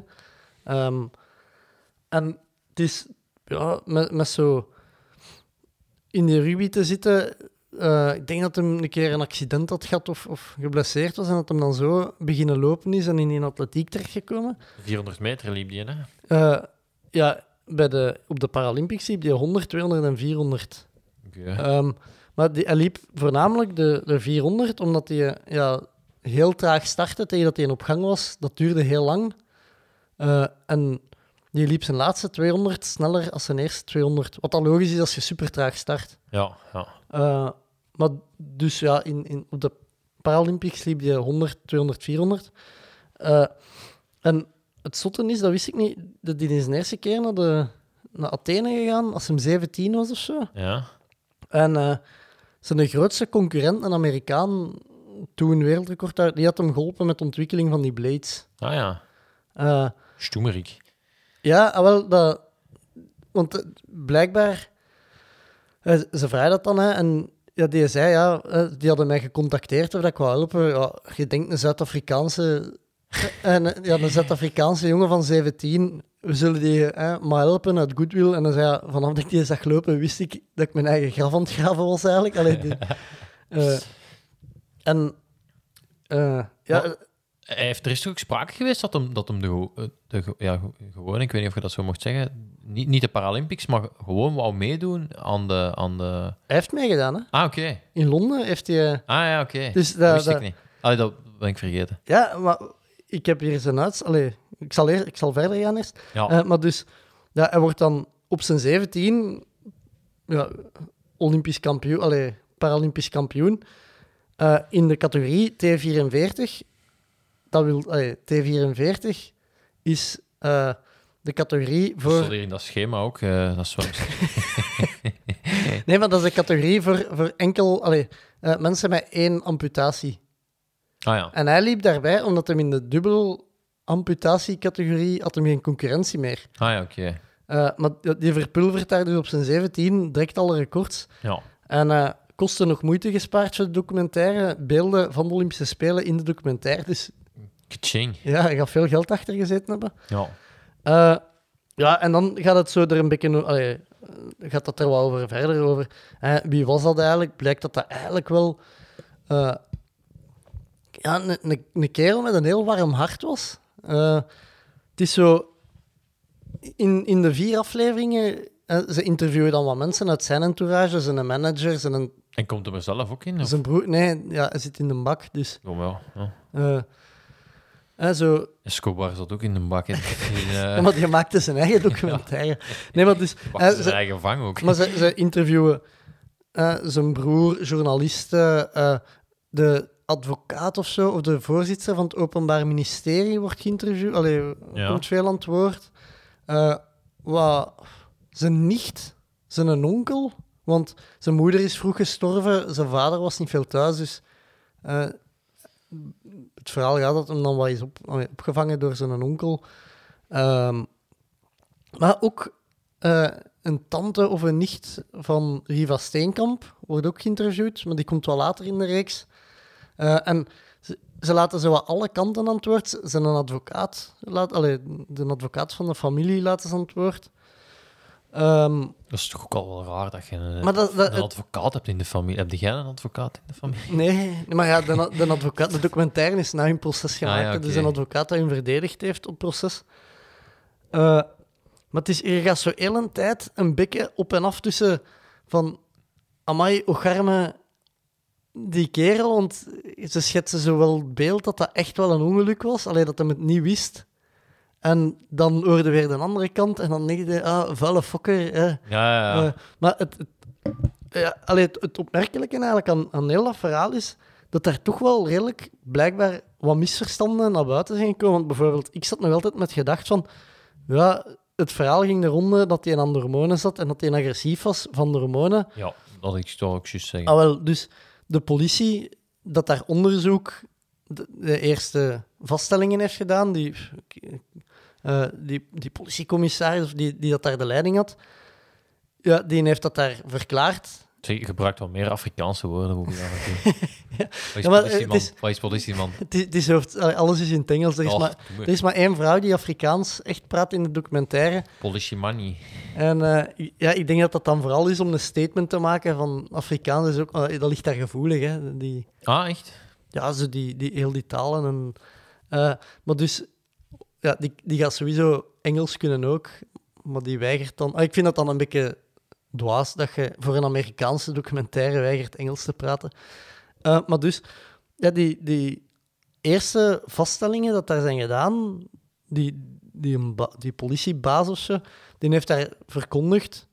En het is... Ja, met zo... In die rugby te zitten... ik denk dat hij een keer een accident had gehad of geblesseerd was en dat hem dan zo beginnen lopen is en in die atletiek terechtgekomen. 400 meter liep die, hè? Op de Paralympics liep die 100, 200 en 400. Okay. Maar hij liep voornamelijk de 400, omdat hij heel traag startte tegen dat hij op gang was. Dat duurde heel lang. En die liep zijn laatste 200 sneller als zijn eerste 200. Wat dan logisch is als je super traag start. Ja. Maar dus ja, op de Paralympics liep je 100, 200, 400. En het zotte is, dat wist ik niet, dat die is de eerste keer naar Athene gegaan, als hij 17 was of zo. Ja. En zijn grootste concurrent, een Amerikaan, toen wereldrecord, die had hem geholpen met de ontwikkeling van die blades. Ah ja. Stoemerik. Ja, want blijkbaar... Ze vragen dat dan, hè, en die zei, die hadden mij gecontacteerd of dat ik wou helpen. Ja, je denkt een Zuid-Afrikaanse... een Zuid-Afrikaanse jongen van 17, we zullen die maar helpen uit goodwill. En dan zei hij, vanaf dat ik die zag lopen, wist ik dat ik mijn eigen graf aan het graven was, eigenlijk. Er is toch ook sprake geweest dat hem gewoon, ik weet niet of je dat zo mocht zeggen, niet de Paralympics, maar gewoon wou meedoen aan de... Hij heeft meegedaan, hè? Ah, oké. In Londen heeft hij... Oké. Dus dat wist ik niet. Dat ben ik vergeten. Ja, maar ik heb hier zijn uits... ik zal verder gaan eerst. Ja. Maar dus, hij wordt dan op zijn 17 Olympisch kampioen, Paralympisch kampioen in de categorie T44. T44 is de categorie voor... Dat stond hier in dat schema ook. Dat is wel... Nee, maar dat is de categorie voor enkel mensen met 1 amputatie. Ah ja. En hij liep daarbij omdat hem in de dubbel amputatiecategorie had hem geen concurrentie meer. Ah ja, oké. Maar die verpulvert daar dus op zijn 17 direct alle records. Ja. En kostte nog moeite gespaard voor de documentaire. Beelden van de Olympische Spelen in de documentaire. Dus Kaching. ja, hij gaat veel geld achter gezeten hebben. Ja. En dan gaat het zo er een beetje... gaat dat er wel verder over. Wie was dat eigenlijk? Blijkt dat eigenlijk wel... een kerel met een heel warm hart was. Het is zo... In de 4 afleveringen... ze interviewen dan wat mensen uit zijn entourage, zijn manager, En komt hij er zelf ook in? Of? zijn broer... Nee, hij zit in de bak, dus... Oh, wel. Ja. Zo... Escobar zat ook in de bak. Ja, maar die maakte zijn eigen documentaire. Nee, maar dus... zijn eigen vang ook. Maar ze interviewen zijn broer, journalisten, de advocaat of zo, of de voorzitter van het Openbaar Ministerie wordt geïnterviewd. Komt veel aan het woord. Zijn nicht, zijn onkel, want zijn moeder is vroeg gestorven, zijn vader was niet veel thuis, dus het verhaal gaat dat hem dan wat is opgevangen door zijn onkel. Maar ook een tante of een nicht van Riva Steenkamp wordt ook geïnterviewd, maar die komt wel later in de reeks. En ze laten zo wat alle kanten aan het woord. Zijn een advocaat, de advocaat van de familie laten ze aan het woord. Dat is toch ook al wel raar dat je een advocaat hebt in de familie. Heb jij een advocaat in de familie? Nee, maar ja, de advocaat, de documentaire is na hun proces gemaakt. Okay. Dus een advocaat dat hem verdedigd heeft op het proces. Maar er gaat zo heel een tijd een beetje op en af tussen van... Amai, Ocharme, die kerel, want ze schetsen zo wel het beeld dat dat echt wel een ongeluk was. Dat hij het niet wist. En dan hoorde weer de andere kant en dan denk je, vuile fokker. Ja. Maar het opmerkelijke eigenlijk aan heel dat verhaal is dat daar toch wel redelijk blijkbaar wat misverstanden naar buiten zijn gekomen. Want bijvoorbeeld, ik zat nog altijd met gedacht van... Ja, het verhaal ging de ronde dat hij aan de hormonen zat en dat hij agressief was van de hormonen. Ja, dat ik toch ook juist zeggen. Ah, wel, dus de politie dat daar onderzoek de eerste vaststellingen heeft gedaan, die politiecommissaris die dat daar de leiding had, ja, die heeft dat daar verklaard. Je gebruikt wel meer Afrikaanse woorden. Hoe Wat is politieman? Het is alles is in het Engels. Er is maar één vrouw die Afrikaans echt praat in de documentaire. Politiemani. En ja, ik denk dat dat dan vooral is om een statement te maken van Afrikaans. Is ook, dat ligt daar gevoelig, hè. Echt? Ja, zo heel die talen. En, maar dus, ja, die gaat sowieso Engels kunnen ook, maar die weigert dan... ik vind dat dan een beetje dwaas, dat je voor een Amerikaanse documentaire weigert Engels te praten. Maar dus, ja, die eerste vaststellingen dat daar zijn gedaan, die politiebaas of zo, die heeft daar verkondigd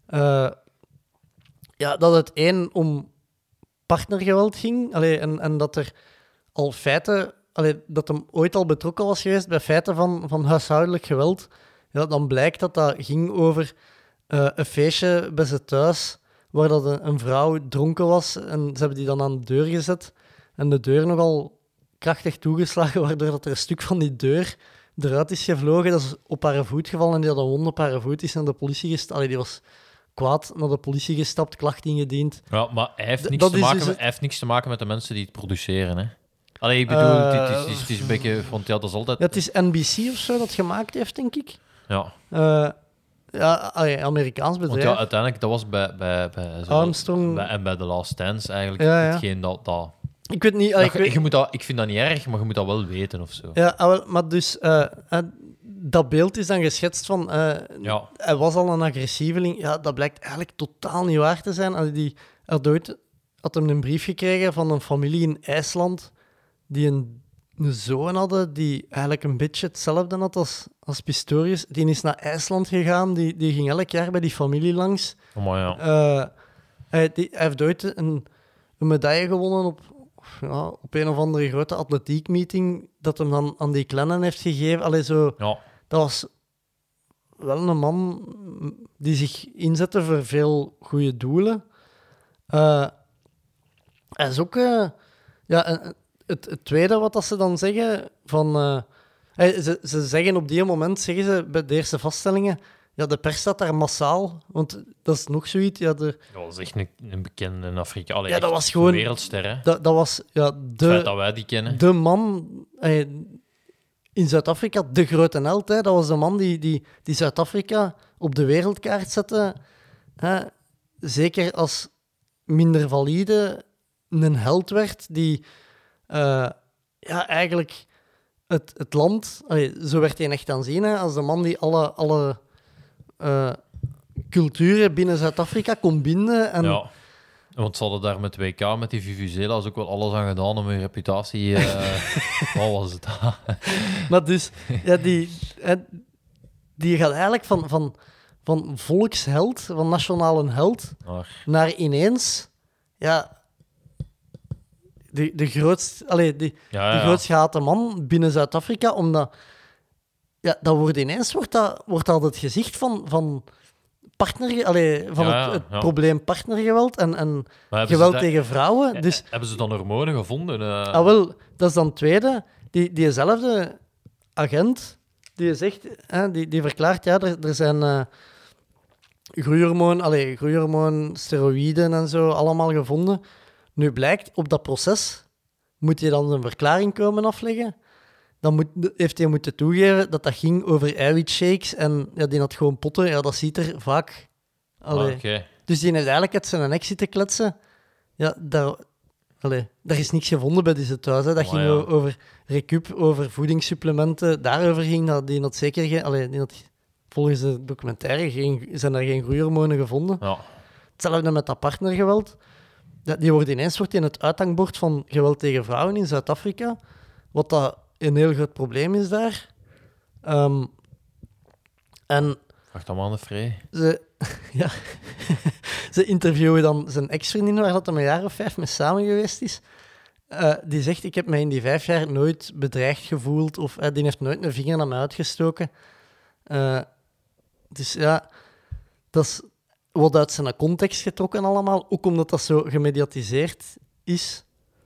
dat het één om partnergeweld ging, en dat er al feiten... dat hem ooit al betrokken was geweest bij feiten van huishoudelijk geweld. Ja, dan blijkt dat ging over een feestje bij ze thuis, waar dat een vrouw dronken was. En ze hebben die dan aan de deur gezet. En de deur nogal krachtig toegeslagen, waardoor dat er een stuk van die deur eruit is gevlogen. Dat is op haar voet gevallen en die had een wond op haar voet. Is naar de politie gestapt. Die was kwaad naar de politie gestapt, klacht ingediend. Ja, maar hij heeft niks te maken met de mensen die het produceren, hè? Allee, ik bedoel, het is een beetje... Want ja, dat is altijd... Ja, het is NBC of zo dat gemaakt heeft, denk ik. Ja. Amerikaans bedrijf. Want ja, uiteindelijk, dat was bij Armstrong... En bij The Last Dance eigenlijk hetgeen dat... Ik weet niet... Ik vind dat niet erg, maar je moet dat wel weten of zo. Ja, maar dus... dat beeld is dan geschetst van... Hij was al een agressieveling. Ja, dat blijkt eigenlijk totaal niet waar te zijn. Had hem een brief gekregen van een familie in IJsland die een zoon hadden die eigenlijk een beetje hetzelfde had als Pistorius. Die is naar IJsland gegaan, die ging elk jaar bij die familie langs. Oh, maar ja. Hij heeft ooit een medaille gewonnen op een of andere grote atletiekmeeting dat hem dan aan die kleinen heeft gegeven. Dat was wel een man die zich inzette voor veel goede doelen. Hij is ook... Het tweede wat dat ze dan zeggen... Ze zeggen op die moment, zeggen ze bij de eerste vaststellingen... Ja, de pers staat daar massaal, want dat is nog zoiets... Ja, dat is echt een bekende Afrika. Ja, dat was gewoon... wereldster, hè? Dat was het feit dat wij die kennen. De man... in Zuid-Afrika, de grote held, hè, dat was de man die Zuid-Afrika op de wereldkaart zette. Hè, zeker als minder valide een held werd die eigenlijk het land, zo werd hij echt aanzien, hè, als de man die alle culturen binnen Zuid-Afrika kon binden. En... Ja, want ze hadden daar met WK, met die Vuvuzela's ook wel alles aan gedaan om hun reputatie... wat was het? Maar dus, ja, die gaat eigenlijk van volksheld, van nationale held, naar ineens... Ja, de grootst gehate man binnen Zuid-Afrika, omdat dat wordt ineens wordt dat het gezicht van het probleem partnergeweld en geweld tegen vrouwen. Dus, hebben ze dan hormonen gevonden? Wel, dat is dan het tweede. Diezelfde agent die zegt, die verklaart, er zijn groeihormoon, steroïden en zo allemaal gevonden. Nu blijkt, op dat proces moet hij dan een verklaring komen afleggen. Dan heeft hij moeten toegeven dat ging over eiwitshakes en die had gewoon potten. Ja, dat ziet er vaak. Okay. Dus die heeft eigenlijk uit zijn nek zitten kletsen. Ja, daar is niks gevonden bij deze thuis. Hè. Dat ging over recup, over voedingssupplementen. Daarover ging dat. Die had zeker volgens de documentaire zijn er geen groeihormonen gevonden. Ja. Hetzelfde met dat partnergeweld. Die wordt ineens in het uithangbord van geweld tegen vrouwen in Zuid-Afrika. Wat dat een heel groot probleem is daar. Wacht dan maar aan de vrij. Ze interviewen dan zijn ex-vriendin, waar dat hij een jaar of 5 mee samen geweest is. die zegt, ik heb mij in die 5 jaar nooit bedreigd gevoeld of die heeft nooit een vinger naar mij uitgestoken. Dus ja, dat is wat uit zijn context getrokken allemaal, ook omdat dat zo gemediatiseerd is.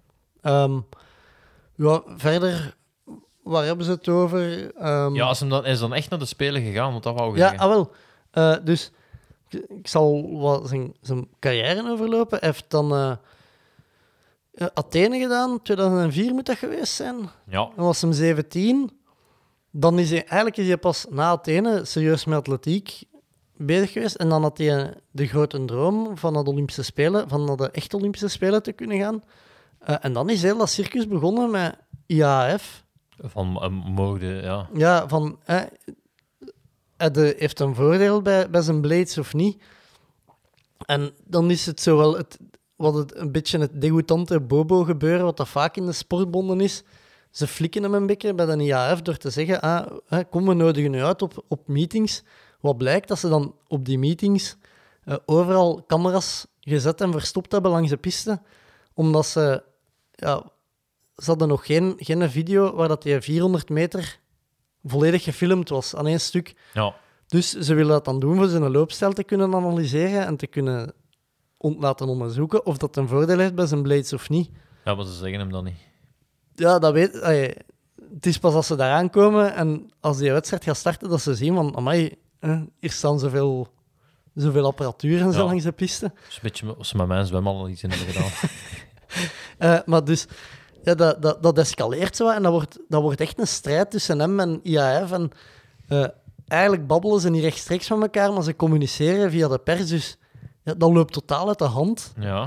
Ja, verder, waar hebben ze het over? Ja, hij is dan echt naar de Spelen gegaan, want dat wou ik Ja, zeggen. dus ik zal wat zijn carrière overlopen. Hij heeft dan Athene gedaan, 2004 moet dat geweest zijn. Ja. Dan was hem 17. Dan is hij pas na Athene serieus met atletiek bezig geweest. En dan had hij de grote droom van naar de Olympische Spelen, van naar de echte Olympische Spelen te kunnen gaan. En dan is heel dat circus begonnen met IAAF. Van mode, ja. Ja, van... heeft een voordeel bij zijn blades of niet? En dan is het zo wel een beetje het degoutante bobo-gebeuren, wat dat vaak in de sportbonden is. Ze flikken hem een beetje bij de IAAF door te zeggen, kom, we nodigen u uit op meetings. Wat blijkt? Dat ze dan op die meetings overal camera's gezet en verstopt hebben langs de piste, omdat ze hadden nog geen video waar dat die 400 meter volledig gefilmd was aan één stuk. Ja. Dus ze willen dat dan doen voor zijn loopstijl te kunnen analyseren en te kunnen laten onderzoeken of dat een voordeel heeft bij zijn blades of niet. Ja, maar ze zeggen hem dan niet. Ja, dat weet... het is pas als ze daar aankomen en als die wedstrijd gaat starten, dat ze zien van, amai, hier staan zoveel apparatuur en zo langs de piste. Dat is een beetje als ze met mijn zwemmal iets in hebben gedaan. Maar dus... Ja, dat escaleert zo en dat wordt echt een strijd tussen hem en IAAF. En eigenlijk babbelen ze niet rechtstreeks met elkaar, maar ze communiceren via de pers. Dus ja, dat loopt totaal uit de hand. Ja.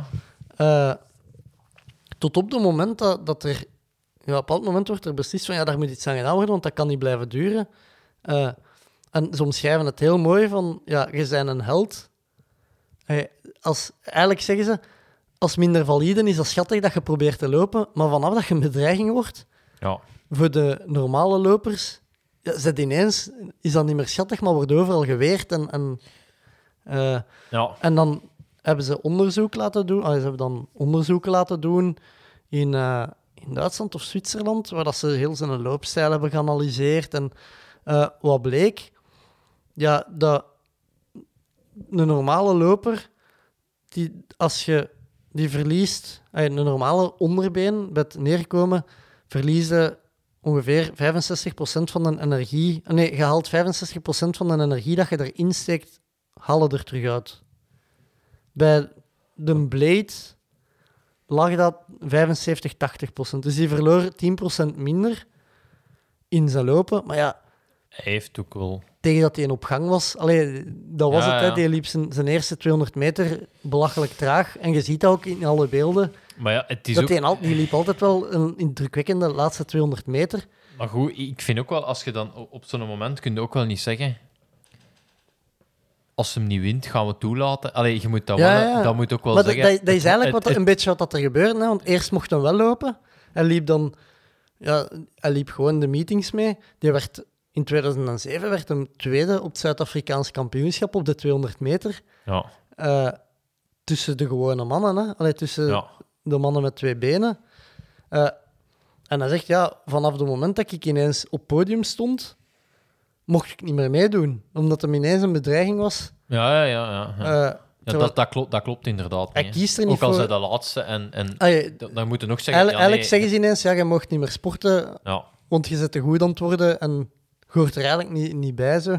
Tot op het moment dat er... Ja, op een bepaald moment wordt er beslist van, daar moet iets aan gedaan worden, want dat kan niet blijven duren. En ze omschrijven het heel mooi van, je bent een held. Eigenlijk zeggen ze... Als minder valide is dat schattig dat je probeert te lopen, maar vanaf dat je een bedreiging wordt, voor de normale lopers, ineens is dat niet meer schattig, maar wordt overal geweerd. En dan hebben ze onderzoek laten doen. Ze hebben dan onderzoeken laten doen in Duitsland of Zwitserland, waar dat ze heel zijn loopstijl hebben geanalyseerd. En wat bleek, dat een normale loper, die verliest, een normale onderbeen, bij het neerkomen, verliezen ongeveer 65% van de energie... Nee, je haalt 65% van de energie dat je erin steekt, halen er terug uit. Bij de blade lag dat 75-80%. Dus die verloor 10% minder in zijn lopen. Maar ja... Hij heeft ook wel... Tegen dat hij op gang was. Dat was het. Hè. Die liep zijn eerste 200 meter belachelijk traag. En je ziet dat ook in alle beelden. Maar ja, het is dat die liep altijd wel een indrukwekkende laatste 200 meter. Maar goed, ik vind ook wel, als je dan op zo'n moment kun je ook wel niet zeggen... Als ze hem niet wint, gaan we toelaten. Je moet dat wel... Dat moet ook wel maar zeggen. Dat is eigenlijk een beetje wat er gebeurde. Hè? Want eerst mocht hij wel lopen. Hij liep dan... Ja, hij liep gewoon de meetings mee. In 2007 werd hij tweede op het Zuid-Afrikaans kampioenschap op de 200 meter. Ja. Tussen de gewone mannen, hè? Tussen de mannen met 2 benen. En hij zegt, vanaf het moment dat ik ineens op podium stond, mocht ik niet meer meedoen. Omdat hem ineens een bedreiging was. Ja. Dat klopt inderdaad. Hij kiest er niet ook al voor... zij de laatste dan moeten nog zeggen... Eigenlijk zeggen ze ineens, je mocht niet meer sporten, want je zit te goed aan het worden en je hoort er eigenlijk niet bij. Zo.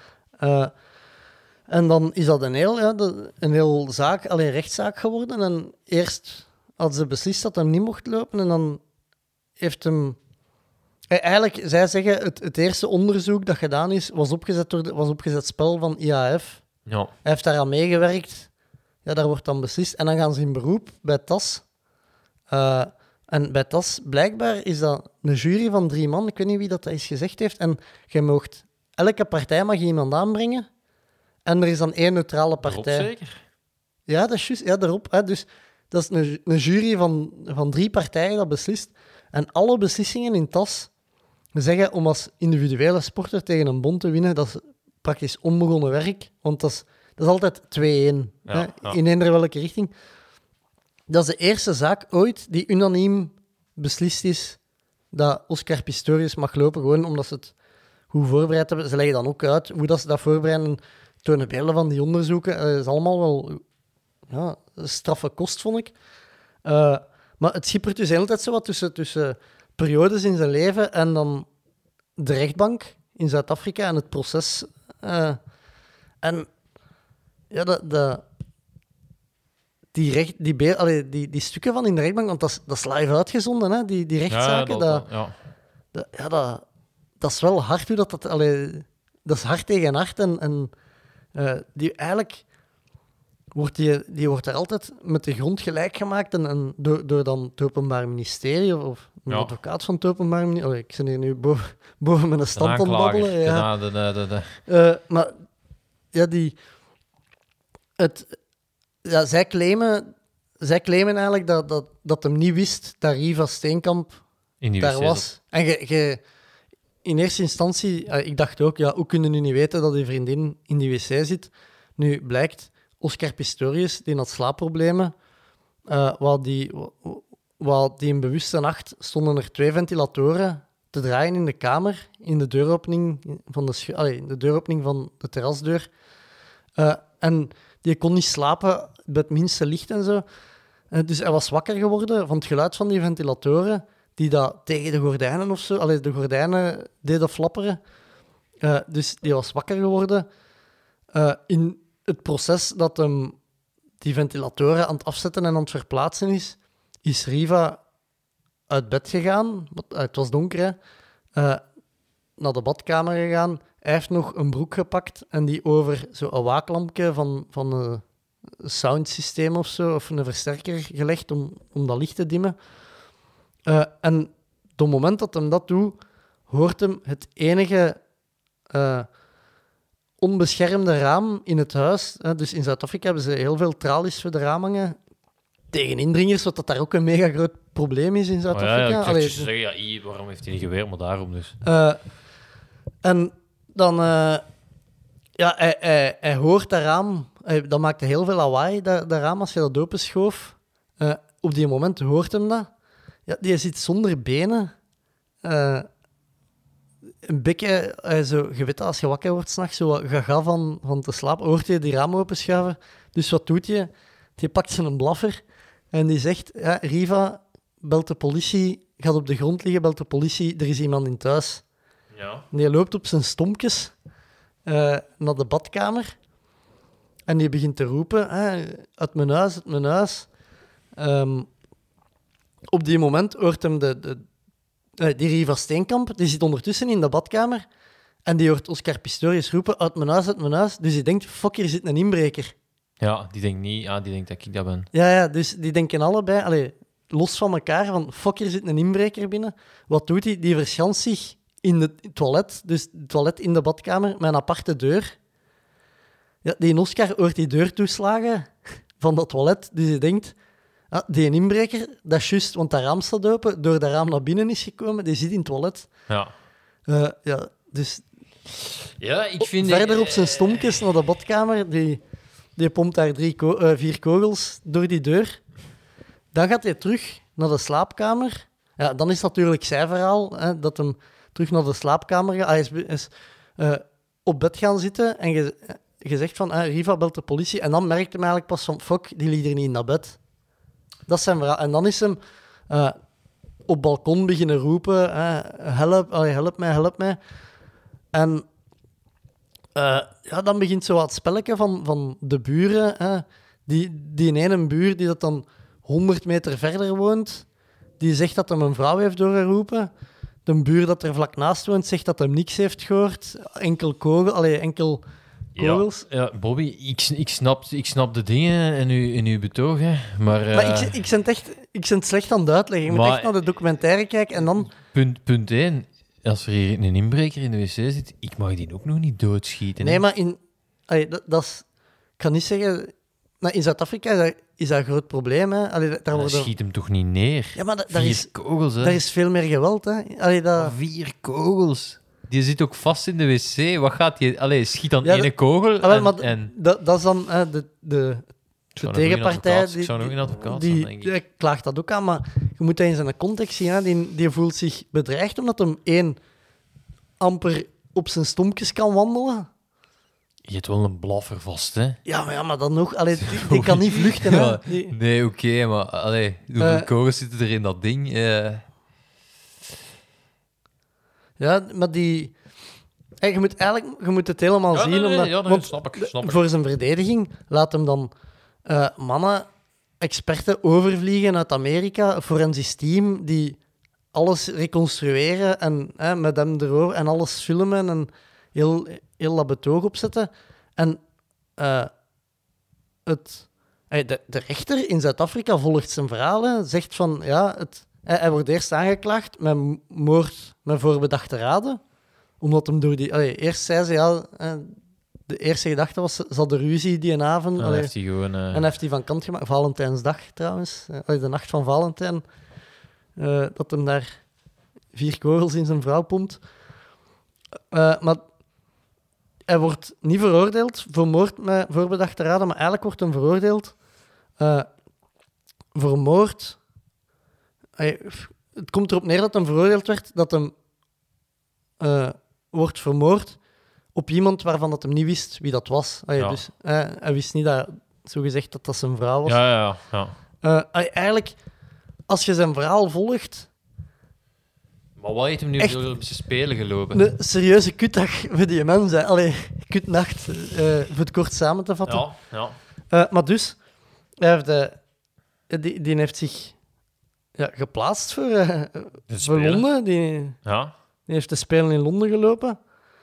En dan is dat een heel rechtszaak geworden. En eerst hadden ze beslist dat hij niet mocht lopen en dan heeft hem... Eigenlijk, zij zeggen, het eerste onderzoek dat gedaan is, was opgezet spel van IAAF. Ja. Hij heeft daar aan meegewerkt. Ja, daar wordt dan beslist. En dan gaan ze in beroep bij TAS. En bij TAS, blijkbaar, is dat een jury van 3 man. Ik weet niet wie dat eens gezegd heeft. En elke partij mag iemand aanbrengen. En er is dan 1 neutrale partij. Daarop zeker? Ja, dat is juist. Ja, daarop. Hè. Dus dat is een jury van 3 partijen dat beslist. En alle beslissingen in TAS zeggen om als individuele sporter tegen een bond te winnen, dat is praktisch onbegonnen werk. Want dat is altijd 2-1. In eender welke richting. Dat is de eerste zaak ooit die unaniem beslist is dat Oscar Pistorius mag lopen, gewoon omdat ze het goed voorbereid hebben. Ze leggen dan ook uit hoe dat ze dat voorbereiden. Tonen beelden van die onderzoeken. Dat is allemaal wel een straffe kost, vond ik. Maar het schippert dus de hele tijd zo wat tussen periodes in zijn leven en dan de rechtbank in Zuid-Afrika en het proces. En ja, die stukken van in de rechtbank, want dat is live uitgezonden, hè, die rechtszaken. Dat is wel hard hoe dat... Dat is hard tegen hard en die eigenlijk... Die wordt er altijd met de grond gelijk gemaakt en door dan het Openbaar Ministerie of een advocaat van het Openbaar Ministerie. Ik ben hier nu boven mijn stand aan het babbelen. Ja. Maar ja, zij claimen eigenlijk dat hem niet wist dat Riva Steenkamp daar was. En in eerste instantie, ik dacht ook, hoe kunnen nu niet weten dat die vriendin in die wc zit? Nu blijkt... Oscar Pistorius, die had slaapproblemen. Waar die in bewuste nacht stonden er 2 ventilatoren te draaien in de kamer, in de deuropening van de terrasdeur. En die kon niet slapen bij het minste licht en zo. Dus hij was wakker geworden van het geluid van die ventilatoren, die dat tegen de gordijnen of zo, de gordijnen deden flapperen. Dus die was wakker geworden. In het proces dat hem die ventilatoren aan het afzetten en aan het verplaatsen is Riva uit bed gegaan. Het was donker, hè. Naar de badkamer gegaan. Hij heeft nog een broek gepakt en die over zo'n waaklampje van een soundsysteem of zo, of een versterker gelegd om dat licht te dimmen. En op het moment dat hem dat doet, hoort hem het enige... onbeschermde raam in het huis. Dus in Zuid-Afrika hebben ze heel veel tralies voor de raam hangen. Tegen indringers, wat dat daar ook een mega groot probleem is in Zuid-Afrika. Ik dacht zeggen, waarom heeft hij niet geweer, maar daarom dus. En dan... hij hoort dat raam... dat maakte heel veel lawaai, dat raam, als je dat openschoof. Op die moment hoort hem dat. Ja, die zit zonder benen... een beetje, je weet als je wakker wordt s'nachts, zo gaga van te slapen, hoort je die raam openschuiven. Dus wat doet je? Die pakt zijn blaffer en die zegt, Riva, belt de politie, gaat op de grond liggen, belt de politie, er is iemand in het huis. Ja. En die loopt op zijn stompjes naar de badkamer en die begint te roepen, uit mijn huis, uit mijn huis. Op die moment hoort hem die Riva Steenkamp, die zit ondertussen in de badkamer en die hoort Oscar Pistorius roepen, uit mijn huis, uit mijn huis. Dus die denkt, fuck, hier zit een inbreker. Ja, die denkt niet, die denkt dat ik dat ben. Ja, dus die denken allebei, los van elkaar, van fuck, hier zit een inbreker binnen. Wat doet hij? Die verschanst zich in het toilet, dus het toilet in de badkamer, met een aparte deur. Ja, die Oscar hoort die deur toeslagen van dat toilet, dus die denkt... die inbreker, dat is juist, want dat raam staat open, door dat raam naar binnen is gekomen, die zit in het toilet. Ja. Dus... Ja, ik vind... Verder op zijn stompjes naar de badkamer, die pompt daar 4 kogels door die deur. Dan gaat hij terug naar de slaapkamer. Ja, dan is natuurlijk zijn verhaal, dat hem terug naar de slaapkamer gaat. Hij is op bed gaan zitten en je zegt van, Riva belt de politie. En dan merkt hij eigenlijk pas van, fuck, die ligt er niet naar bed. Dat is zijn verhaal. En dan is hem op balkon beginnen roepen, help mij, help mij. En dan begint zo wat spelletje van de buren. Die ene buur die dat dan 100 meter verder woont, die zegt dat hem een vrouw heeft doorgeroepen. De buur dat er vlak naast woont zegt dat hem niks heeft gehoord. Enkel kogels. Ja, Bobby, ik snap de dingen in uw betoog, hè, maar ik ben het slecht aan het uitleggen. Je moet echt naar de documentaire kijken en dan... Punt 1. Als er hier een inbreker in de wc zit, ik mag die ook nog niet doodschieten. Nee, maar dat is... Ik kan niet zeggen... Maar in Zuid-Afrika is dat een groot probleem. Hè. Schiet hem toch niet neer? Ja, maar 4 kogels, hè. Daar is veel meer geweld, hè. 4 kogels? Die zit ook vast in de wc. Wat gaat die... schiet dan één kogel dat is dan de tegenpartij... Ik zou nog een advocaat zijn, denk ik. Die klaagt dat ook aan, maar je moet dat in zijn context zien. Hè. Die voelt zich bedreigd omdat hem amper op zijn stompjes kan wandelen. Je hebt wel een blaffer vast, hè? Ja, maar dan nog. Allee, die kan niet vluchten. Hè. Ja, nee, oké, maar hoeveel kogels zitten er in dat ding? Ja, maar die... Hey, je moet het helemaal zien. Want snap ik. voor zijn verdediging laat hem dan mannen, experten overvliegen uit Amerika, een forensisch team, die alles reconstrueren en met hem erover en alles filmen en heel dat betoog opzetten. En de rechter in Zuid-Afrika volgt zijn verhaal, hè, zegt van, ja, hij wordt eerst aangeklaagd met moord met voorbedachte raden, omdat hem door die... eerst zei ze, ja... De eerste gedachte was, ze hadden ruzie die avond. En heeft hij gewoon... En heeft hij van kant gemaakt. Valentijnsdag, trouwens. De nacht van Valentijn. Dat hem daar 4 kogels in zijn vrouw pompt. Maar hij wordt niet veroordeeld voor moord met voorbedachte raden, maar eigenlijk wordt hem veroordeeld voor moord... Het komt erop neer dat hem veroordeeld werd dat hem wordt vermoord op iemand waarvan dat hem niet wist wie dat was. Dus hij wist niet dat, zogezegd, dat zijn vrouw was. Ja. Eigenlijk, als je zijn verhaal volgt... Maar wat heeft hem nu door de Olympische Spelen gelopen? Een serieuze kutdag voor die mensen. Kutnacht, voor het kort samen te vatten. Ja. Maar dus, hij heeft, die heeft zich geplaatst voor Londen. Die heeft de Spelen in Londen gelopen.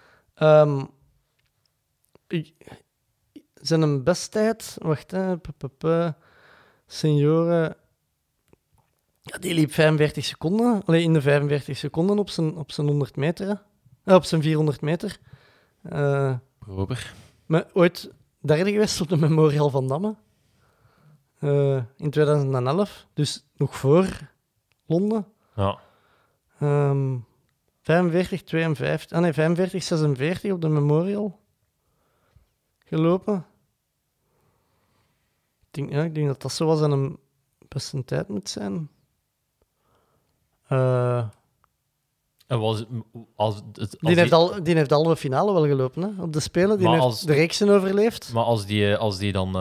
Zijn besttijd... Wacht, senioren... Ja, die liep 45 seconden. Alleen in de 45 seconden op zijn 100 meter. Op zijn 400 meter. Prober. Maar ooit derde geweest op de Memorial van Damme. In 2011. Dus nog voor Londen. Ja. 45, 46 op de Memorial gelopen. Ik denk dat dat zo was en een beste tijd moet zijn. En was die heeft al de finale wel gelopen, hè, op de Spelen. Die heeft de reeksen overleefd. Maar als die dan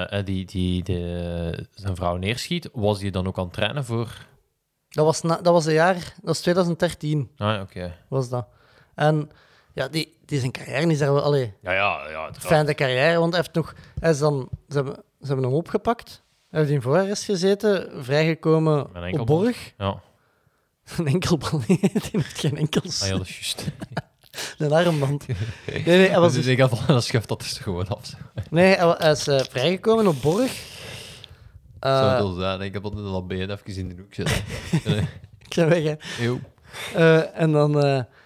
zijn vrouw neerschiet, was die dan ook aan het trainen voor... Dat was een jaar... Dat was 2013. Ah, oké. Was dat. En ja, die zijn carrière is daar wel... Ja. Fijne carrière, want ze hebben hem opgepakt. Hij heeft in voorarrest gezeten, vrijgekomen op borg. Ja. Een enkelbal, nee, die heeft geen enkels. Ah ja, dat is juist. Een armband. Nee, hij was dus ik had dat schuift dat dus gewoon af. Nee, hij is vrijgekomen op borg. Zou het wel zijn, ik heb altijd dat been even in de hoek zitten. Ik ben weg, hè. En dan...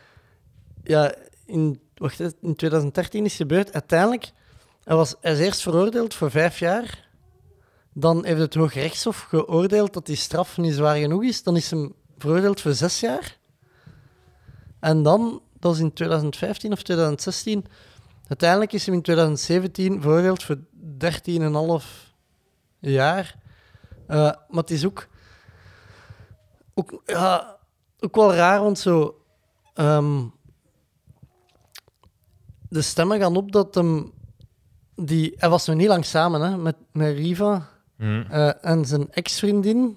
in 2013 is het gebeurd. Uiteindelijk, hij is eerst veroordeeld voor 5 jaar. Dan heeft het Hooggerechtshof geoordeeld dat die straf niet zwaar genoeg is. Dan is hem veroordeeld voor 6 jaar. En dan, dat is in 2015 of 2016... Uiteindelijk is hem in 2017 veroordeeld voor 13,5 jaar. Maar het is ook wel raar, want zo... de stemmen gaan op dat hem... Hij was nog niet lang samen, hè, met Riva. En zijn ex-vriendin...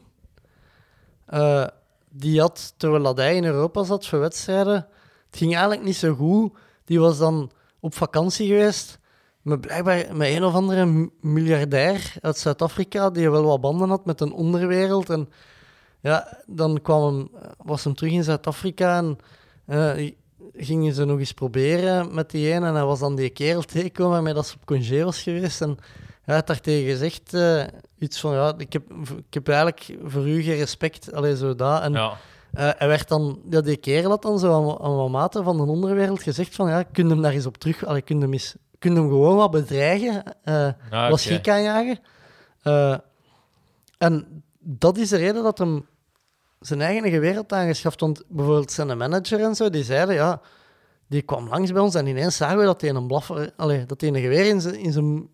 die had, terwijl hij in Europa zat voor wedstrijden... Het ging eigenlijk niet zo goed. Die was dan op vakantie geweest... Maar blijkbaar met een of andere miljardair uit Zuid-Afrika... die wel wat banden had met een onderwereld. En ja, dan was hem terug in Zuid-Afrika... en gingen ze nog eens proberen met die ene. En hij was dan die kerel tegengekomen waarmee dat ze op congé was geweest. En hij had daar tegen gezegd iets van... Ja, ik heb eigenlijk voor u geen respect. Allee, zo dat. En hij werd dan... Ja, die kerel had dan zo aan wat maten van de onderwereld gezegd van... Ja, kun je hem daar eens op terug... Allee, kun je hem gewoon wat bedreigen. Wat schrik aanjagen. En dat is de reden dat hem... zijn eigen geweer had aangeschaft. Want bijvoorbeeld zijn manager en zo, die zeiden, ja, die kwam langs bij ons en ineens zagen we dat hij een blaffer, dat hij een geweer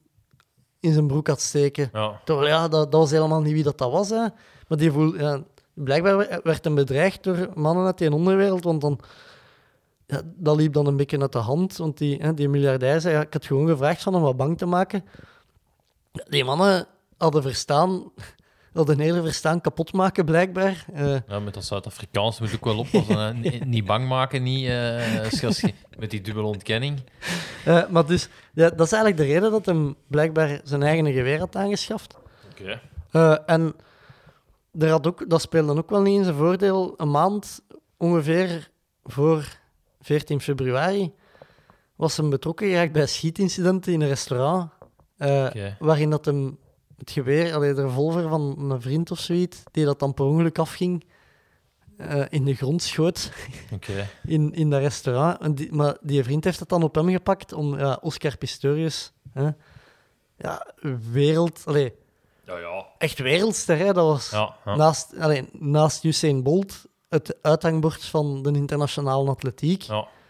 in zijn broek had steken. Ja. Terwijl, dat was helemaal niet wie dat was. Hè. Maar Blijkbaar werd hem bedreigd door mannen uit die onderwereld, want dan... Ja, dat liep dan een beetje uit de hand, want die miljardair zei... Ja, ik had gewoon gevraagd van hem wat bang te maken. Die mannen hadden een hele verstaan kapot maken, blijkbaar. Ja, met dat Zuid-Afrikaans moet ik wel oppassen. Hè. Niet bang maken, met die dubbele ontkenning. Maar dus, ja, dat is eigenlijk de reden dat hij blijkbaar zijn eigen geweer had aangeschaft. Oké. En dat speelde dan ook wel niet in zijn voordeel. Een maand ongeveer voor 14 februari was hem betrokken geraakt bij schietincidenten in een restaurant. Waarin dat hem het geweer, de revolver van een vriend of zoiets, die dat dan per ongeluk afging, in de grond schoot. In dat restaurant. Maar die vriend heeft het dan op hem gepakt om Oscar Pistorius, wereld... Echt wereldster, hè? Dat was naast Usain Bolt het uithangbord van de internationale atletiek.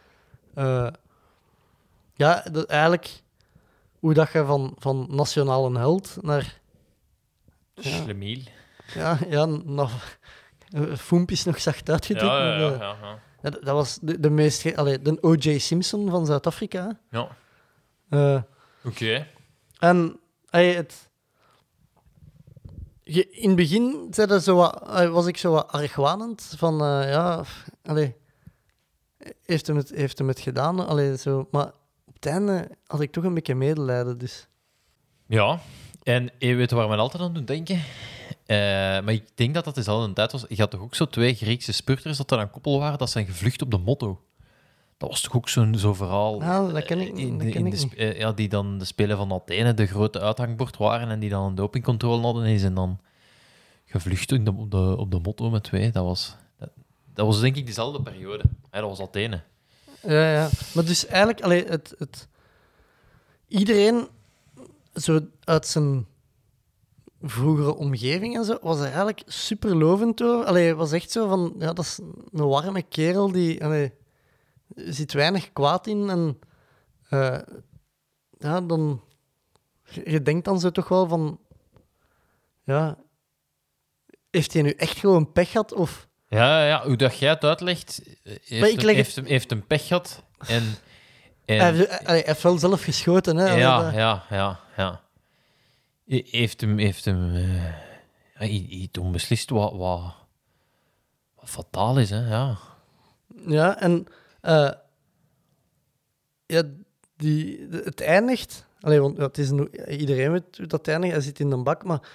Eigenlijk hoe dat je van nationale held naar... Schlemiel. Naar Foempjes nog zacht uitgedrukt. Ja. Dat was de meest... de O.J. Simpson van Zuid-Afrika. Ja. Oké. En in het begin was ik zo wat argwanend van... heeft hem het gedaan? Maar op het einde had ik toch een beetje medelijden, dus... Ja, en je weet waar men altijd aan doet denken? Maar ik denk dat dezelfde tijd was. Je had toch ook zo 2 Griekse spurters dat er aan koppel waren, dat zijn gevlucht op de motto. Dat was toch ook zo'n verhaal... Ja, dat ken ik niet. Die dan de Spelen van Athene de grote uithangbord waren en die dan een dopingcontrole hadden en die zijn dan gevlucht op de motto met 2. Dat was denk ik dezelfde periode. Dat was Athene. Ja. Maar dus eigenlijk... Iedereen zo uit zijn vroegere omgeving en zo, was er eigenlijk super lovend over. Was echt zo van... Ja, dat is een warme kerel die... Er zit weinig kwaad in. En dan... Je denkt dan zo toch wel van... Ja... Heeft hij nu echt gewoon pech gehad? Of... Ja, hoe dat jij het uitlegt, heeft hem pech gehad. En hij heeft wel zelf geschoten, hè? Ja. Heeft hem iets onbeslist wat fataal is, hè? Ja. Ja, en het eindigt... want het is iedereen weet hoe dat eindigt. Hij zit in een bak, maar...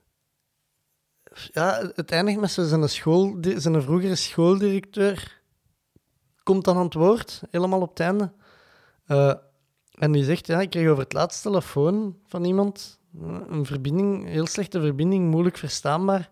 Ja, het eindigt met zijn vroegere schooldirecteur komt dan aan het woord, helemaal op het einde. En die zegt, ik kreeg over het laatst telefoon van iemand, een verbinding, heel slechte verbinding, moeilijk verstaanbaar.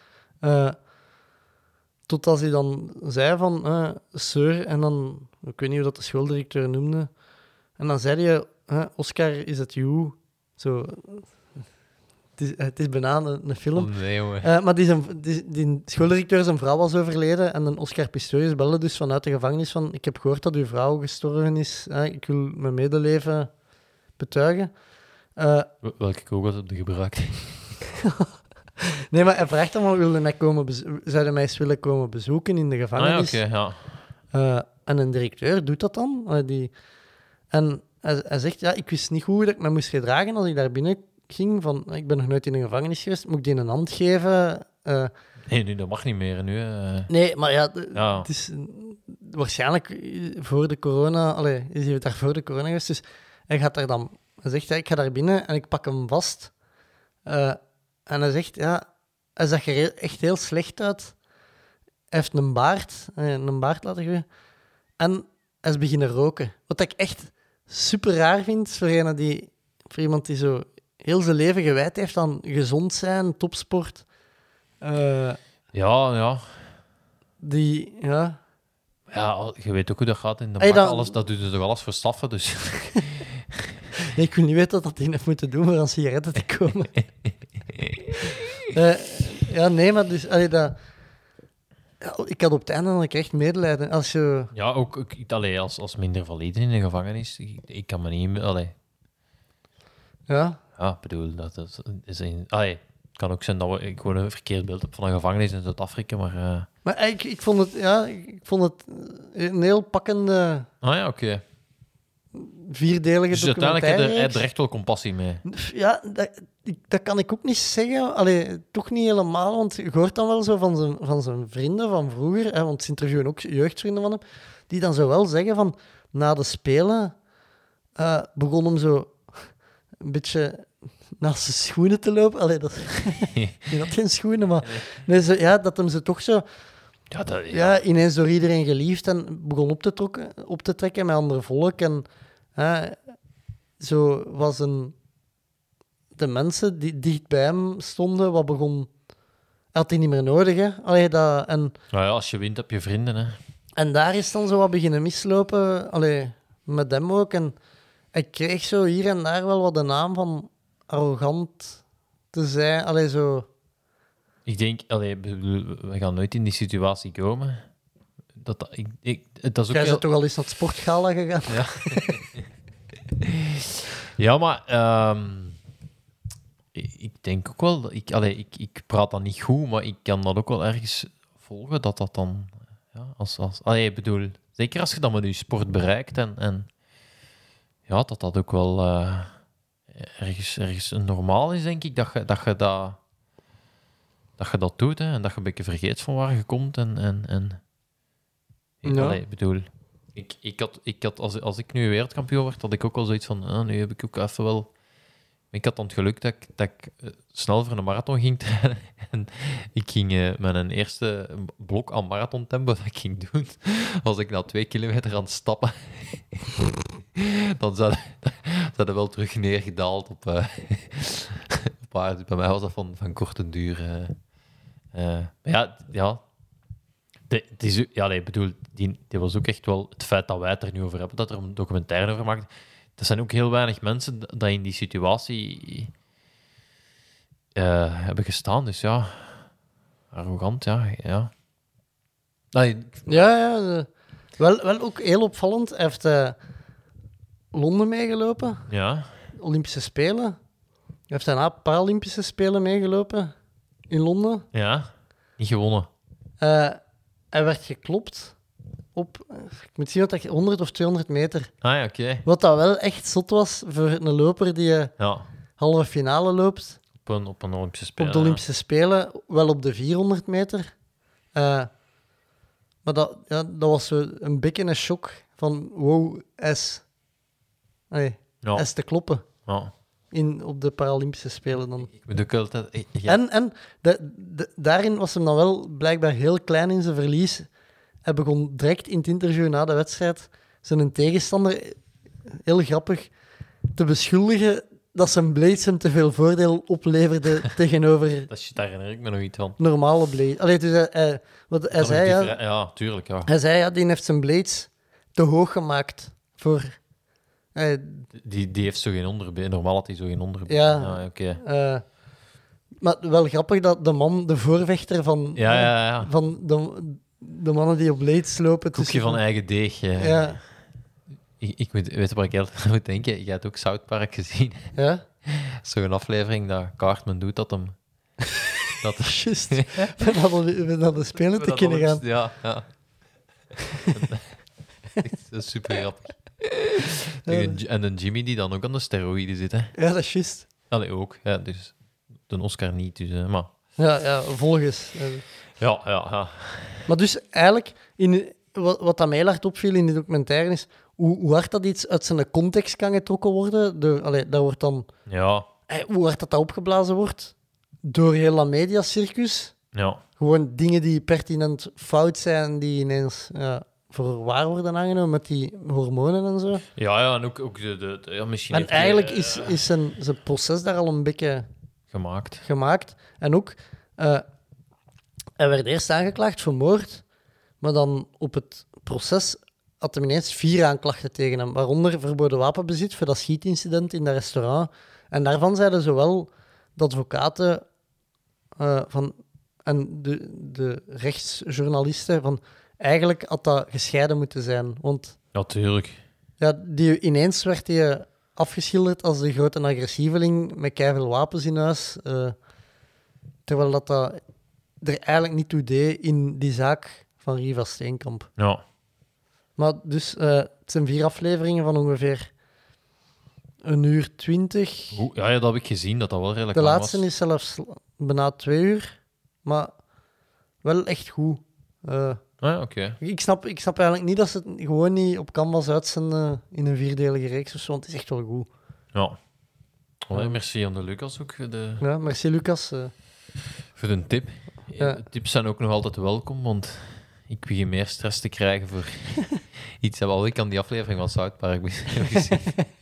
Totdat hij dan zei van, sir, en dan, ik weet niet hoe dat de schooldirecteur noemde, en dan zei hij, Oscar, is het you? Zo... Het is bijna een film. Oh, nee, jongen. Maar die schooldirecteur, zijn vrouw was overleden en een Oscar Pistorius belde dus vanuit de gevangenis van ik heb gehoord dat uw vrouw gestorven is. Ik wil mijn medeleven betuigen. Welke kogel heb je gebruikt? Nee, maar hij vraagt dan wel, zouden mij eens willen komen bezoeken in de gevangenis? En een directeur doet dat dan. En hij zegt, ik wist niet hoe dat ik me moest gedragen als ik daar binnen ging. Van, ik ben nog nooit in een gevangenis geweest, moet ik die een hand geven? Nee, nu, dat mag niet meer. Nu, Nee, maar het is waarschijnlijk voor de corona... is hij daar voor de corona geweest, dus hij gaat daar dan... Hij zegt, ik ga daar binnen en ik pak hem vast. En hij zegt, hij zag er echt heel slecht uit. Hij heeft een baard laten groeien. En hij is beginnen roken. Wat ik echt super raar vind voor iemand die zo heel zijn leven gewijd heeft aan gezond zijn, topsport. Ja. Ja, je weet ook hoe dat gaat in de bak. Alles, dat doet er toch alles voor staffen, dus... Nee, ik wil niet weten dat hij heeft moeten doen voor aan sigaretten te komen. Maar dus... ik had op het einde echt medelijden. Als je... Ja, ook als minder valide in de gevangenis. Ik kan me niet... Ja? Ja, ik bedoel, dat is een... kan ook zijn dat ik gewoon een verkeerd beeld heb van een gevangenis in Zuid-Afrika, maar... Maar ik vond het een heel pakkende, Ah ja, oké. vierdelige Dus uiteindelijk heb je documentaire. er echt wel compassie mee. Ja, dat kan ik ook niet zeggen. Allee, toch niet helemaal, want je hoort dan wel zo van zijn vrienden van vroeger, hè, want ze interviewen ook jeugdvrienden van hem, die dan zo wel zeggen van, na de Spelen begon hem zo een beetje naast zijn schoenen te lopen. Allee, hij had geen schoenen, maar nee, dat hem ze toch zo ineens door iedereen geliefd en begon op te trekken met ander volk. En zo was de mensen die dicht bij hem stonden, had hij niet meer nodig. Hè? Allee, Nou ja, als je wint, heb je vrienden, hè. En daar is dan zo wat beginnen mislopen, met hem ook. En ik kreeg zo hier en daar wel wat de naam van arrogant te zijn. Zo. Ik denk, we gaan nooit in die situatie komen. Dat is ook Jij heel... bent toch al eens naar het sportgala gegaan? Ja, ja maar ik denk ook wel... Ik praat dat niet goed, maar ik kan dat ook wel ergens volgen, dat dan... Ja, ik bedoel, zeker als je dat met je sport bereikt en ja, dat ook wel ergens normaal is, denk ik, dat je dat doet, hè, en dat je een beetje vergeet van waar je komt. Ik bedoel, ik had als ik nu wereldkampioen word, had ik ook wel zoiets van, nu heb ik ook even wel... Ik had dan het geluk dat ik snel voor een marathon ging trainen. En ik ging met een eerste blok aan marathontempo dat ik ging doen, was ik na 2 kilometer aan het stappen. Dan zijn we wel terug neergedaald op aarde. Bij mij was dat van korte duur. Ik bedoel, die was ook echt wel het feit dat wij het er nu over hebben, dat er een documentaire over maakt. Er zijn ook heel weinig mensen die in die situatie hebben gestaan. Dus ja, arrogant, ja. Wel ook heel opvallend. Hij heeft Londen meegelopen, Ja. Olympische Spelen. Hij heeft daarna Paralympische Spelen meegelopen in Londen. Ja, niet gewonnen. Hij werd geklopt op, ik moet zien wat dat 100 of 200 meter. Ah ja, oké. Wat dat wel echt zot was voor een loper die Ja, halve finale loopt op een Olympische Spelen. op de Olympische Spelen, wel op de 400 meter. Maar dat was zo een beetje een shock van wow, hij is te kloppen Ja. op de Paralympische Spelen dan. Ik moet ook altijd... Ja. En daarin was hem dan wel blijkbaar heel klein in zijn verlies. Hij begon direct in het interview na de wedstrijd zijn tegenstander, heel grappig, te beschuldigen dat zijn blades hem te veel voordeel opleverde tegenover Daar herinner ik me nog iets van. normale blades. Allee, dus hij zei, Ja, tuurlijk, ja. hij zei, die heeft zijn blades te hoog gemaakt voor... Die heeft zo geen onderbeen. Normaal had hij zo geen onderbeen. Ja. Oké. Maar wel grappig dat de voorvechter van, Ja. van de mannen die op blades lopen... Koekje van eigen deeg. Ja. Ik weet waar ik altijd aan moet denken. Je hebt ook South Park gezien. Ja? Zo'n aflevering dat Cartman doet dat hem... Juist. We naar de Spelen te kunnen gaan. Ja. Dat is super grappig. En een Jimmy die dan ook aan de steroïden zit, hè. Ja, dat is juist. Allee, ook. Ja, dus de Oscar niet, dus... maar... Ja, volgens. Ja. Maar dus eigenlijk, wat dat mij heel hard opviel in die documentaire is hoe hard dat iets uit zijn context kan getrokken worden. Dat wordt dan... Ja. Hoe hard dat opgeblazen wordt door heel dat mediacircus. Ja. Gewoon dingen die pertinent fout zijn, die ineens voor waar worden aangenomen met die hormonen en zo. Ja, en ook misschien... En heeft hij, eigenlijk is zijn proces daar al een beetje gemaakt. En ook, hij werd eerst aangeklaagd voor moord, maar dan op het proces had hij ineens 4 aanklachten tegen hem, waaronder verboden wapenbezit voor dat schietincident in dat restaurant. En daarvan zeiden zowel de advocaten en de rechtsjournalisten van eigenlijk had dat gescheiden moeten zijn. Want ja, tuurlijk. ja, ineens werd hij afgeschilderd als de grote agressieveling met keiveel wapens in huis. Terwijl dat er eigenlijk niet toe deed in die zaak van Riva Steenkamp. Ja. Maar dus, het zijn 4 afleveringen van ongeveer 1 uur 20. Ja, dat heb ik gezien, dat wel redelijk De lang laatste was. is zelfs bijna 2 uur. Maar wel echt goed. Oké. Ik snap eigenlijk niet dat ze het gewoon niet op Canvas uitzenden in een 4-delige reeks of zo, want het is echt wel goed. Ja. Allee, merci aan de Lucas ook Ja, merci Lucas. voor de tip. Ja. Tips zijn ook nog altijd welkom, want ik begin meer stress te krijgen voor iets wat ik aan die aflevering van South Park heb gezien.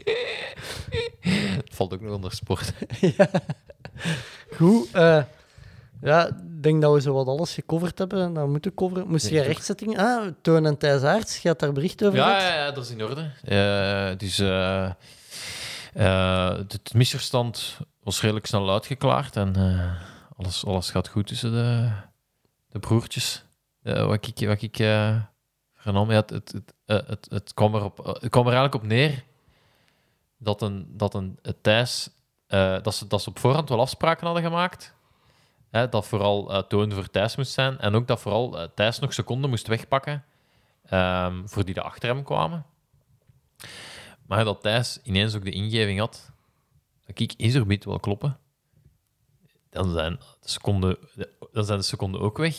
Het valt ook nog onder sport. Ja. Goed. Ja, ik denk dat we zo wat alles gecoverd hebben. Dat we moeten coveren. Moest je rechtzetting... Toon en Thijs Aerts, je had daar bericht over gehad? Ja, dat is in orde. Dus het misverstand was redelijk snel uitgeklaard en alles gaat goed tussen de broertjes. Wat ik vernam, het kwam er eigenlijk op neer dat Thijs... dat ze op voorhand wel afspraken hadden gemaakt. Dat vooral Toon voor Thijs moest zijn. En ook dat vooral Thijs nog seconden moest wegpakken voor die achter hem kwamen. Maar dat Thijs ineens ook de ingeving had dat ik Iserbiet wel kloppen. Dan zijn de seconden ook weg.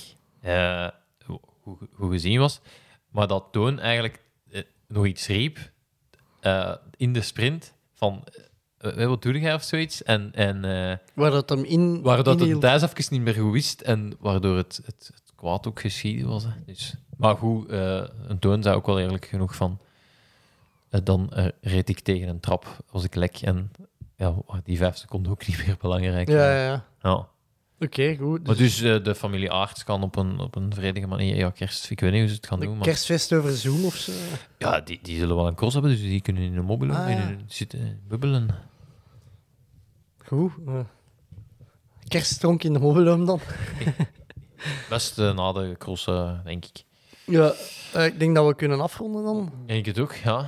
Hoe gezien was. Maar dat Toon eigenlijk nog iets riep in de sprint van... wat doe jij of zoiets? Waar dat hem in... Waardoor het inhield. Thijs even niet meer goed wist en waardoor het kwaad ook geschieden was. Hè. Dus, maar goed, een Toon zei ook wel eerlijk genoeg van... dan reed ik tegen een trap als ik lek en ja, die 5 seconden ook niet meer belangrijk. Ja. Ja. Oké, goed. Maar dus de familie Aerts kan op een vredige manier... Ja, kerst, ik weet niet hoe ze het gaan doen. Maar... Kerstfeest over Zoom of zo? Ja, die zullen wel een cross hebben, dus die kunnen in een mobiel zitten bubbelen. Goed. Kerststronk in de mobiloom dan? Best na de cross, denk ik. Ja, ik denk dat we kunnen afronden dan. Denk het ook, ja.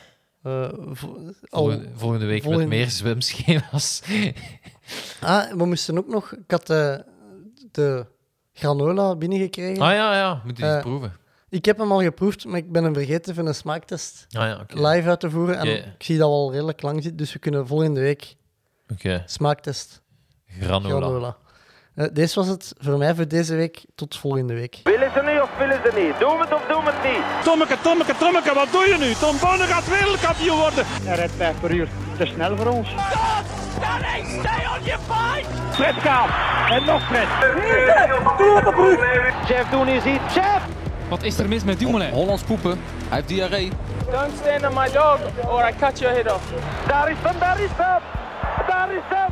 Volgende week volgende- met meer zwemschema's. We moesten ook nog... Ik had de granola binnengekregen. Moet je eens proeven. Ik heb hem al geproefd, maar ik ben hem vergeten voor een smaaktest Oké. live uit te voeren. En Yeah. ik zie dat we al redelijk lang zitten, dus we kunnen volgende week Oké. smaaktest Granola. Deze was het voor mij voor deze week. Tot volgende week. Willen ze niet of willen ze niet? Doen we het of doen we het niet? Tommeke, wat doe je nu? Tom Bonne gaat wereldkampioen worden. Hij rijdt 5 per uur. Te snel voor ons. Stop! Danny, stay on your fight! Fred gaat. En nog Fred. Chef, doe nu ziet. Chef! Wat is er mis met Dumoulin? Hollands poepen. Hij heeft diarree. Don't stand on my dog or I cut your head off. Daar is hem, daar is hem! Daar is hem!